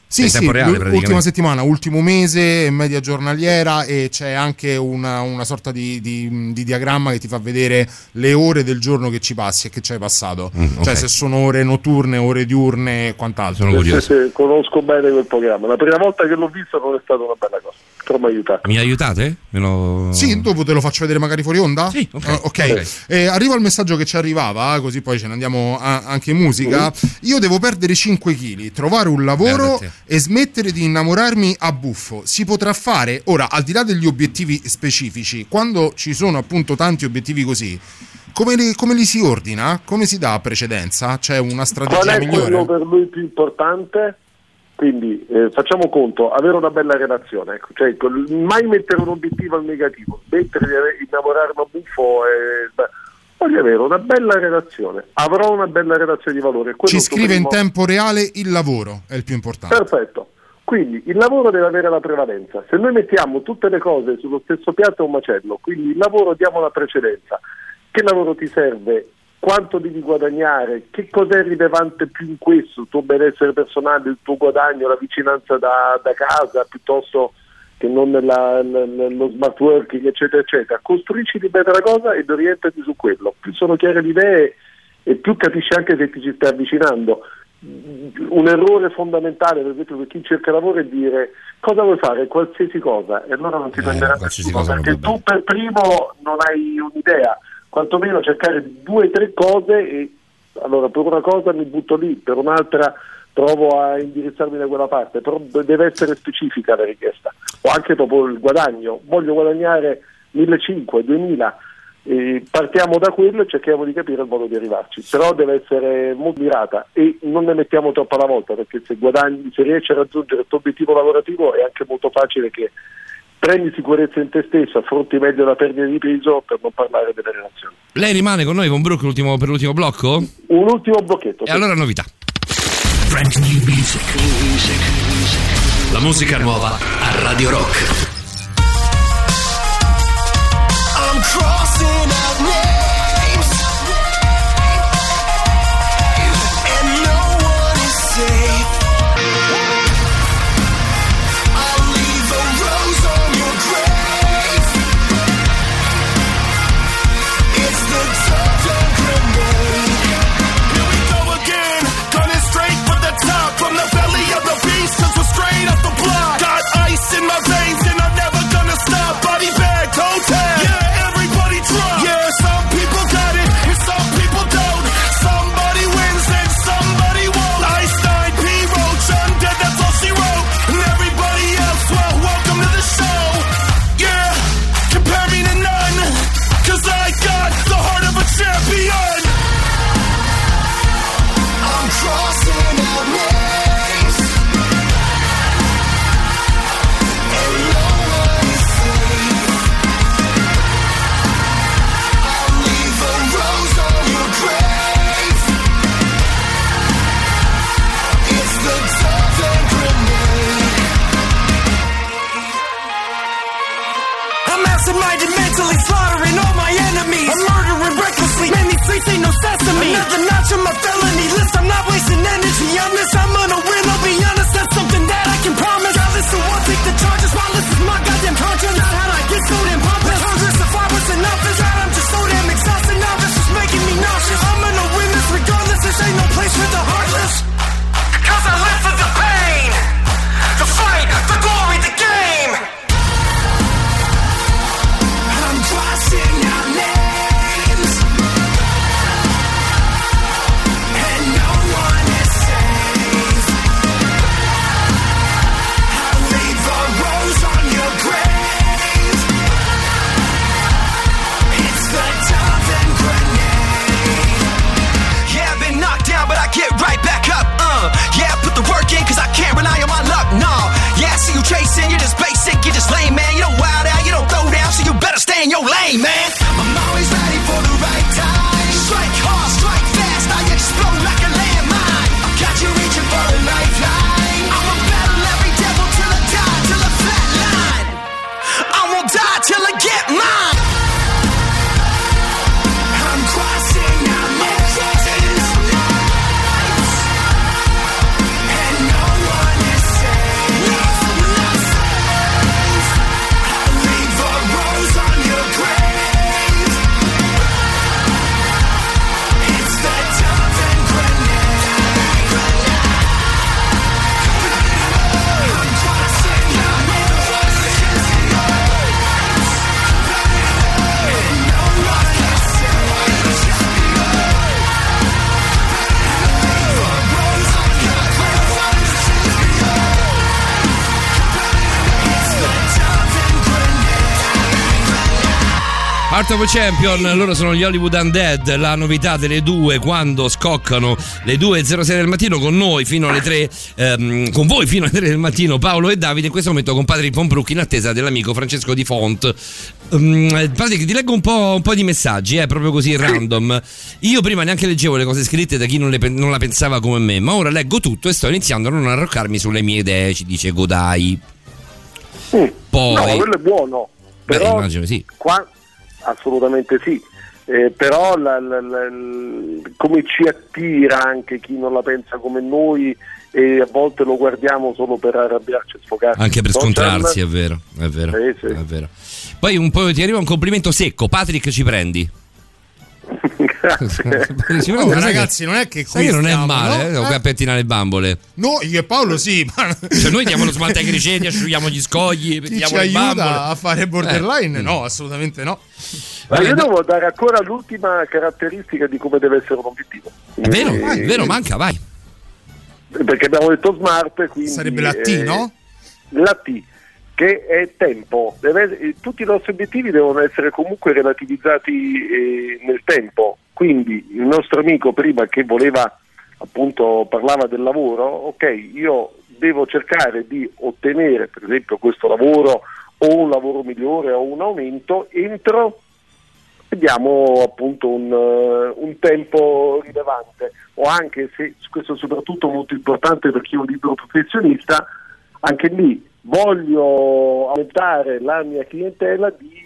Sì, in sì, tempo reale, praticamente. ultima settimana, ultimo mese, media giornaliera, e c'è anche una, una sorta di, di, di diagramma che ti fa vedere le ore del giorno che ci passi e che ci hai passato. Mm, okay. Cioè se sono ore notturne, ore diurne e quant'altro. Sono curioso. Sì, sì, conosco bene quel programma. La prima volta che l'ho visto non è stata una bella cosa. Però mi aiutate. Mi aiutate? Me lo... Sì, dopo te lo faccio vedere magari fuori onda? Sì, ok. Uh, okay. okay. Eh, arriva il messaggio che ci arrivava, così poi ce ne andiamo a, anche in musica. Mm. Io devo perdere cinque chili, trovare un lavoro e smettere di innamorarmi a buffo. Si potrà fare? Ora, al di là degli obiettivi specifici, quando ci sono appunto tanti obiettivi così, come li, come li si ordina? Come si dà precedenza? C'è una strategia Qual è migliore? Quello per lui più importante? Quindi eh, facciamo conto, avere una bella relazione, ecco, cioè, mai mettere un obiettivo al negativo, smettere di innamorarmi a buffo e... Beh, voglio avere una bella relazione, avrò una bella relazione di valore. Ci scrive primo... in tempo reale il lavoro, è il più importante. Perfetto, quindi il lavoro deve avere la prevalenza. Se noi mettiamo tutte le cose sullo stesso piatto è un macello, quindi il lavoro diamo la precedenza. Che lavoro ti serve? Quanto devi guadagnare? Che cos'è rilevante più in questo? Il tuo benessere personale, il tuo guadagno, la vicinanza da, da casa piuttosto che non nella, nello smart working, eccetera eccetera. Costruisci di bene la cosa ed orientati su quello. Più sono chiare le idee e più capisci anche se ti ci stai avvicinando. Un errore fondamentale, per esempio, per chi cerca lavoro è dire cosa vuoi fare, qualsiasi cosa, e allora non ti eh, prenderà nessuno, perché tu per primo non hai un'idea, quantomeno cercare due o tre cose e allora per una cosa mi butto lì, per un'altra provo a indirizzarmi da quella parte, però deve essere specifica la richiesta. O anche dopo il guadagno, voglio guadagnare millecinquecento, duemila, e partiamo da quello e cerchiamo di capire il modo di arrivarci, però deve essere molto mirata e non ne mettiamo troppo alla volta, perché se guadagni, se riesci a raggiungere il tuo obiettivo lavorativo è anche molto facile che prendi sicurezza in te stesso, affronti meglio la perdita di peso, per non parlare delle relazioni. Lei rimane con noi con Brooke l'ultimo, per l'ultimo blocco? Un ultimo blocchetto. E sì. Allora novità. La musica nuova a Radio Rock. I'm crossing out names, and no one is safe. I'll leave a rose on your grave. It's the total grenade. Here we go again, gunning straight for the top, from the belly of the beast, 'cause we're straight up the block. Got ice in my veins and I'm never gonna stop. Body bag, toe tag. Yeah. Yeah, some people got it and some people don't. Somebody wins and somebody won't. Einstein, P. Roach, undead, that's all she wrote. And everybody else, well, welcome to the show. Yeah, compare me to none, 'cause I got the heart of a champion. I'm crossing out names, and no one is safe. Rose on your grave. It's the total grenade. I'm absent-minded, mentally slaughtering all my enemies. I'm murdering recklessly. Man, these streets ain't no sesame. Another notch on my felony list. I'm not wasting energy on this. I'm gonna win. I'll be honest, that's something that I can promise. Regardless of what, take the charges. While this is my goddamn conscience. Not how I get so damn pompous. Congress of five was enough. Is that I'm just so damn exhausted now. This is making me nauseous. I'm gonna win this regardless. This ain't no place for the heartless. 'Cause I live for the pain, the fight, the glory, the game. I'm crossing out names, and no one is safe. Heart of a Champion, loro sono gli Hollywood Undead, la novità delle due quando scoccano le due e zero sei del mattino con noi fino alle tre, ehm, con voi fino alle tre del mattino, Paolo e Davide, in questo momento con Patrick Von Broek in attesa dell'amico Francesco Di Font. Um, Patrick, ti leggo un po', un po' di messaggi, eh, proprio così random. Io prima neanche leggevo le cose scritte da chi non, le, non la pensava come me, ma ora leggo tutto e sto iniziando a non arroccarmi sulle mie idee, ci dice Godai. Mm. Poi... No, quello è buono. Beh, però, immagino sì. Qua, assolutamente sì. Eh, però la, la, la, la, come ci attira anche chi non la pensa come noi e a volte lo guardiamo solo per arrabbiarci e sfogarci. Anche per social. scontrarsi, è vero, è vero, sì, sì. è vero. Poi un po' ti arriva un complimento secco, Patrick ci prendi? Grazie. Oh, ragazzi, non è che qui sai che non stiamo, è male, no? eh? A pettinare le bambole. No, io e Paolo sì, ma... cioè noi diamo lo smalto ai criceti, asciughiamo gli scogli, chi pettiamo ci le aiuta bambole. a fare borderline? Eh. No, assolutamente no. Ma io devo dare ancora l'ultima caratteristica di come deve essere un obiettivo. È vero, e... vai, è vero, manca, vai. Perché abbiamo detto smart, quindi sarebbe la T, eh, no? La T, che è tempo. Deve, tutti i nostri obiettivi devono essere comunque relativizzati eh, nel tempo. Quindi il nostro amico prima che voleva, appunto, parlava del lavoro, ok, io devo cercare di ottenere per esempio questo lavoro o un lavoro migliore o un aumento entro, vediamo appunto un, uh, un tempo rilevante, o anche se questo è soprattutto molto importante per chi è un libero professionista, anche lì voglio aumentare la mia clientela di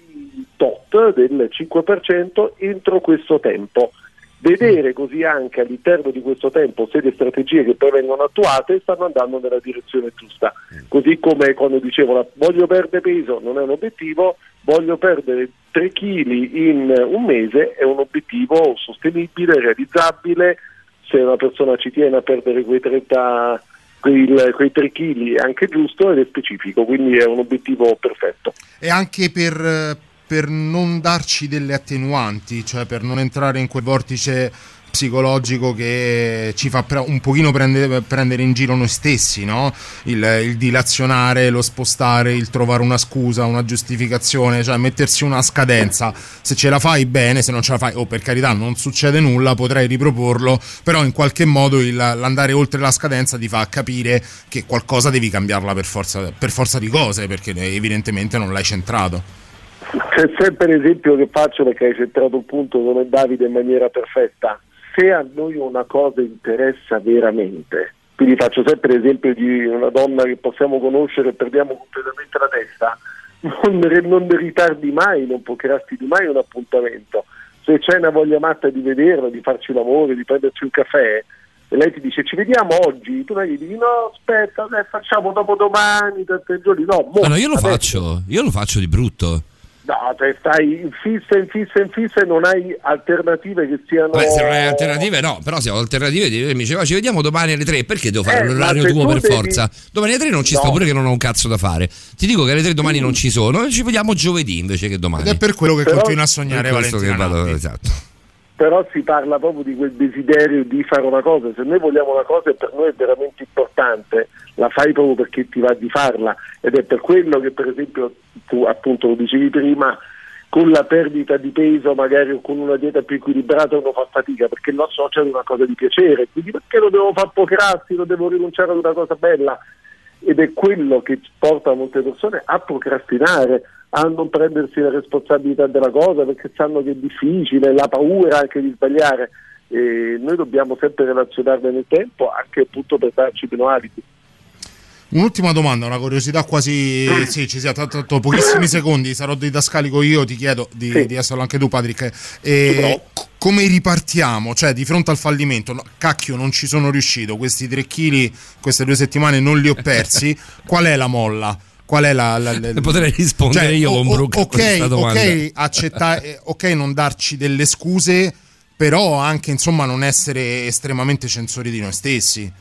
tot del cinque per cento entro questo tempo, vedere così anche all'interno di questo tempo se le strategie che poi vengono attuate stanno andando nella direzione giusta, così come quando dicevo la, voglio perdere peso non è un obiettivo, voglio perdere tre chili in un mese è un obiettivo sostenibile, realizzabile, se una persona ci tiene a perdere quei trenta quei, quei tre chili è anche giusto ed è specifico, quindi è un obiettivo perfetto. E anche per, per non darci delle attenuanti, cioè per non entrare in quel vortice psicologico che ci fa un pochino prendere, prendere in giro noi stessi, no? Il, il dilazionare, lo spostare, il trovare una scusa, una giustificazione, cioè mettersi una scadenza. Se ce la fai bene, se non ce la fai, oh, per carità, non succede nulla, potrai riproporlo, però in qualche modo il, l'andare oltre la scadenza ti fa capire che qualcosa devi cambiarla per forza, per forza di cose, perché evidentemente non l'hai centrato. C'è sempre l'esempio che faccio perché hai centrato il punto come Davide in maniera perfetta. Se a noi una cosa interessa veramente, quindi faccio sempre l'esempio di una donna che possiamo conoscere e perdiamo completamente la testa, non, non ritardi mai, non procrastini mai un appuntamento. Se c'è una voglia matta di vederla, di farci l'amore, di prenderci un caffè, e lei ti dice ci vediamo oggi, tu gli dici no aspetta, eh, facciamo dopo domani, tra tre giorni, no, mo, ah, no io lo adesso. faccio, io lo faccio di brutto. No, cioè stai in fissa, in fissa, in fissa e non hai alternative che siano... Beh, se non hai alternative no, però se ho alternative mi diceva ci vediamo domani alle tre, perché devo fare Eh, l'orario ma se tuo tu per devi- forza? Domani alle tre non ci No. sto pure che non ho un cazzo da fare. Ti dico che alle tre domani non ci sono e ci vediamo giovedì invece che domani. Ed è per quello che Però- continua a sognare Per questo Valentina che vado, Nappi. esatto. Però si parla proprio di quel desiderio di fare una cosa. Se noi vogliamo una cosa e per noi è veramente importante, la fai proprio perché ti va di farla, ed è per quello che per esempio tu appunto lo dicevi prima, con la perdita di peso magari o con una dieta più equilibrata uno fa fatica perché lo associa ad una cosa di piacere, quindi perché lo devo fare procrastino, devo rinunciare ad una cosa bella, ed è quello che porta molte persone a procrastinare, a non prendersi la responsabilità della cosa perché sanno che è difficile, la paura anche di sbagliare, e noi dobbiamo sempre relazionarne nel tempo anche appunto per darci meno alibi. Un'ultima domanda, una curiosità quasi, sì, ci sia tanto pochissimi secondi, sarò didascalico io, ti chiedo di, Sì. di esserlo anche tu Patrick, e c- come ripartiamo, cioè di fronte al fallimento, no, cacchio non ci sono riuscito, questi tre chili, queste due settimane non li ho persi, qual è la molla? Qual è la, la, la... Potrei rispondere Cioè, io o- con o- Brooke a ok, questa domanda. ok, accettare, ok non darci delle scuse, però anche insomma non essere estremamente censori di noi stessi.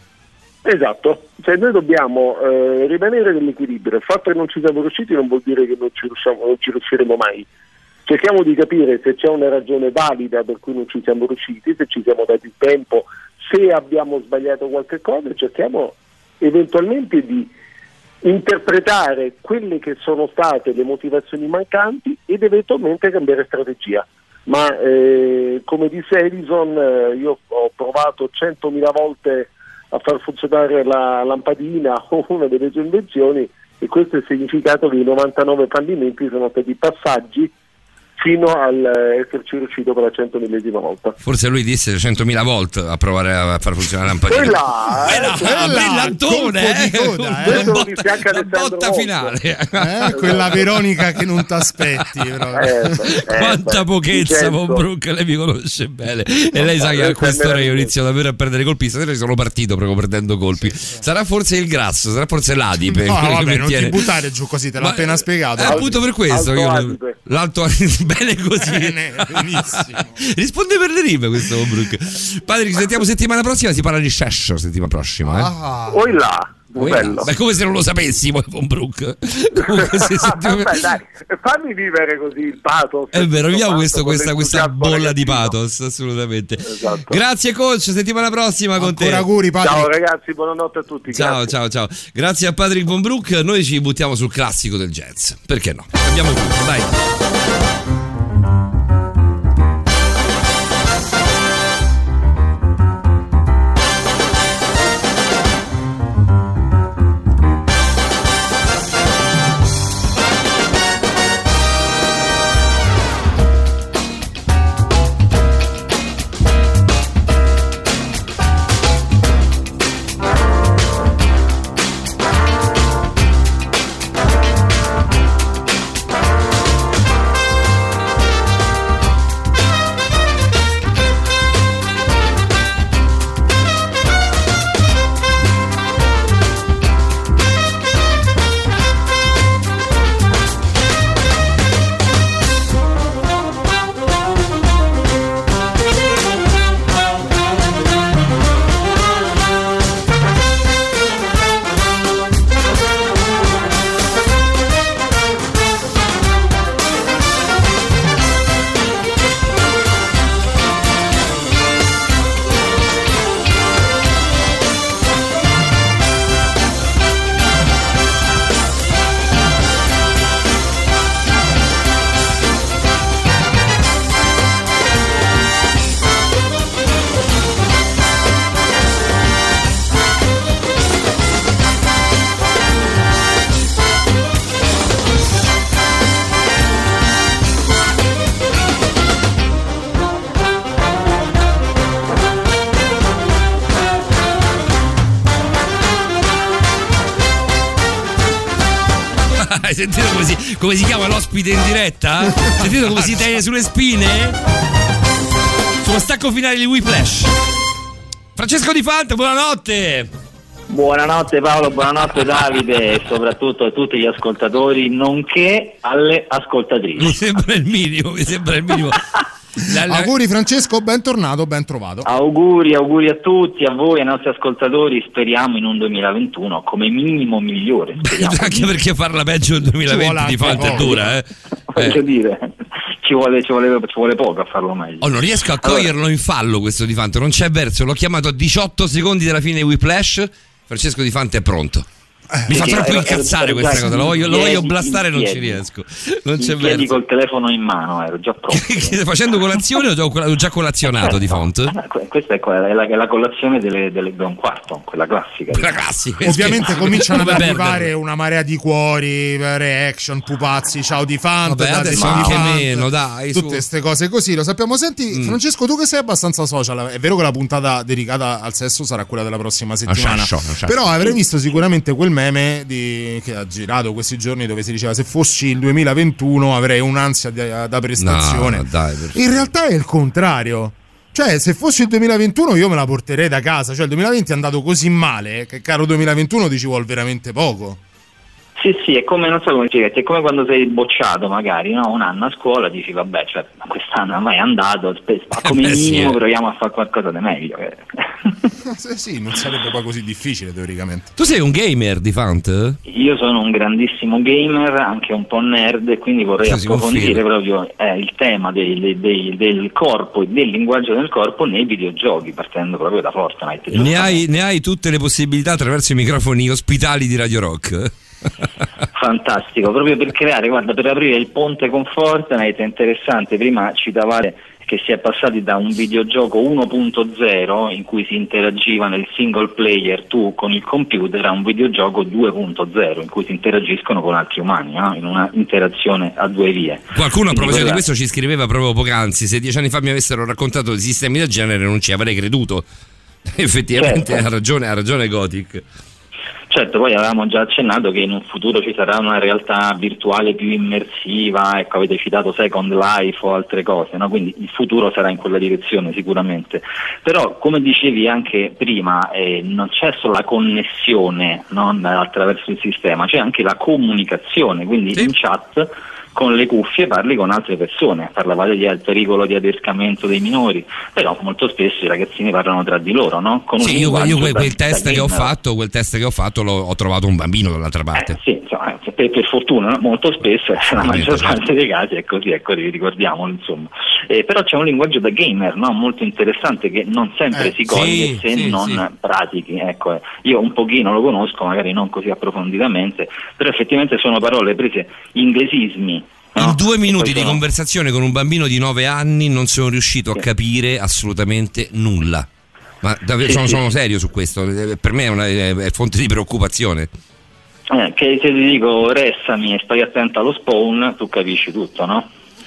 Esatto, cioè noi dobbiamo eh, rimanere nell'equilibrio. Il fatto che non ci siamo riusciti non vuol dire che non ci, riusciamo, non ci riusciremo mai. Cerchiamo di capire se c'è una ragione valida per cui non ci siamo riusciti, se ci siamo dati il tempo, se abbiamo sbagliato qualche cosa, e cerchiamo eventualmente di interpretare quelle che sono state le motivazioni mancanti ed eventualmente cambiare strategia. Ma eh, come disse Edison, eh, io ho provato centomila volte a far funzionare la lampadina o una delle sue invenzioni, e questo è il significato che i novantanove fallimenti sono stati passaggi fino al esserci riuscito per la centomillesima volta. Forse lui disse centomila volte a provare a far funzionare la lampadina. Quella, quella, eh, brillantone, eh, coda, una eh. botta, una botta finale. Eh, quella Veronica che non t'aspetti. Però. Eh, beh, Quanta eh, pochezza, Von Brook, lei mi conosce bene e lei sa che a quest'ora io inizio davvero a perdere colpi. Stasera sono partito proprio perdendo colpi. Sarà forse il grasso, sarà forse l'adipe. No, vabbè, non tiene. ti buttare giù così, te l'ho Ma, appena spiegato. È appunto per questo Alto io, adipe. l'alto bene così. Bene, benissimo. Risponde per le rime questo Von Brook. Padre, ci sentiamo settimana prossima, si parla di Shesh settimana prossima, eh? Ah. Poi là, bello. Beh, come se non lo sapessimo, Von Brook. Vabbè, dai, fammi vivere così il pathos. È vero, viviamo questo, questo, questa, questa bolla di pathos, assolutamente. Esatto. Grazie coach, settimana prossima con Ancora te. auguri, Patrick. Ciao ragazzi, buonanotte a tutti. Ciao, grazie. ciao, ciao. Grazie a Patrick Von Brook. Noi ci buttiamo sul classico del jazz. Perché no? Cambiamo tutto, dai. Hai sentito come si, come si chiama l'ospite in diretta? Hai sentito come si tiene sulle spine? Sullo stacco finale di Whiplash. Francesco Di Fante, buonanotte. Buonanotte Paolo, buonanotte Davide e soprattutto a tutti gli ascoltatori, nonché alle ascoltatrici. Mi sembra il minimo, mi sembra il minimo. La, la... Auguri Francesco, bentornato, ben trovato. Auguri, auguri a tutti, a voi, ai nostri ascoltatori. Speriamo in un duemilaventuno come minimo migliore. Anche perché farla peggio nel duemilaventi di Fante è dura, eh. Voglio eh. dire, ci vuole, ci, vuole, ci vuole poco a farlo meglio. Oh, non riesco a coglierlo allora. In fallo questo Di Fante, non c'è verso. L'ho chiamato a diciotto secondi dalla fine di Whiplash. Francesco Di Fante è pronto. Mi fa troppo incazzare questa cosa, lo voglio, lo voglio blastare, non ci riesco. Non c'è verso. Col telefono in mano, ero già pronto. Facendo colazione ho già colazionato Di Font? Questa è la, è la colazione delle, delle da un quarto, quella classica. Quella classica. Ovviamente cominciano ad arrivare perdere. Una marea di cuori, reaction, pupazzi, ciao Di Fante, vabbè, adesso anche meno, dai, tutte queste cose così, lo sappiamo. Senti, mm. Francesco, tu che sei abbastanza social, è vero che la puntata dedicata al sesso sarà quella della prossima settimana, sciascio, sciascio. Però avrei visto sicuramente quel meme di che ha girato questi giorni dove si diceva se fossi il duemilaventuno avrei un'ansia da, da prestazione. No, dai, in realtà è il contrario, cioè se fossi il duemilaventuno io me la porterei da casa, cioè il duemilaventi è andato così male che caro duemilaventuno ti ci vuole veramente poco. Sì, sì, è come, non so come spiegarti, è come quando sei bocciato magari, no? Un anno a scuola dici vabbè, cioè quest'anno ormai è andato, come eh, minimo sì, proviamo a fare qualcosa di meglio. Sì, sì, non sarebbe poi così difficile teoricamente. Tu sei un gamer, Di Fante? Io sono un grandissimo gamer, anche un po' nerd, e quindi vorrei approfondire proprio eh, il tema del, del, del corpo e del linguaggio del corpo nei videogiochi, partendo proprio da Fortnite. Ne hai, ne hai tutte le possibilità attraverso i microfoni ospitali di Radio Rock. Fantastico, proprio per creare, guarda, per aprire il ponte con Fortnite è interessante. Prima citavate che si è passati da un videogioco uno punto zero in cui si interagiva nel single player tu con il computer a un videogioco due punto zero in cui si interagiscono con altri umani, no? In una interazione a due vie. Qualcuno a proposito quella... di questo ci scriveva proprio poc'anzi: se dieci anni fa mi avessero raccontato di sistemi del genere non ci avrei creduto. Effettivamente certo. ha ragione, ha ragione Gothic. Certo, poi avevamo già accennato che in un futuro ci sarà una realtà virtuale più immersiva, ecco, avete citato Second Life o altre cose, no? Quindi il futuro sarà in quella direzione sicuramente. Però, come dicevi anche prima, eh, non c'è solo la connessione, no? Attraverso il sistema, c'è anche la comunicazione, quindi sì. In chat con le cuffie parli con altre persone. Parlavate del pericolo di adescamento dei minori, però molto spesso i ragazzini parlano tra di loro, no? Con sì, io, io quel, quel test che ho fatto, quel test che ho fatto l'ho, ho trovato un bambino dall'altra parte. Eh, sì, insomma, per, per fortuna, no? Molto spesso, la maggior parte dei casi è così, ecco, ricordiamolo, insomma. Eh, però c'è un linguaggio da gamer, no? Molto interessante che non sempre eh, si coglie sì, se sì, non sì. pratichi. Ecco, eh. Io un pochino lo conosco, magari non così approfonditamente, però effettivamente sono parole prese, inglesismi. No? In due minuti di conversazione con un bambino di nove anni non sono riuscito a capire assolutamente nulla. Ma davvero, sì, sono, sì. sono serio su questo. Per me è, una, è fonte di preoccupazione. Eh, che se ti dico restami e stai attento allo spawn, tu capisci tutto, no?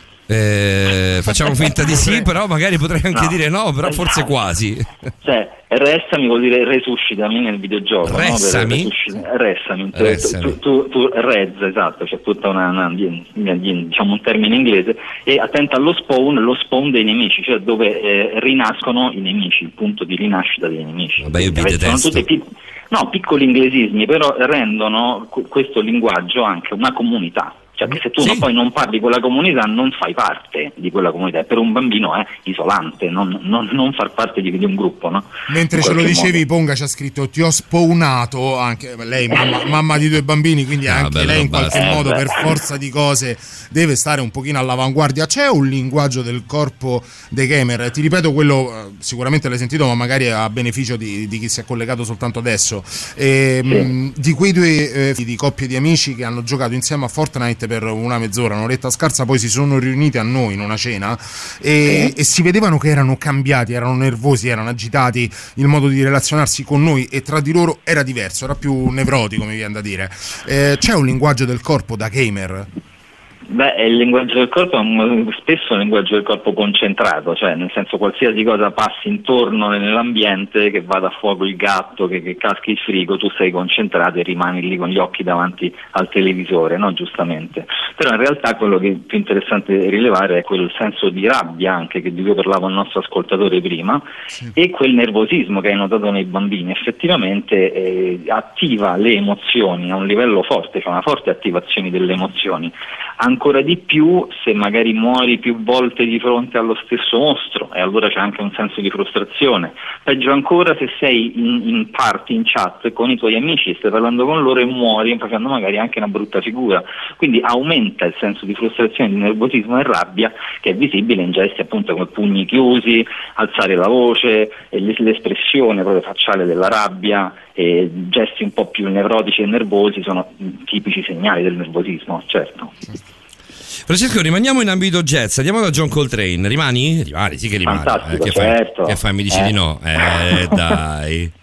Eh, facciamo finta di sì, però magari potrei anche no. dire no, però forse quasi. Cioè, restami vuol dire resuscitami nel videogioco. Restami? No? Restami. Restami. Tu, tu, tu, rez, esatto, c'è tutta una, una, diciamo un termine inglese. E attento allo spawn, lo spawn dei nemici, cioè dove eh, rinascono i nemici, il punto di rinascita dei nemici. Vabbè, io vi detesto. Sono tutti no, piccoli inglesismi, però rendono questo linguaggio anche una comunità. Cioè che se tu sì. poi non parli con la comunità non fai parte di quella comunità, per un bambino è isolante non, non, non far parte di, di un gruppo, no? Mentre ce lo dicevi modo. Ponga ci ha scritto ti ho spawnato, anche lei mamma, mamma di due bambini, quindi ah, anche lei in qualche eh, modo beh. per forza di cose deve stare un pochino all'avanguardia. C'è un linguaggio del corpo dei gamer, ti ripeto quello sicuramente l'hai sentito ma magari a beneficio di, di chi si è collegato soltanto adesso, e, sì. mh, di quei due eh, di coppie di amici che hanno giocato insieme a Fortnite per una mezz'ora, un'oretta scarsa, poi si sono riuniti a noi in una cena e, sì. e si vedevano che erano cambiati, erano nervosi, erano agitati, il modo di relazionarsi con noi e tra di loro era diverso, era più nevrotico, mi viene da dire. Eh, c'è un linguaggio del corpo da gamer? Beh, il linguaggio del corpo è spesso un linguaggio del corpo concentrato, cioè nel senso qualsiasi cosa passi intorno nell'ambiente, che vada a fuoco il gatto, che, che caschi il frigo, tu sei concentrato e rimani lì con gli occhi davanti al televisore, no? Giustamente. Però in realtà quello che è più interessante rilevare è quel senso di rabbia anche che di cui parlava il nostro ascoltatore prima, sì. e quel nervosismo che hai notato nei bambini. Effettivamente eh, attiva le emozioni a un livello forte, cioè una forte attivazione delle emozioni. Ancora di più se magari muori più volte di fronte allo stesso mostro, e allora c'è anche un senso di frustrazione. Peggio ancora se sei in, in party, in chat con i tuoi amici, stai parlando con loro e muori facendo magari anche una brutta figura, quindi aumenta il senso di frustrazione, di nervosismo e rabbia che è visibile in gesti appunto come pugni chiusi, alzare la voce, l'espressione proprio facciale della rabbia, e gesti un po' più nevrotici e nervosi sono tipici segnali del nervosismo, certo. Francesco, rimaniamo in ambito jazz, andiamo da John Coltrane. Rimani? Rimani, sì che rimani. Fantastico, eh, che, certo. fai, che fai? Mi dici eh. di no? Eh, dai.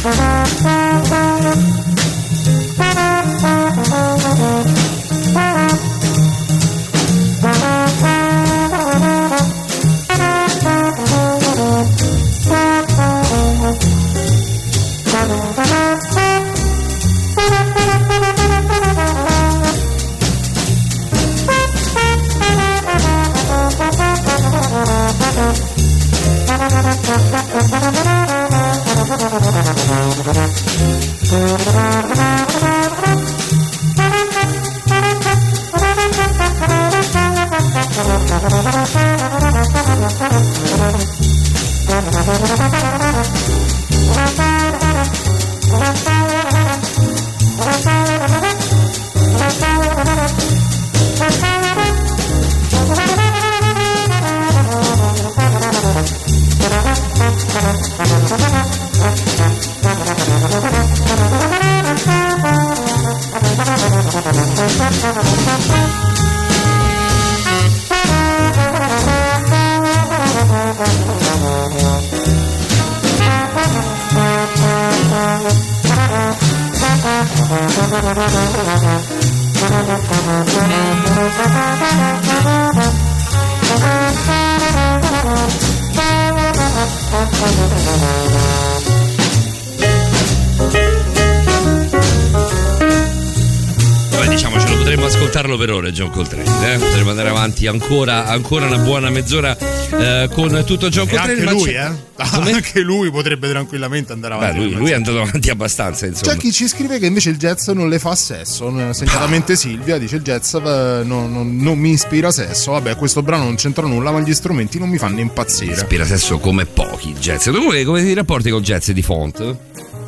Per ore John Coltrane, eh? Potremmo andare avanti ancora, ancora una buona mezz'ora eh, con tutto John Coltrane. Anche ma lui, c'è... eh? Anche lui potrebbe tranquillamente andare avanti. Beh, lui, lui è andato avanti abbastanza, insomma. C'è chi ci scrive che invece il jazz non le fa sesso. Segnatamente ah. Silvia dice: il jazz eh, non, non, non mi ispira sesso. Vabbè, questo brano non c'entra nulla, ma gli strumenti non mi fanno impazzire. Ispira sesso come pochi il jazz. Comunque, come ti rapporti col jazz di Font?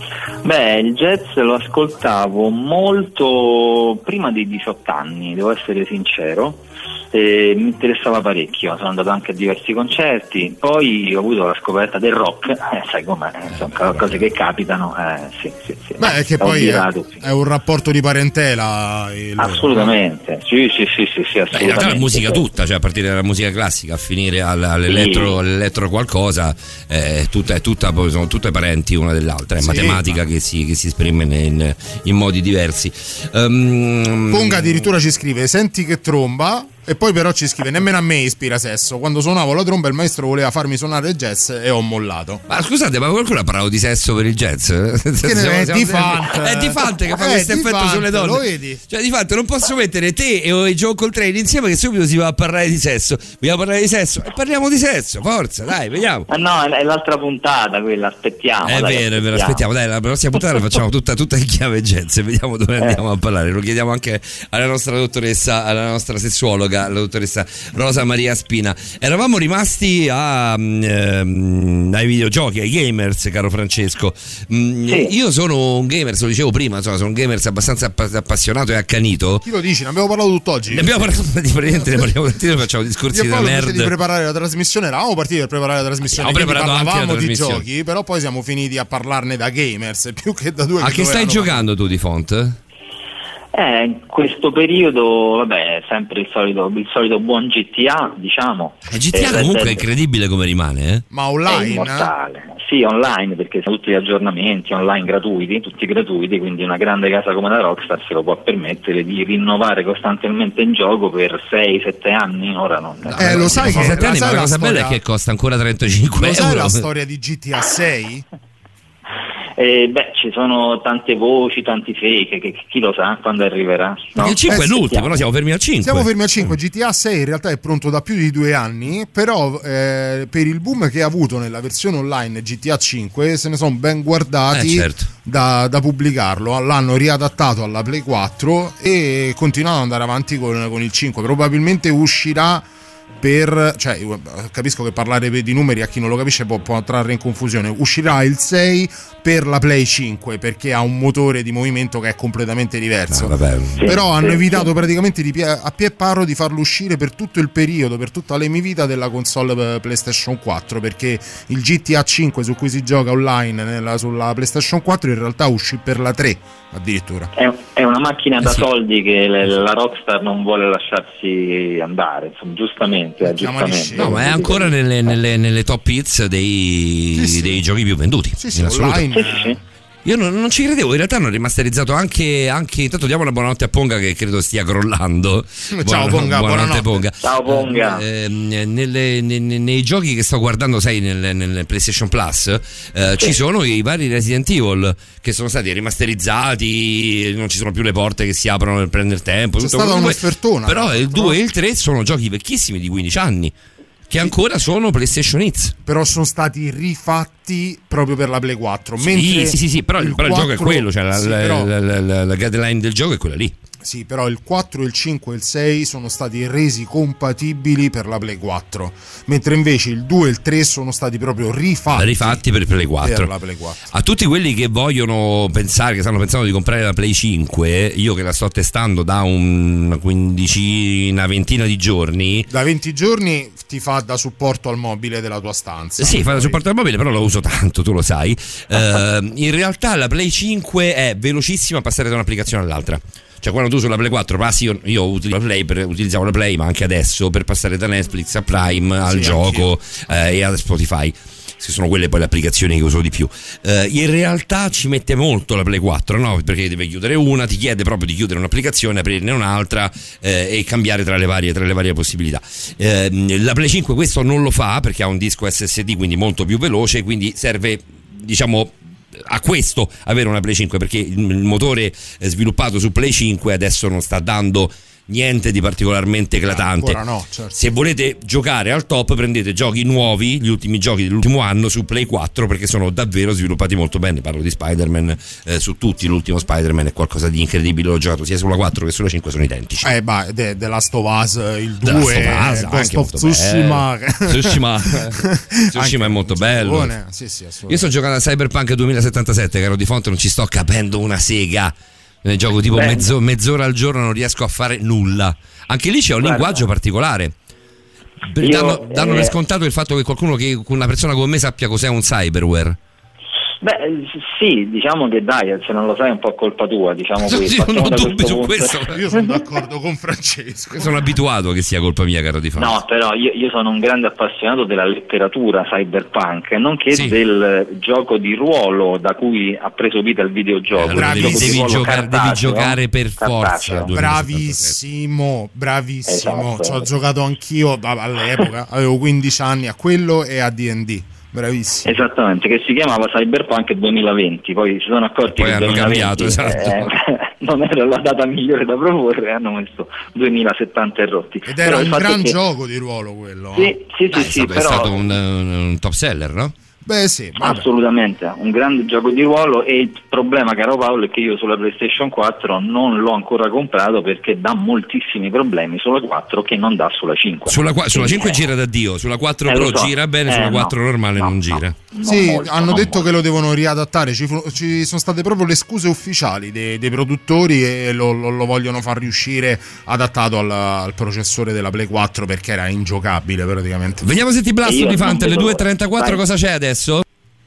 Beh, il jazz lo ascoltavo molto prima dei diciotto anni, devo essere sincero, e mi interessava parecchio, sono andato anche a diversi concerti, poi ho avuto la scoperta del rock, eh, sai com'è, sono cose che capitano, eh, sì, sì, sì. Beh, è che Ho poi girato, è, è un rapporto di parentela. Il... Assolutamente, sì, sì, sì, sì, sì, assolutamente. Beh, in realtà la musica tutta, cioè a partire dalla musica classica a finire all'elettro, sì. all'elettro qualcosa, eh, è tutta, è tutta, sono tutte parenti una dell'altra, è sì, matematica ma... che, si, che si esprime in, in modi diversi. Um... Ponga addirittura ci scrive: senti che tromba. E poi però ci scrive: nemmeno a me ispira sesso. Quando suonavo la tromba il maestro voleva farmi suonare jazz e ho mollato. Ma scusate, ma qualcuno ha parlato di sesso per il jazz? Che ne è di Fante. È di Fante che fa questo effetto sulle donne. Lo vedi? Cioè di fatto non posso mettere te e John Coltrane insieme che subito si va a parlare di sesso. Vogliamo parlare di sesso? E parliamo di sesso, forza, dai, vediamo. Ah no, è l'altra puntata quella, aspettiamo. È dai, vero, è vero, aspettiamo. Dai, la prossima puntata la facciamo tutta, tutta in chiave jazz e vediamo dove eh. andiamo a parlare. Lo chiediamo anche alla nostra dottoressa, alla nostra sessuologa, la dottoressa Rosa Maria Spina. Eravamo rimasti a, ehm, ai videogiochi, ai gamers, caro Francesco. Mm, sì. Io sono un gamer, lo dicevo prima, insomma, sono un gamer abbastanza appassionato e accanito. Chi lo dici? Ne abbiamo parlato tutt'oggi. Ne abbiamo parlato di praticamente, ne parliamo tantissimo, facciamo discorsi da nerd. Di preparare la trasmissione, eravamo partiti per preparare la trasmissione. Abbiamo preparato anche la trasmissione. Di giochi, però poi siamo finiti a parlarne da gamers più che da due. A che stai giocando tu di Font? Eh, in questo periodo, vabbè, sempre il solito, il solito buon G T A, diciamo. E G T A comunque è incredibile come rimane, eh? Ma online? È immortale. Sì, online, perché sono tutti gli aggiornamenti online gratuiti, tutti gratuiti, quindi una grande casa come la Rockstar se lo può permettere di rinnovare costantemente il gioco per sei sette anni, ora non... Eh, lo sai che sette anni, ma la cosa storia... bella è che costa ancora trentacinque lo euro. Lo sai la storia di G T A sei? Eh, beh, ci sono tante voci, tanti fake, che chi lo sa quando arriverà. No? Il cinque eh, è l'ultimo, però siamo fermi al cinque. Siamo fermi al cinque. G T A sei in realtà è pronto da più di due anni, però eh, per il boom che ha avuto nella versione online G T A cinque se ne sono ben guardati eh, certo. da, da pubblicarlo. L'hanno riadattato alla Play quattro e continuano ad andare avanti con, con il cinque. Probabilmente uscirà per, cioè capisco che parlare di numeri a chi non lo capisce può, può trarre in confusione. Uscirà il sei per la Play cinque perché ha un motore di movimento che è completamente diverso. No, vabbè. Però hanno evitato praticamente di pie, a pie paro di farlo uscire per tutto il periodo, per tutta l'emivita della console PlayStation quattro, perché il G T A cinque su cui si gioca online nella, sulla PlayStation quattro in realtà uscì per la tre addirittura. È, è una macchina da eh sì. soldi che le, la Rockstar non vuole lasciarsi andare, insomma, giustamente, giustamente. No, ma è ancora nelle, nelle, nelle top hits dei, sì, sì. dei giochi più venduti sì, sì, in assoluto. Online, sì, sì, sì. Io non, non ci credevo, in realtà hanno rimasterizzato anche, anche intanto diamo una buonanotte a Ponga che credo stia crollando. Ciao Buona, Ponga, buonanotte, buonanotte. Ponga. Ciao Ponga. Eh, nelle, nei, nei giochi che sto guardando, sai, nel, nel PlayStation Plus eh, Sì. ci sono i vari Resident Evil che sono stati rimasterizzati, non ci sono più le porte che si aprono per prendere tempo. C'è tutto stata quello che un'offertona, vuoi. Però no? il due e il tre sono giochi vecchissimi di quindici anni che ancora sono PlayStation Hits. Però sono stati rifatti proprio per la Play quattro. Sì, mentre sì, sì, sì, però il, però il gioco è quattro quello, cioè la, sì, la, però- la, la, la, la guideline del gioco è quella lì. Sì, però il quattro, il cinque e il sei sono stati resi compatibili per la Play quattro, mentre invece il due e il tre sono stati proprio rifatti, rifatti per Play quattro. per la Play quattro. A tutti quelli che vogliono pensare, che stanno pensando di comprare la Play cinque, io che la sto testando da una quindicina, ventina di giorni. Da venti giorni ti fa da supporto al mobile della tua stanza. Sì, fa da supporto al mobile, però lo uso tanto, tu lo sai. Eh, in realtà la Play cinque è velocissima a passare da un'applicazione all'altra. Cioè quando tu sulla Play quattro passi, io, io utilizzo la Play per, utilizzavo la Play, ma anche adesso per passare da Netflix a Prime al Sì, gioco eh, e a Spotify, che sono quelle poi le applicazioni che uso di più. Eh, in realtà ci mette molto la Play quattro, no? Perché deve chiudere una, ti chiede proprio di chiudere un'applicazione, aprirne un'altra eh, e cambiare tra le varie, tra le varie possibilità. Eh, la Play cinque questo non lo fa perché ha un disco S S D, quindi molto più veloce, quindi serve, diciamo, a questo avere una Play cinque, perché il motore sviluppato su Play cinque adesso non sta dando niente di particolarmente eclatante. Ancora no, certo. Se volete giocare al top, prendete giochi nuovi, gli ultimi giochi dell'ultimo anno su Play quattro, perché sono davvero sviluppati molto bene. Parlo di Spider-Man, eh, su tutti l'ultimo Spider-Man è qualcosa di incredibile, l'ho giocato sia sulla quattro che sulla cinque, sono identici. Eh, bah, The, The Last of Us, il The Last due, of Us, Ghost anche of molto Tsushima. bello. Tsushima Tsushima è molto bello. Sì, sì, assolutamente. Io sto giocando a Cyberpunk duemilasettantasette, caro Di Fonte, non ci sto capendo una sega. Nel gioco tipo Beh. mezzo, mezz'ora al giorno non riesco a fare nulla. Anche lì c'è un Guarda. linguaggio particolare. Io, danno, danno eh, per scontato il fatto che qualcuno, che una persona come me sappia cos'è un cyberware. Beh, sì, diciamo che dai, se non lo sai è un po' colpa tua, diciamo Sì, qui. io non ho partiamo da dubbi su punto. questo. Io sono d'accordo con Francesco. Sono abituato che sia colpa mia, caro Di Fonte. No, però io, io sono un grande appassionato della letteratura cyberpunk, nonché Sì. del gioco di ruolo da cui ha preso vita il videogioco. Allora il devi, gioco di devi ruolo giocare, devi cartaceo, giocare per cartaceo. forza. Bravissimo, bravissimo. Esatto. Ci ho giocato anch'io da- all'epoca, avevo quindici anni a quello e a D and D. Bravissimo. Esattamente, che si chiamava Cyberpunk duemilaventi, poi si sono accorti Poi che hanno duemilaventi, cambiato, esatto. eh, non era la data migliore da proporre, hanno messo duemilasettanta e rotti. Ed Però era il un fatto è gran che- gioco di ruolo quello. Sì, eh. sì, sì, Dai, è sì, stato, è però stato un, un top seller, no? Beh, sì, vabbè. assolutamente un grande gioco di ruolo, e il problema, caro Paolo, è che io sulla PlayStation quattro non l'ho ancora comprato perché dà moltissimi problemi sulla quattro che non dà sulla cinque. Sulla, qua- sulla Quindi, cinque eh, gira da Dio, sulla quattro Eh, Pro lo so. gira bene, Eh, sulla no. quattro normale No, non no. gira. non Sì, molto, hanno non detto molto. che lo devono riadattare. Ci, fu- ci sono state proprio le scuse ufficiali dei, dei produttori e lo, lo- lo vogliono far riuscire adattato al, al processore della Play quattro perché era ingiocabile praticamente. Vediamo se ti E blasto io Di non Fante alle vedo due e l'ora. trentaquattro. Vai. Cosa c'è adesso?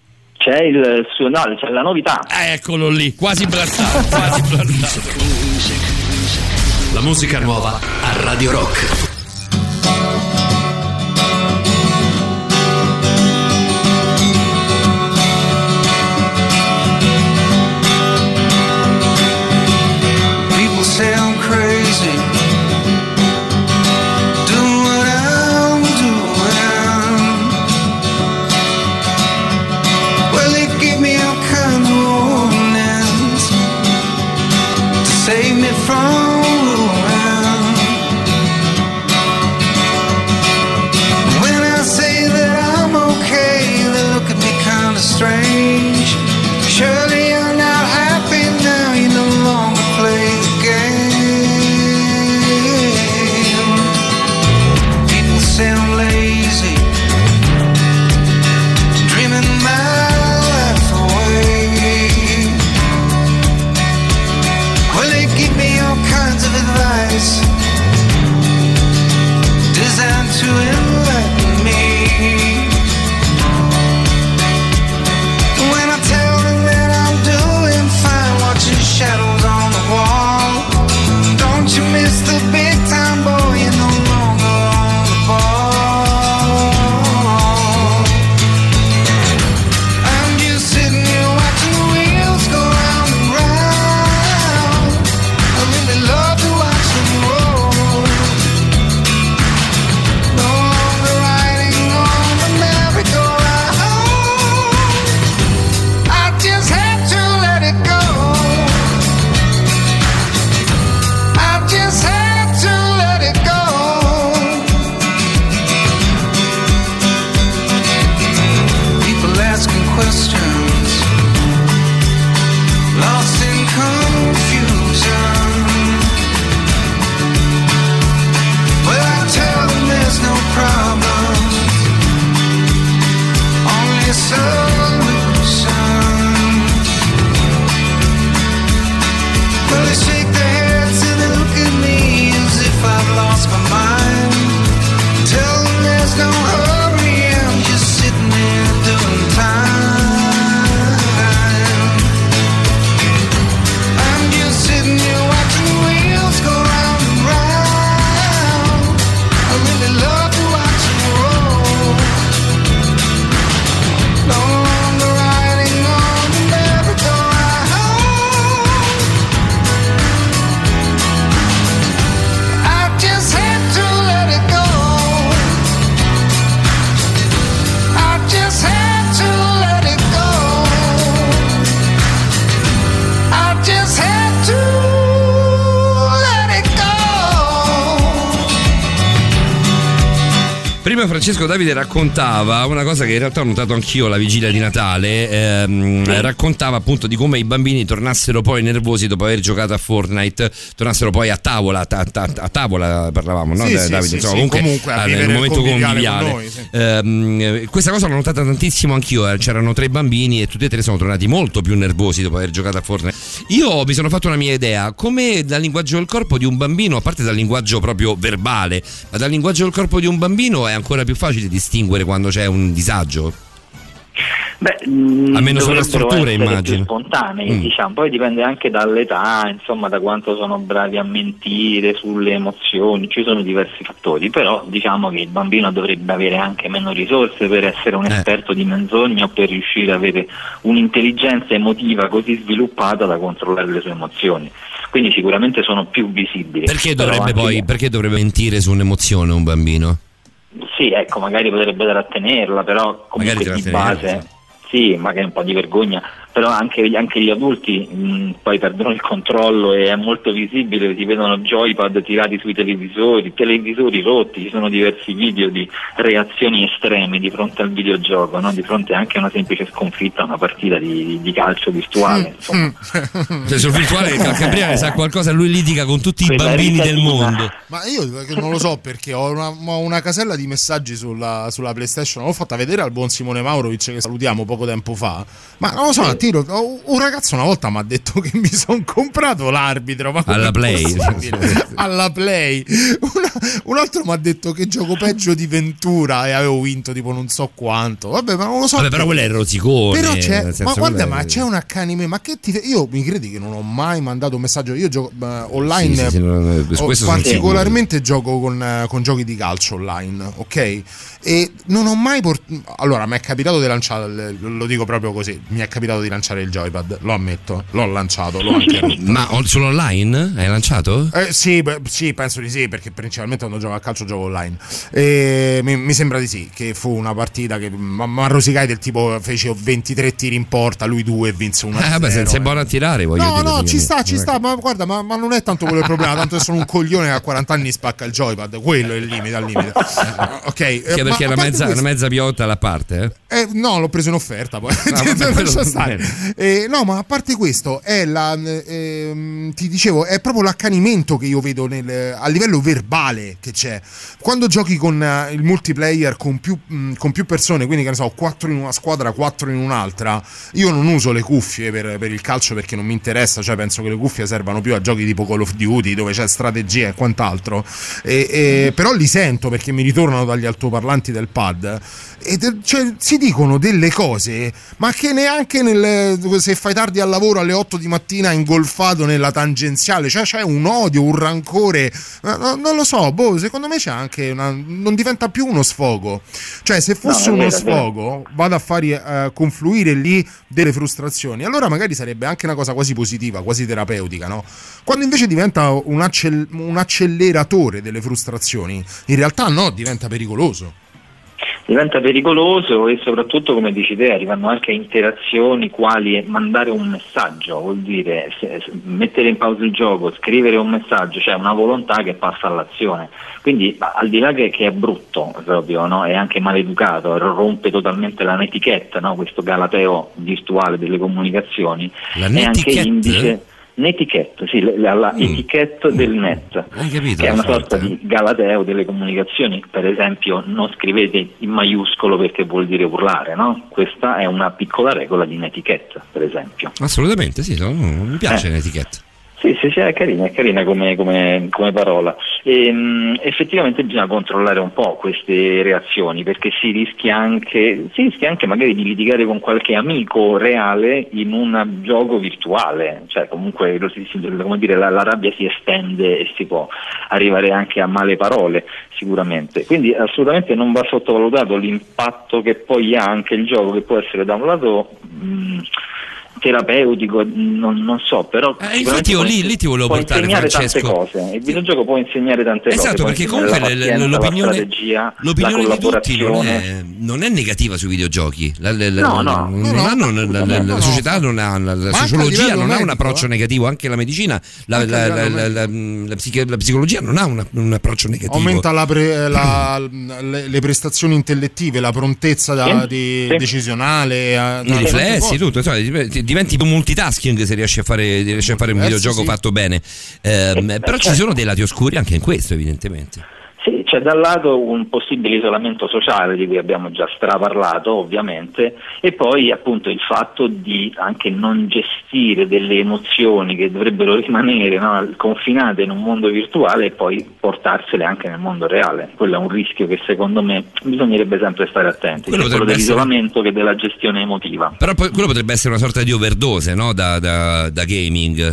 C'è il suo, no, c'è la novità. Eccolo lì, quasi blastato, quasi blastato. La musica nuova a Radio Rock. People say I'm crazy, doing what I'm doing. Well, they give me all kinds of warnings to save me from ruin. Prima Francesco Davide raccontava una cosa che in realtà ho notato anch'io la vigilia di Natale, ehm, sì. raccontava appunto di come i bambini tornassero poi nervosi dopo aver giocato a Fortnite, tornassero poi a tavola, a, a, a tavola parlavamo, no? Sì, Davide, sì, insomma, sì, comunque, comunque a nel momento conviviale. Noi, sì. ehm, questa cosa l'ho notata tantissimo anch'io, eh. C'erano tre bambini e tutti e tre sono tornati molto più nervosi dopo aver giocato a Fortnite. Io mi sono fatto una mia idea, come dal linguaggio del corpo di un bambino, a parte dal linguaggio proprio verbale, ma dal linguaggio del corpo di un bambino è ancora più facile distinguere quando c'è un disagio. Beh, almeno sulle strutture immagino più spontanei, mm. diciamo. Poi dipende anche dall'età, insomma, da quanto sono bravi a mentire sulle emozioni, ci sono diversi fattori, però diciamo che il bambino dovrebbe avere anche meno risorse per essere un esperto eh. di menzogna o per riuscire ad avere un'intelligenza emotiva così sviluppata da controllare le sue emozioni, quindi sicuramente sono più visibili. Perché dovrebbe poi anche... perché dovrebbe mentire su un'emozione un bambino? Sì, ecco, magari potrebbe trattenerla, però comunque di base sì, magari un po' di vergogna, però anche, anche gli adulti mh, poi perdono il controllo e è molto visibile, si vedono joypad tirati sui televisori, televisori rotti, ci sono diversi video di reazioni estreme di fronte al videogioco, no? Di fronte anche a una semplice sconfitta, una partita di, di calcio virtuale. Insomma. Cioè, sul virtuale Capriale sa qualcosa, lui litiga con tutti Quella i bambini ritatina. del mondo. Ma io non lo so perché ho una, ho una casella di messaggi sulla, sulla PlayStation, l'ho fatta vedere al buon Simone Maurovic che salutiamo poco tempo fa, ma non lo so, tiro, un ragazzo una volta mi ha detto che mi sono comprato l'arbitro, ma alla Play alla Play una, un altro mi ha detto che gioco peggio di Ventura e avevo vinto tipo non so quanto, vabbè, ma non lo so. Vabbè, però quello è rosicone, però c'è, ma guarda, è... ma c'è un accanimento, ma che ti, io mi credi che non ho mai mandato un messaggio, io gioco uh, online, sì, sì, sì, non, ho, particolarmente gioco con, uh, con giochi di calcio online, ok, e non ho mai port- allora mi è capitato di lanciare, lo dico proprio così, mi è capitato di lanciare il joypad, lo ammetto, l'ho lanciato, l'ho anche rotto. Ma solo online hai lanciato? Eh, sì, beh, sì, penso di sì, perché principalmente quando gioco a calcio gioco online. E mi, mi sembra di sì, che fu una partita che mi rosicai del tipo, fece ventitré tiri in porta, lui due e vinse uno a zero. Eh vabbè, se sei buono a tirare, voglio no, dire. No, no, ci sta, ci sta, ma guarda, ma, ma non è tanto quello il problema, tanto che sono un coglione che a quaranta anni spacca il joypad, quello è il limite, al limite. Ok. Che perché è una mezza, una mezza piotta alla parte, eh? Eh, no, l'ho preso in offerta poi. No, vabbè, stare. Eh, no, ma a parte questo, è la, eh, ti dicevo, è proprio l'accanimento che io vedo nel, a livello verbale che c'è. Quando giochi con uh, il multiplayer con più, mh, con più persone, quindi che ne so, quattro in una squadra, quattro in un'altra, io non uso le cuffie per, per il calcio perché non mi interessa, cioè penso che le cuffie servano più a giochi tipo Call of Duty dove c'è strategia e quant'altro. E, e, però li sento perché mi ritornano dagli altoparlanti del pad. E cioè, si dicono delle cose, ma che neanche nel, se fai tardi al lavoro alle otto di mattina ingolfato nella tangenziale, cioè c'è un odio, un rancore, no, non lo so, boh, secondo me c'è anche una, non diventa più uno sfogo, cioè se fosse no, uno vero, sfogo vado a far uh, confluire lì delle frustrazioni, allora magari sarebbe anche una cosa quasi positiva, quasi terapeutica, no? Quando invece diventa un, accel- un acceleratore delle frustrazioni, in realtà no, diventa pericoloso. Diventa pericoloso e soprattutto, come dici te, arrivano anche interazioni quali mandare un messaggio, vuol dire se, se, mettere in pausa il gioco, scrivere un messaggio, cioè una volontà che passa all'azione. Quindi al di là che, che è brutto proprio, no? È anche maleducato, rompe totalmente la netiquette, no? Questo galateo virtuale delle comunicazioni, la è anche indice. Netiquette, sì, la, la mm. etichette del net, capito, che è una sorta, sorta eh? di galateo delle comunicazioni. Per esempio, non scrivete in maiuscolo perché vuol dire urlare, no? Questa è una piccola regola di netiquette, per esempio. Assolutamente, sì, no, mi piace eh. netiquette. Sì, sì, sì, è carina, è carina come, come, come parola. E, mh, effettivamente bisogna controllare un po' queste reazioni, perché si rischia anche, si rischia anche magari di litigare con qualche amico reale in un gioco virtuale, cioè comunque come dire, la, la rabbia si estende e si può arrivare anche a male parole sicuramente. Quindi assolutamente non va sottovalutato l'impatto che poi ha anche il gioco, che può essere da un lato mh, terapeutico, non, non so, però eh, infatti io lì, lì ti volevo può portare, insegnare Francesco, tante cose. Il videogioco può insegnare tante esatto, cose, perché comunque la pazienza, l'opinione, la strategia, l'opinione la di tutti non collaborazione. è, non è negativa sui videogiochi. La, la, No, la, no, non no, hanno, no, la, no, la, no, la società non ha, la, la sociologia non ha un approccio negativo, anche la medicina, la, la, la, la, la, la, psiche, la psicologia non ha una, un approccio negativo. Aumenta la pre, la, le, le prestazioni intellettive, la prontezza da, Sì, di, sì. decisionale, a- I da- riflessi, tutto, insomma, diventi multitasking se riesci a fare, riesci a fare un Diverso, videogioco sì. fatto bene. Ehm, però ci sono dei lati oscuri anche in questo, evidentemente. Sì, c'è da un lato un possibile isolamento sociale di cui abbiamo già straparlato ovviamente, e poi appunto il fatto di anche non gestire delle emozioni che dovrebbero rimanere, no, confinate in un mondo virtuale e poi portarsele anche nel mondo reale. Quello è un rischio che secondo me bisognerebbe sempre stare attenti, Quello sia quello potrebbe dell'isolamento che della gestione emotiva. Però poi quello potrebbe essere una sorta di overdose, no? Da, da, da gaming.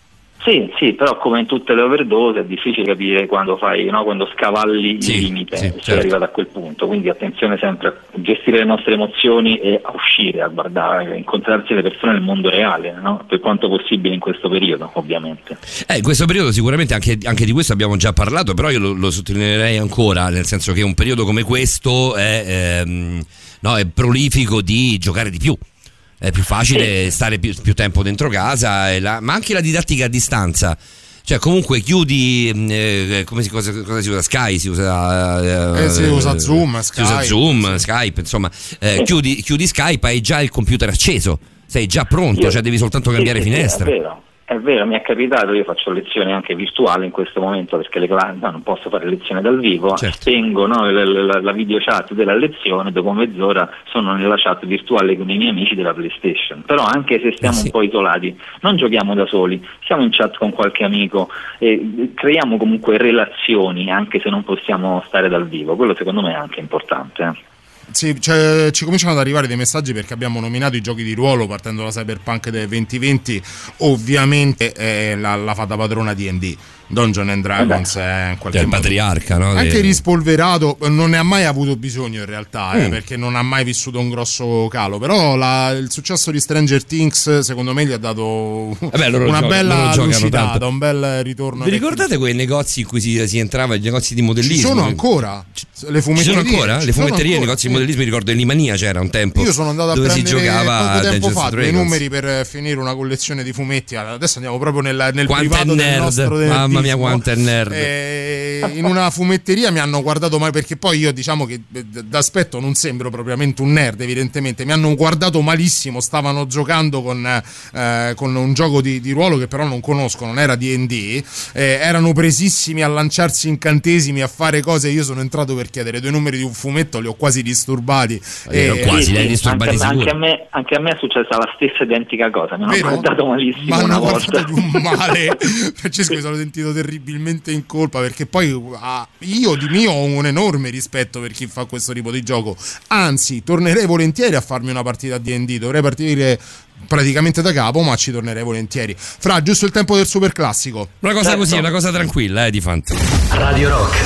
Sì, sì, però come in tutte le overdose è difficile capire quando fai, no, quando scavalli Sì, il limite, sì, se certo. è arrivato a quel punto. Quindi attenzione sempre a gestire le nostre emozioni e a uscire, a guardare, a incontrarsi le persone nel mondo reale, no? Per quanto possibile in questo periodo, ovviamente. Eh, in questo periodo sicuramente anche, anche di questo abbiamo già parlato, però io lo, lo sottolineerei ancora, nel senso che un periodo come questo è, ehm, no, è prolifico di giocare di più. È più facile Sì. stare più, più tempo dentro casa, e la, ma anche la didattica a distanza. Cioè, comunque chiudi, eh, come si, cosa, cosa si usa? Sky si usa. Eh, si usa Zoom, si usa Skype, Zoom, Skype, insomma, eh, chiudi, chiudi Skype, hai già il computer acceso, sei già pronto, Io- cioè devi soltanto cambiare Sì, sì, sì, finestra. È vero, è vero, mi è capitato, io faccio lezioni anche virtuali in questo momento perché le classi, no, non posso fare lezione dal vivo, Certo. spengo, no, la, la, la video chat della lezione, dopo mezz'ora sono nella chat virtuale con i miei amici della PlayStation. Però anche se stiamo Eh sì. un po' isolati, non giochiamo da soli, siamo in chat con qualche amico e creiamo comunque relazioni anche se non possiamo stare dal vivo. Quello secondo me è anche importante. eh. Sì, cioè, ci cominciano ad arrivare dei messaggi perché abbiamo nominato i giochi di ruolo partendo da Cyberpunk del duemilaventi. Ovviamente eh, la, la fata padrona D and D, Dungeons and Dragons, è in qualche Cioè, il modo patriarca, no? anche De- rispolverato, non ne ha mai avuto bisogno in realtà, eh, Mm. perché non ha mai vissuto un grosso calo. Però la- il successo di Stranger Things secondo me gli ha dato Vabbè, loro una giocano- loro bella giocano lucidata, tanto. un bel ritorno. Vi ricordate quei negozi in cui si, si entrava, i negozi di modellismo? Ci sono ancora le Ci fumetterie? sono ancora? Ci Le sono fumetterie, i ancora, negozi sì. di modellismo, mi ricordo in Limania c'era un tempo. Io sono andato a dove si prendere giocava poco a tempo Dungeons fa and dei Dragons. numeri per finire una collezione di fumetti. Adesso andiamo proprio nel, nel Quanto è privato del nerd, nostro mamma mia nerdismo. quanto è nerd. Eh, in una fumetteria mi hanno guardato mai, perché poi io diciamo che eh, d'aspetto non sembro propriamente un nerd, evidentemente mi hanno guardato malissimo. Stavano giocando con, eh, con un gioco di, di ruolo che però non conosco, non era D and D, eh, erano presissimi a lanciarsi incantesimi, a fare cose. Io sono entrato per chiedere due numeri di un fumetto, li ho quasi disturbati. Eh, Eh, quasi, Sì, li hai sì, disturbati anche, sicuro. anche, a me, anche a me è successa la stessa identica cosa, mi hanno Vero? guardato malissimo Ma una hanno volta. guardato di un male. Francesco, mi sono sentito terribilmente in colpa, perché poi ah, io di mio ho un enorme rispetto per chi fa questo tipo di gioco. Anzi, tornerei volentieri a farmi una partita a D and D. Dovrei partire praticamente da capo, ma ci tornerei volentieri. Fra, giusto il tempo del super classico. Una cosa Certo. così, una cosa tranquilla, eh, di fatto. Radio Rock,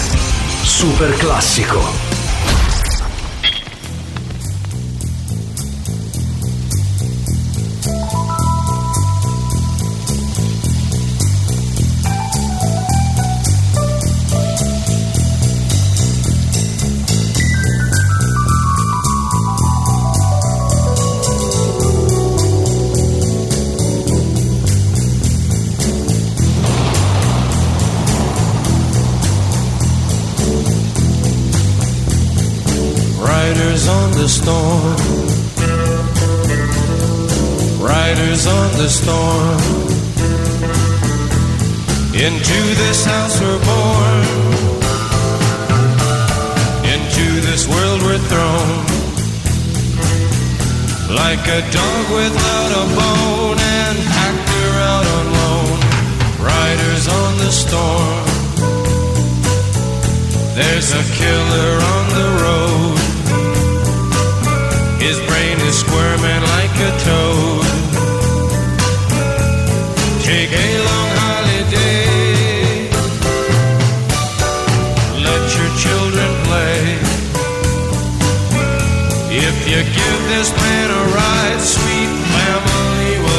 super classico. Riders on the storm. Riders on the storm. Into this house we're born. Into this world we're thrown. Like a dog without a bone and packed her out on loan. Riders on the storm. There's a killer on the road. His brain is squirming like a toad. Take a long holiday. Let your children play. If you give this man a ride, sweet family will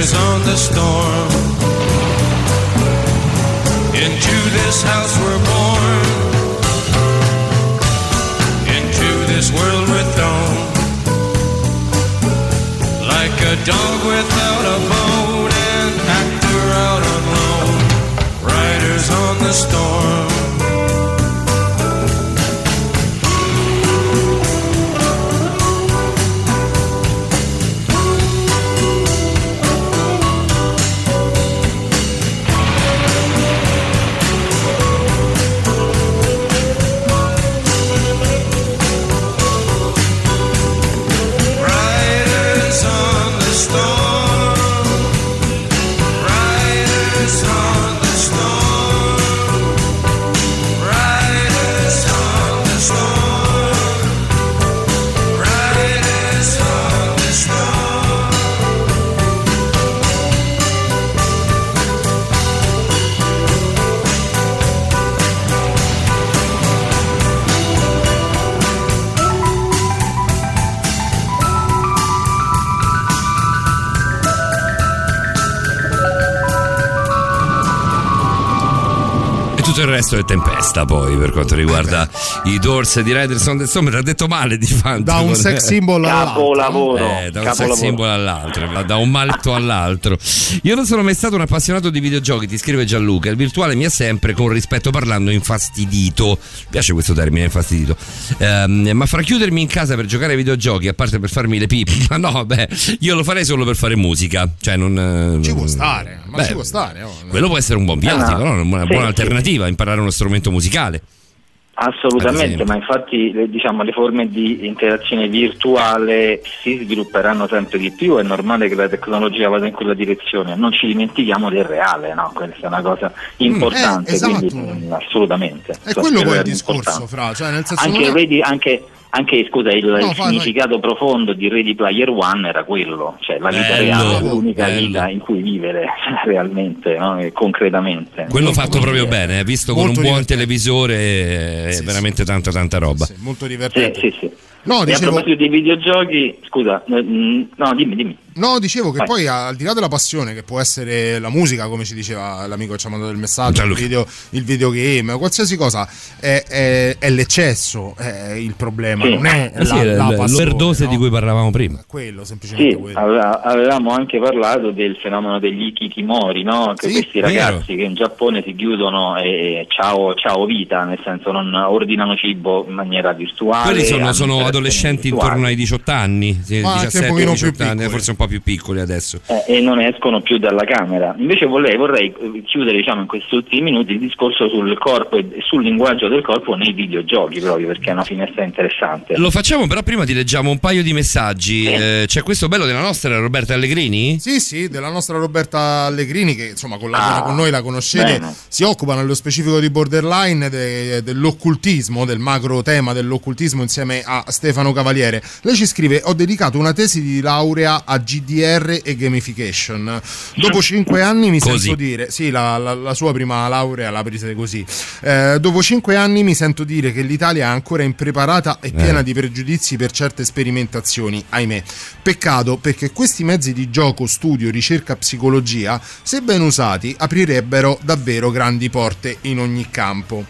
Riders on the storm. Into this house we're born. Into this world we're thrown. Like a dog without a bone, an actor out on loan. Riders on the storm. Tutto il resto è tempesta, poi, per quanto riguarda i Doors di Riders on the Storm. L'ha detto male di Fante. Da un sex symbol all'altro. Capolavoro. Eh, da un Capolavoro. sex symbol all'altro, da un maletto all'altro. Io non sono mai stato un appassionato di videogiochi, ti scrive Gianluca. Il virtuale mi ha sempre, con rispetto parlando, infastidito. Mi piace questo termine, infastidito. Ehm, ma fra chiudermi in casa per giocare ai videogiochi, a parte per farmi le pippe, ma no, beh, io lo farei solo per fare musica. Cioè, non. Ci può stare, ma beh, ci può stare. Oh. Quello può essere un buon viatico, Eh no. no? Una Sì, buona sì. alternativa, imparare uno strumento musicale. Assolutamente, ma infatti le, diciamo, le forme di interazione virtuale si svilupperanno sempre di più, è normale che la tecnologia vada in quella direzione, non ci dimentichiamo del reale, no? Questa è una cosa importante, eh, esatto. quindi mh, assolutamente. È Cioè, quello poi il è discorso, importante. fra, cioè nel senso Anche, non è- vedi, anche, anche scusa, il, No, il vai, significato profondo di Ready Player One era quello, cioè la vita Bello, reale, è l'unica bello. vita in cui vivere realmente, no? E concretamente. Quello fatto proprio bene, eh, visto con un Molto buon divertente. televisore, è Sì, veramente tanta tanta roba. Sì, molto Sì, divertente. sì, sì. No, E a dicevo, proposito dei videogiochi, scusa, eh, mh, no, dimmi, dimmi. no, dicevo che Vai. poi al di là della passione che può essere la musica, come ci diceva l'amico che ci ha mandato il messaggio, il, Gianluca. video, il videogame, qualsiasi cosa, è, è- è l'eccesso è il problema, Sì. non è Eh sì, la, l- la passione, l'overdose no? di cui parlavamo prima. Quello, semplicemente Sì, quello. aveva- avevamo anche parlato del fenomeno degli ikikomori, no? Che Sì, questi vero. ragazzi che in Giappone si chiudono e ciao, ciao vita, nel senso non ordinano cibo in maniera virtuale. Quelli sono, hanno sono interazioni adolescenti virtuali. intorno ai diciotto anni, sì, Ma anche un diciassette pochino più diciotto anni, piccoli. forse un po' più piccoli adesso. Eh, e non escono più dalla camera. Invece vorrei, vorrei eh, chiudere, diciamo, in questi ultimi minuti il discorso sul corpo e sul linguaggio del corpo nei videogiochi, proprio perché è una finestra interessante. Lo facciamo, però prima ti leggiamo un paio di messaggi. Sì. Eh, c'è questo bello della nostra Roberta Allegrini? Sì, sì, della nostra Roberta Allegrini, che insomma collabora Ah, con noi, la conoscete, bene. si occupa nello specifico di borderline de- dell'occultismo, del macro tema dell'occultismo insieme a Stefano Cavaliere. Lei ci scrive: ho dedicato una tesi di laurea a G D R e gamification. Dopo cinque anni mi Così. sento dire, sì, la, la- la sua prima laurea l'ha presa così. Eh, dopo cinque anni mi sento dire che l'Italia è ancora impreparata e piena Eh. di pregiudizi per certe sperimentazioni, ahimè. Peccato, perché questi mezzi di gioco, studio, ricerca, psicologia, se ben usati, aprirebbero davvero grandi porte in ogni campo.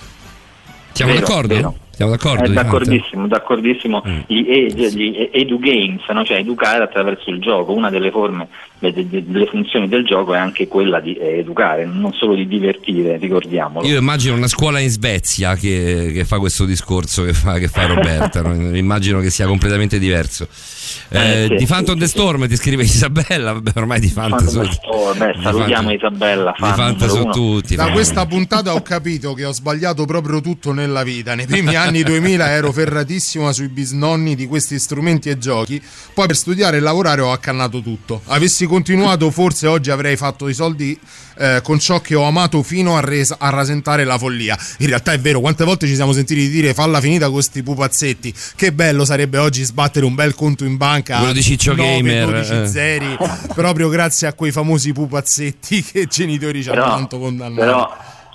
Siamo Vero, d'accordo? vero. Siamo d'accordo? Eh, di d'accordissimo, d'accordissimo. Mm. Gli, ed- gli edu games, no? Cioè educare attraverso il gioco, una delle forme, de- de- delle funzioni del gioco è anche quella di eh, educare, non solo di divertire, ricordiamolo. Io immagino una scuola in Svezia che, che fa questo discorso che fa, che fa Roberta. no? Immagino che sia completamente diverso. Eh, Eh, sì, di Phantom sì, the sì. Storm ti scrive Isabella. Vabbè, ormai di Phantom Phantom sono, the Storm, beh, di salutiamo Phantom- Isabella, di fan Phantom numero su uno. tutti. Da fan. questa puntata ho capito che ho sbagliato proprio tutto nella vita. Nei primi anni duemila ero ferratissima sui bisnonni di questi strumenti e giochi, poi per studiare e lavorare ho accannato tutto. Avessi continuato forse oggi avrei fatto i soldi eh, con ciò che ho amato fino a, res- a rasentare la follia. In realtà è vero, quante volte ci siamo sentiti dire falla finita con sti pupazzetti, che bello sarebbe oggi sbattere un bel conto in banca, Quello di Ciccio nove, Gamer, dodici eh. zeri, proprio grazie a quei famosi pupazzetti che i genitori ci hanno Però, tanto condannato. però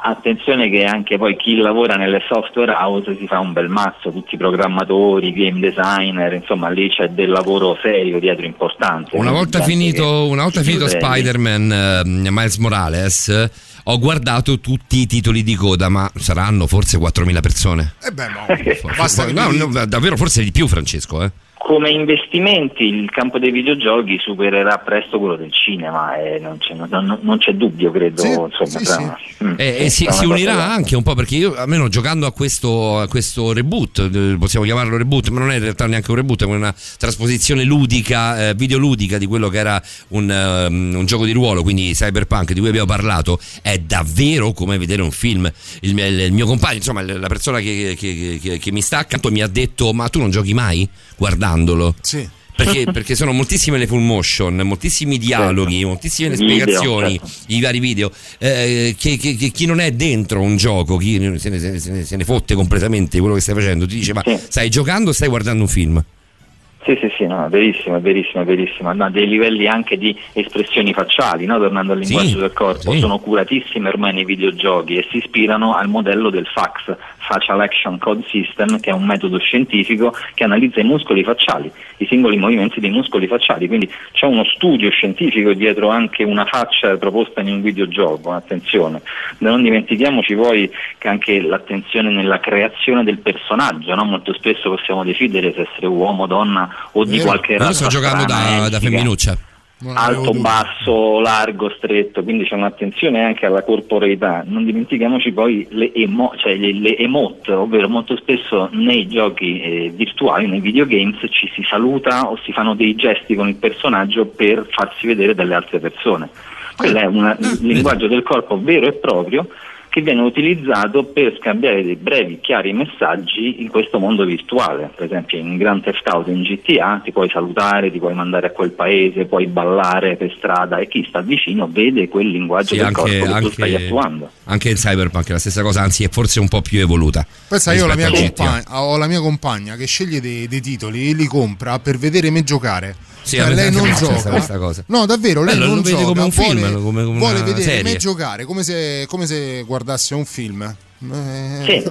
attenzione che anche poi chi lavora nelle software house si fa un bel mazzo, tutti i programmatori, game designer, insomma lì c'è del lavoro serio dietro importante. Una volta finito, una volta finito Spider-Man uh, Miles Morales, ho guardato tutti i titoli di coda, ma saranno forse quattromila persone. Eh beh, no, basta che no, no, davvero forse di più, Francesco, eh. Come investimenti il campo dei videogiochi supererà presto quello del cinema e non c'è, non, non c'è dubbio, credo, sì, insomma, sì, tra, sì. Mm, e, e si, si unirà anche un po', perché io almeno giocando a questo, a questo reboot, possiamo chiamarlo reboot, ma non è in realtà neanche un reboot, è una trasposizione ludica, eh, videoludica di quello che era un, um, un gioco di ruolo, quindi Cyberpunk, di cui abbiamo parlato. È davvero come vedere un film. Il, mio, il mio compagno, insomma la persona che, che, che, che mi sta accanto, mi ha detto: ma tu non giochi mai guardandolo? Sì. Perché, perché sono moltissime le full motion, moltissimi dialoghi, certo. moltissime le Video, spiegazioni, certo. i vari video, eh, che, che, che chi non è dentro un gioco, chi se ne, se ne, se ne fotte completamente di quello che stai facendo, ti dice: ma sì. stai giocando o stai guardando un film? Sì, sì, sì, no, verissimo, verissimo, verissimo. No, dei livelli anche di espressioni facciali, no? Tornando al linguaggio sì, del corpo, sì. sono curatissime ormai nei videogiochi e si ispirano al modello del F A C S, Facial Action Code System, che è un metodo scientifico che analizza i muscoli facciali, i singoli movimenti dei muscoli facciali, quindi c'è uno studio scientifico dietro anche una faccia proposta in un videogioco, attenzione. Non dimentichiamoci poi che anche l'attenzione nella creazione del personaggio, no? Molto spesso possiamo decidere se essere uomo, donna o di qualche razza. Io sto giocando da, da femminuccia. Alto, basso, largo, stretto, quindi c'è un'attenzione anche alla corporeità. Non dimentichiamoci poi le, emo, cioè le, le emote, ovvero molto spesso nei giochi eh, virtuali, nei videogames, ci si saluta o si fanno dei gesti con il personaggio per farsi vedere dalle altre persone. Quello è un linguaggio del corpo vero e proprio che viene utilizzato per scambiare dei brevi, chiari messaggi in questo mondo virtuale. Per esempio in Grand Theft Auto, in G T A, ti puoi salutare, ti puoi mandare a quel paese, puoi ballare per strada e chi sta vicino vede quel linguaggio sì, del anche, corpo che anche, tu stai attuando. Anche in Cyberpunk è la stessa cosa, anzi è forse un po' più evoluta. Pensa, io ho la, mia compagna, ho la mia compagna che sceglie dei, dei titoli e li compra per vedere me giocare. Sì, cioè, lei non gioca questa cosa. No, davvero, lei Bello, non lo vede gioca, come un vuole, film, come una vuole vedere serie. me giocare come se, come se guardasse un film. Eh... Sì.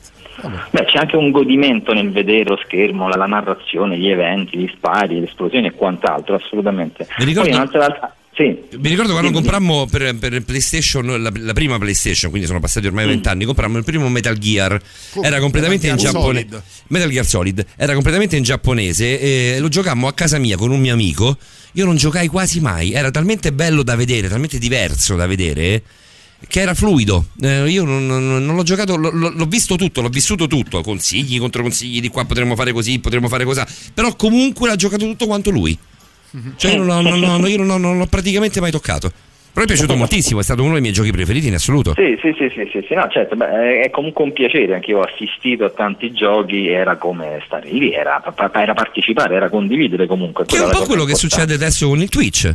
Beh, c'è anche un godimento nel vedere lo schermo, la, la narrazione, gli eventi, gli spari, le esplosioni e quant'altro, assolutamente. Mi ricordo... Poi un'altra... Sì. Mi ricordo quando comprammo per, per PlayStation la, la prima PlayStation, quindi sono passati ormai vent'anni, mm. comprammo il primo Metal Gear, oh, era completamente in giapponese. Metal Gear Solid era completamente in giapponese e lo giocammo a casa mia con un mio amico. Io non giocai quasi mai, era talmente bello da vedere, talmente diverso da vedere, che era fluido. Eh, io non, non, non l'ho giocato, l'ho, l'ho visto tutto, l'ho vissuto tutto, consigli, controconsigli, di qua potremmo fare così, potremmo fare così, però comunque l'ha giocato tutto quanto lui. Cioè io non, non, non, io non, non l'ho praticamente mai toccato. Però mi è piaciuto moltissimo, è stato uno dei miei giochi preferiti in assoluto. Sì, sì, sì, sì, sì, sì no, certo, beh, è comunque un piacere, anche io ho assistito a tanti giochi, era come stare lì, era, era partecipare, era condividere comunque. Che è un po' quello che succede adesso con il Twitch.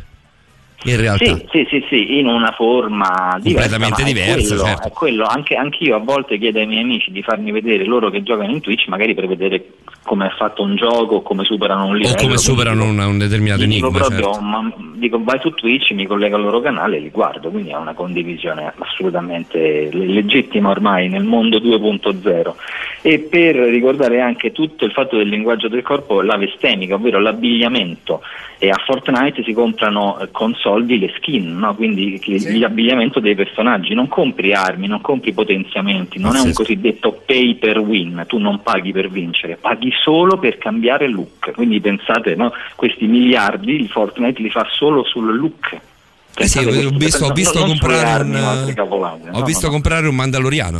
In realtà sì, sì, sì, sì, in una forma completamente diversa, diversa, è quello, certo. È quello. Anche anch'io a volte chiedo ai miei amici di farmi vedere loro che giocano in Twitch, magari per vedere come è fatto un gioco, come superano un livello, o come superano dico, un, un determinato enigma. Dico proprio, certo. ma, dico vai su Twitch, mi collego al loro canale e li guardo, quindi è una condivisione assolutamente legittima ormai nel mondo due punto zero. E per ricordare anche tutto il fatto del linguaggio del corpo, la vestemica, ovvero l'abbigliamento, e a Fortnite si comprano eh, con soldi le skin, no? Quindi sì. l'abbigliamento dei personaggi, non compri armi, non compri potenziamenti, non Pazzesco. È un cosiddetto pay per win, tu non paghi per vincere, paghi solo per cambiare look, quindi pensate, no? Questi miliardi il Fortnite li fa solo sul look. Eh sì, ho visto, ho visto non, non comprare armi, un, cavolate, ho no, visto no, no. comprare un Mandaloriano.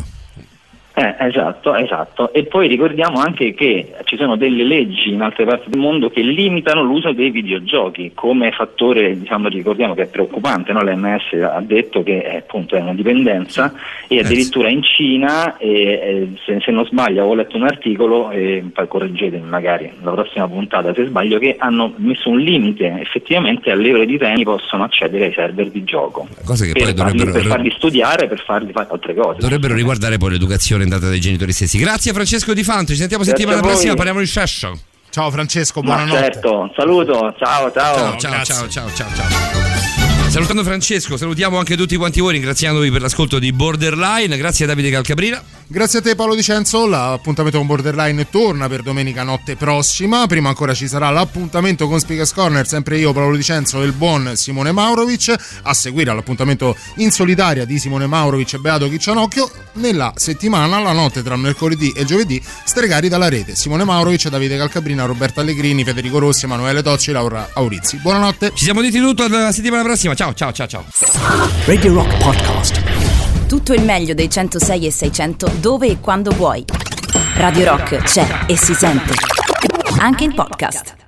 Eh, esatto, esatto. E poi ricordiamo anche che ci sono delle leggi in altre parti del mondo che limitano l'uso dei videogiochi come fattore, diciamo, ricordiamo che è preoccupante, no? L'O M S ha detto che è, appunto è una dipendenza e addirittura in Cina, eh, eh, se, se non sbaglio, avevo letto un articolo, e poi correggetemi magari la prossima puntata se sbaglio, che hanno messo un limite effettivamente alle ore di tempo possono accedere ai server di gioco. Cose che per, poi farli, dovrebbero per farli studiare, per farli fare altre cose. Dovrebbero riguardare poi l'educazione data dai genitori stessi. Grazie Francesco Di Fanto, ci sentiamo Grazie settimana prossima, parliamo di Session. Ciao Francesco, buonanotte. Ma certo, saluto, ciao ciao. Ciao ciao ciao ciao ciao ciao. Salutando Francesco, salutiamo anche tutti quanti voi, ringraziandovi per l'ascolto di Borderline. Grazie a Davide Calcabrina. Grazie a te Paolo Dicenzo, l'appuntamento con Borderline torna per domenica notte prossima. Prima ancora ci sarà l'appuntamento con Speakers Corner, sempre io Paolo Dicenzo e il buon Simone Maurovic, a seguire l'appuntamento in solitaria di Simone Maurovic e Beato Chiccianocchio. Nella settimana, la notte tra mercoledì e giovedì, Stregari dalla rete, Simone Maurovic, Davide Calcabrina, Roberto Allegrini, Federico Rossi, Emanuele Tocci, Laura Aurizzi. Buonanotte. Ci siamo detti tutto, alla settimana prossima. Ciao ciao ciao ciao. Radio Rock Podcast. Tutto il meglio dei centosei e seicento dove e quando vuoi. Radio Rock c'è e si sente. Anche in podcast.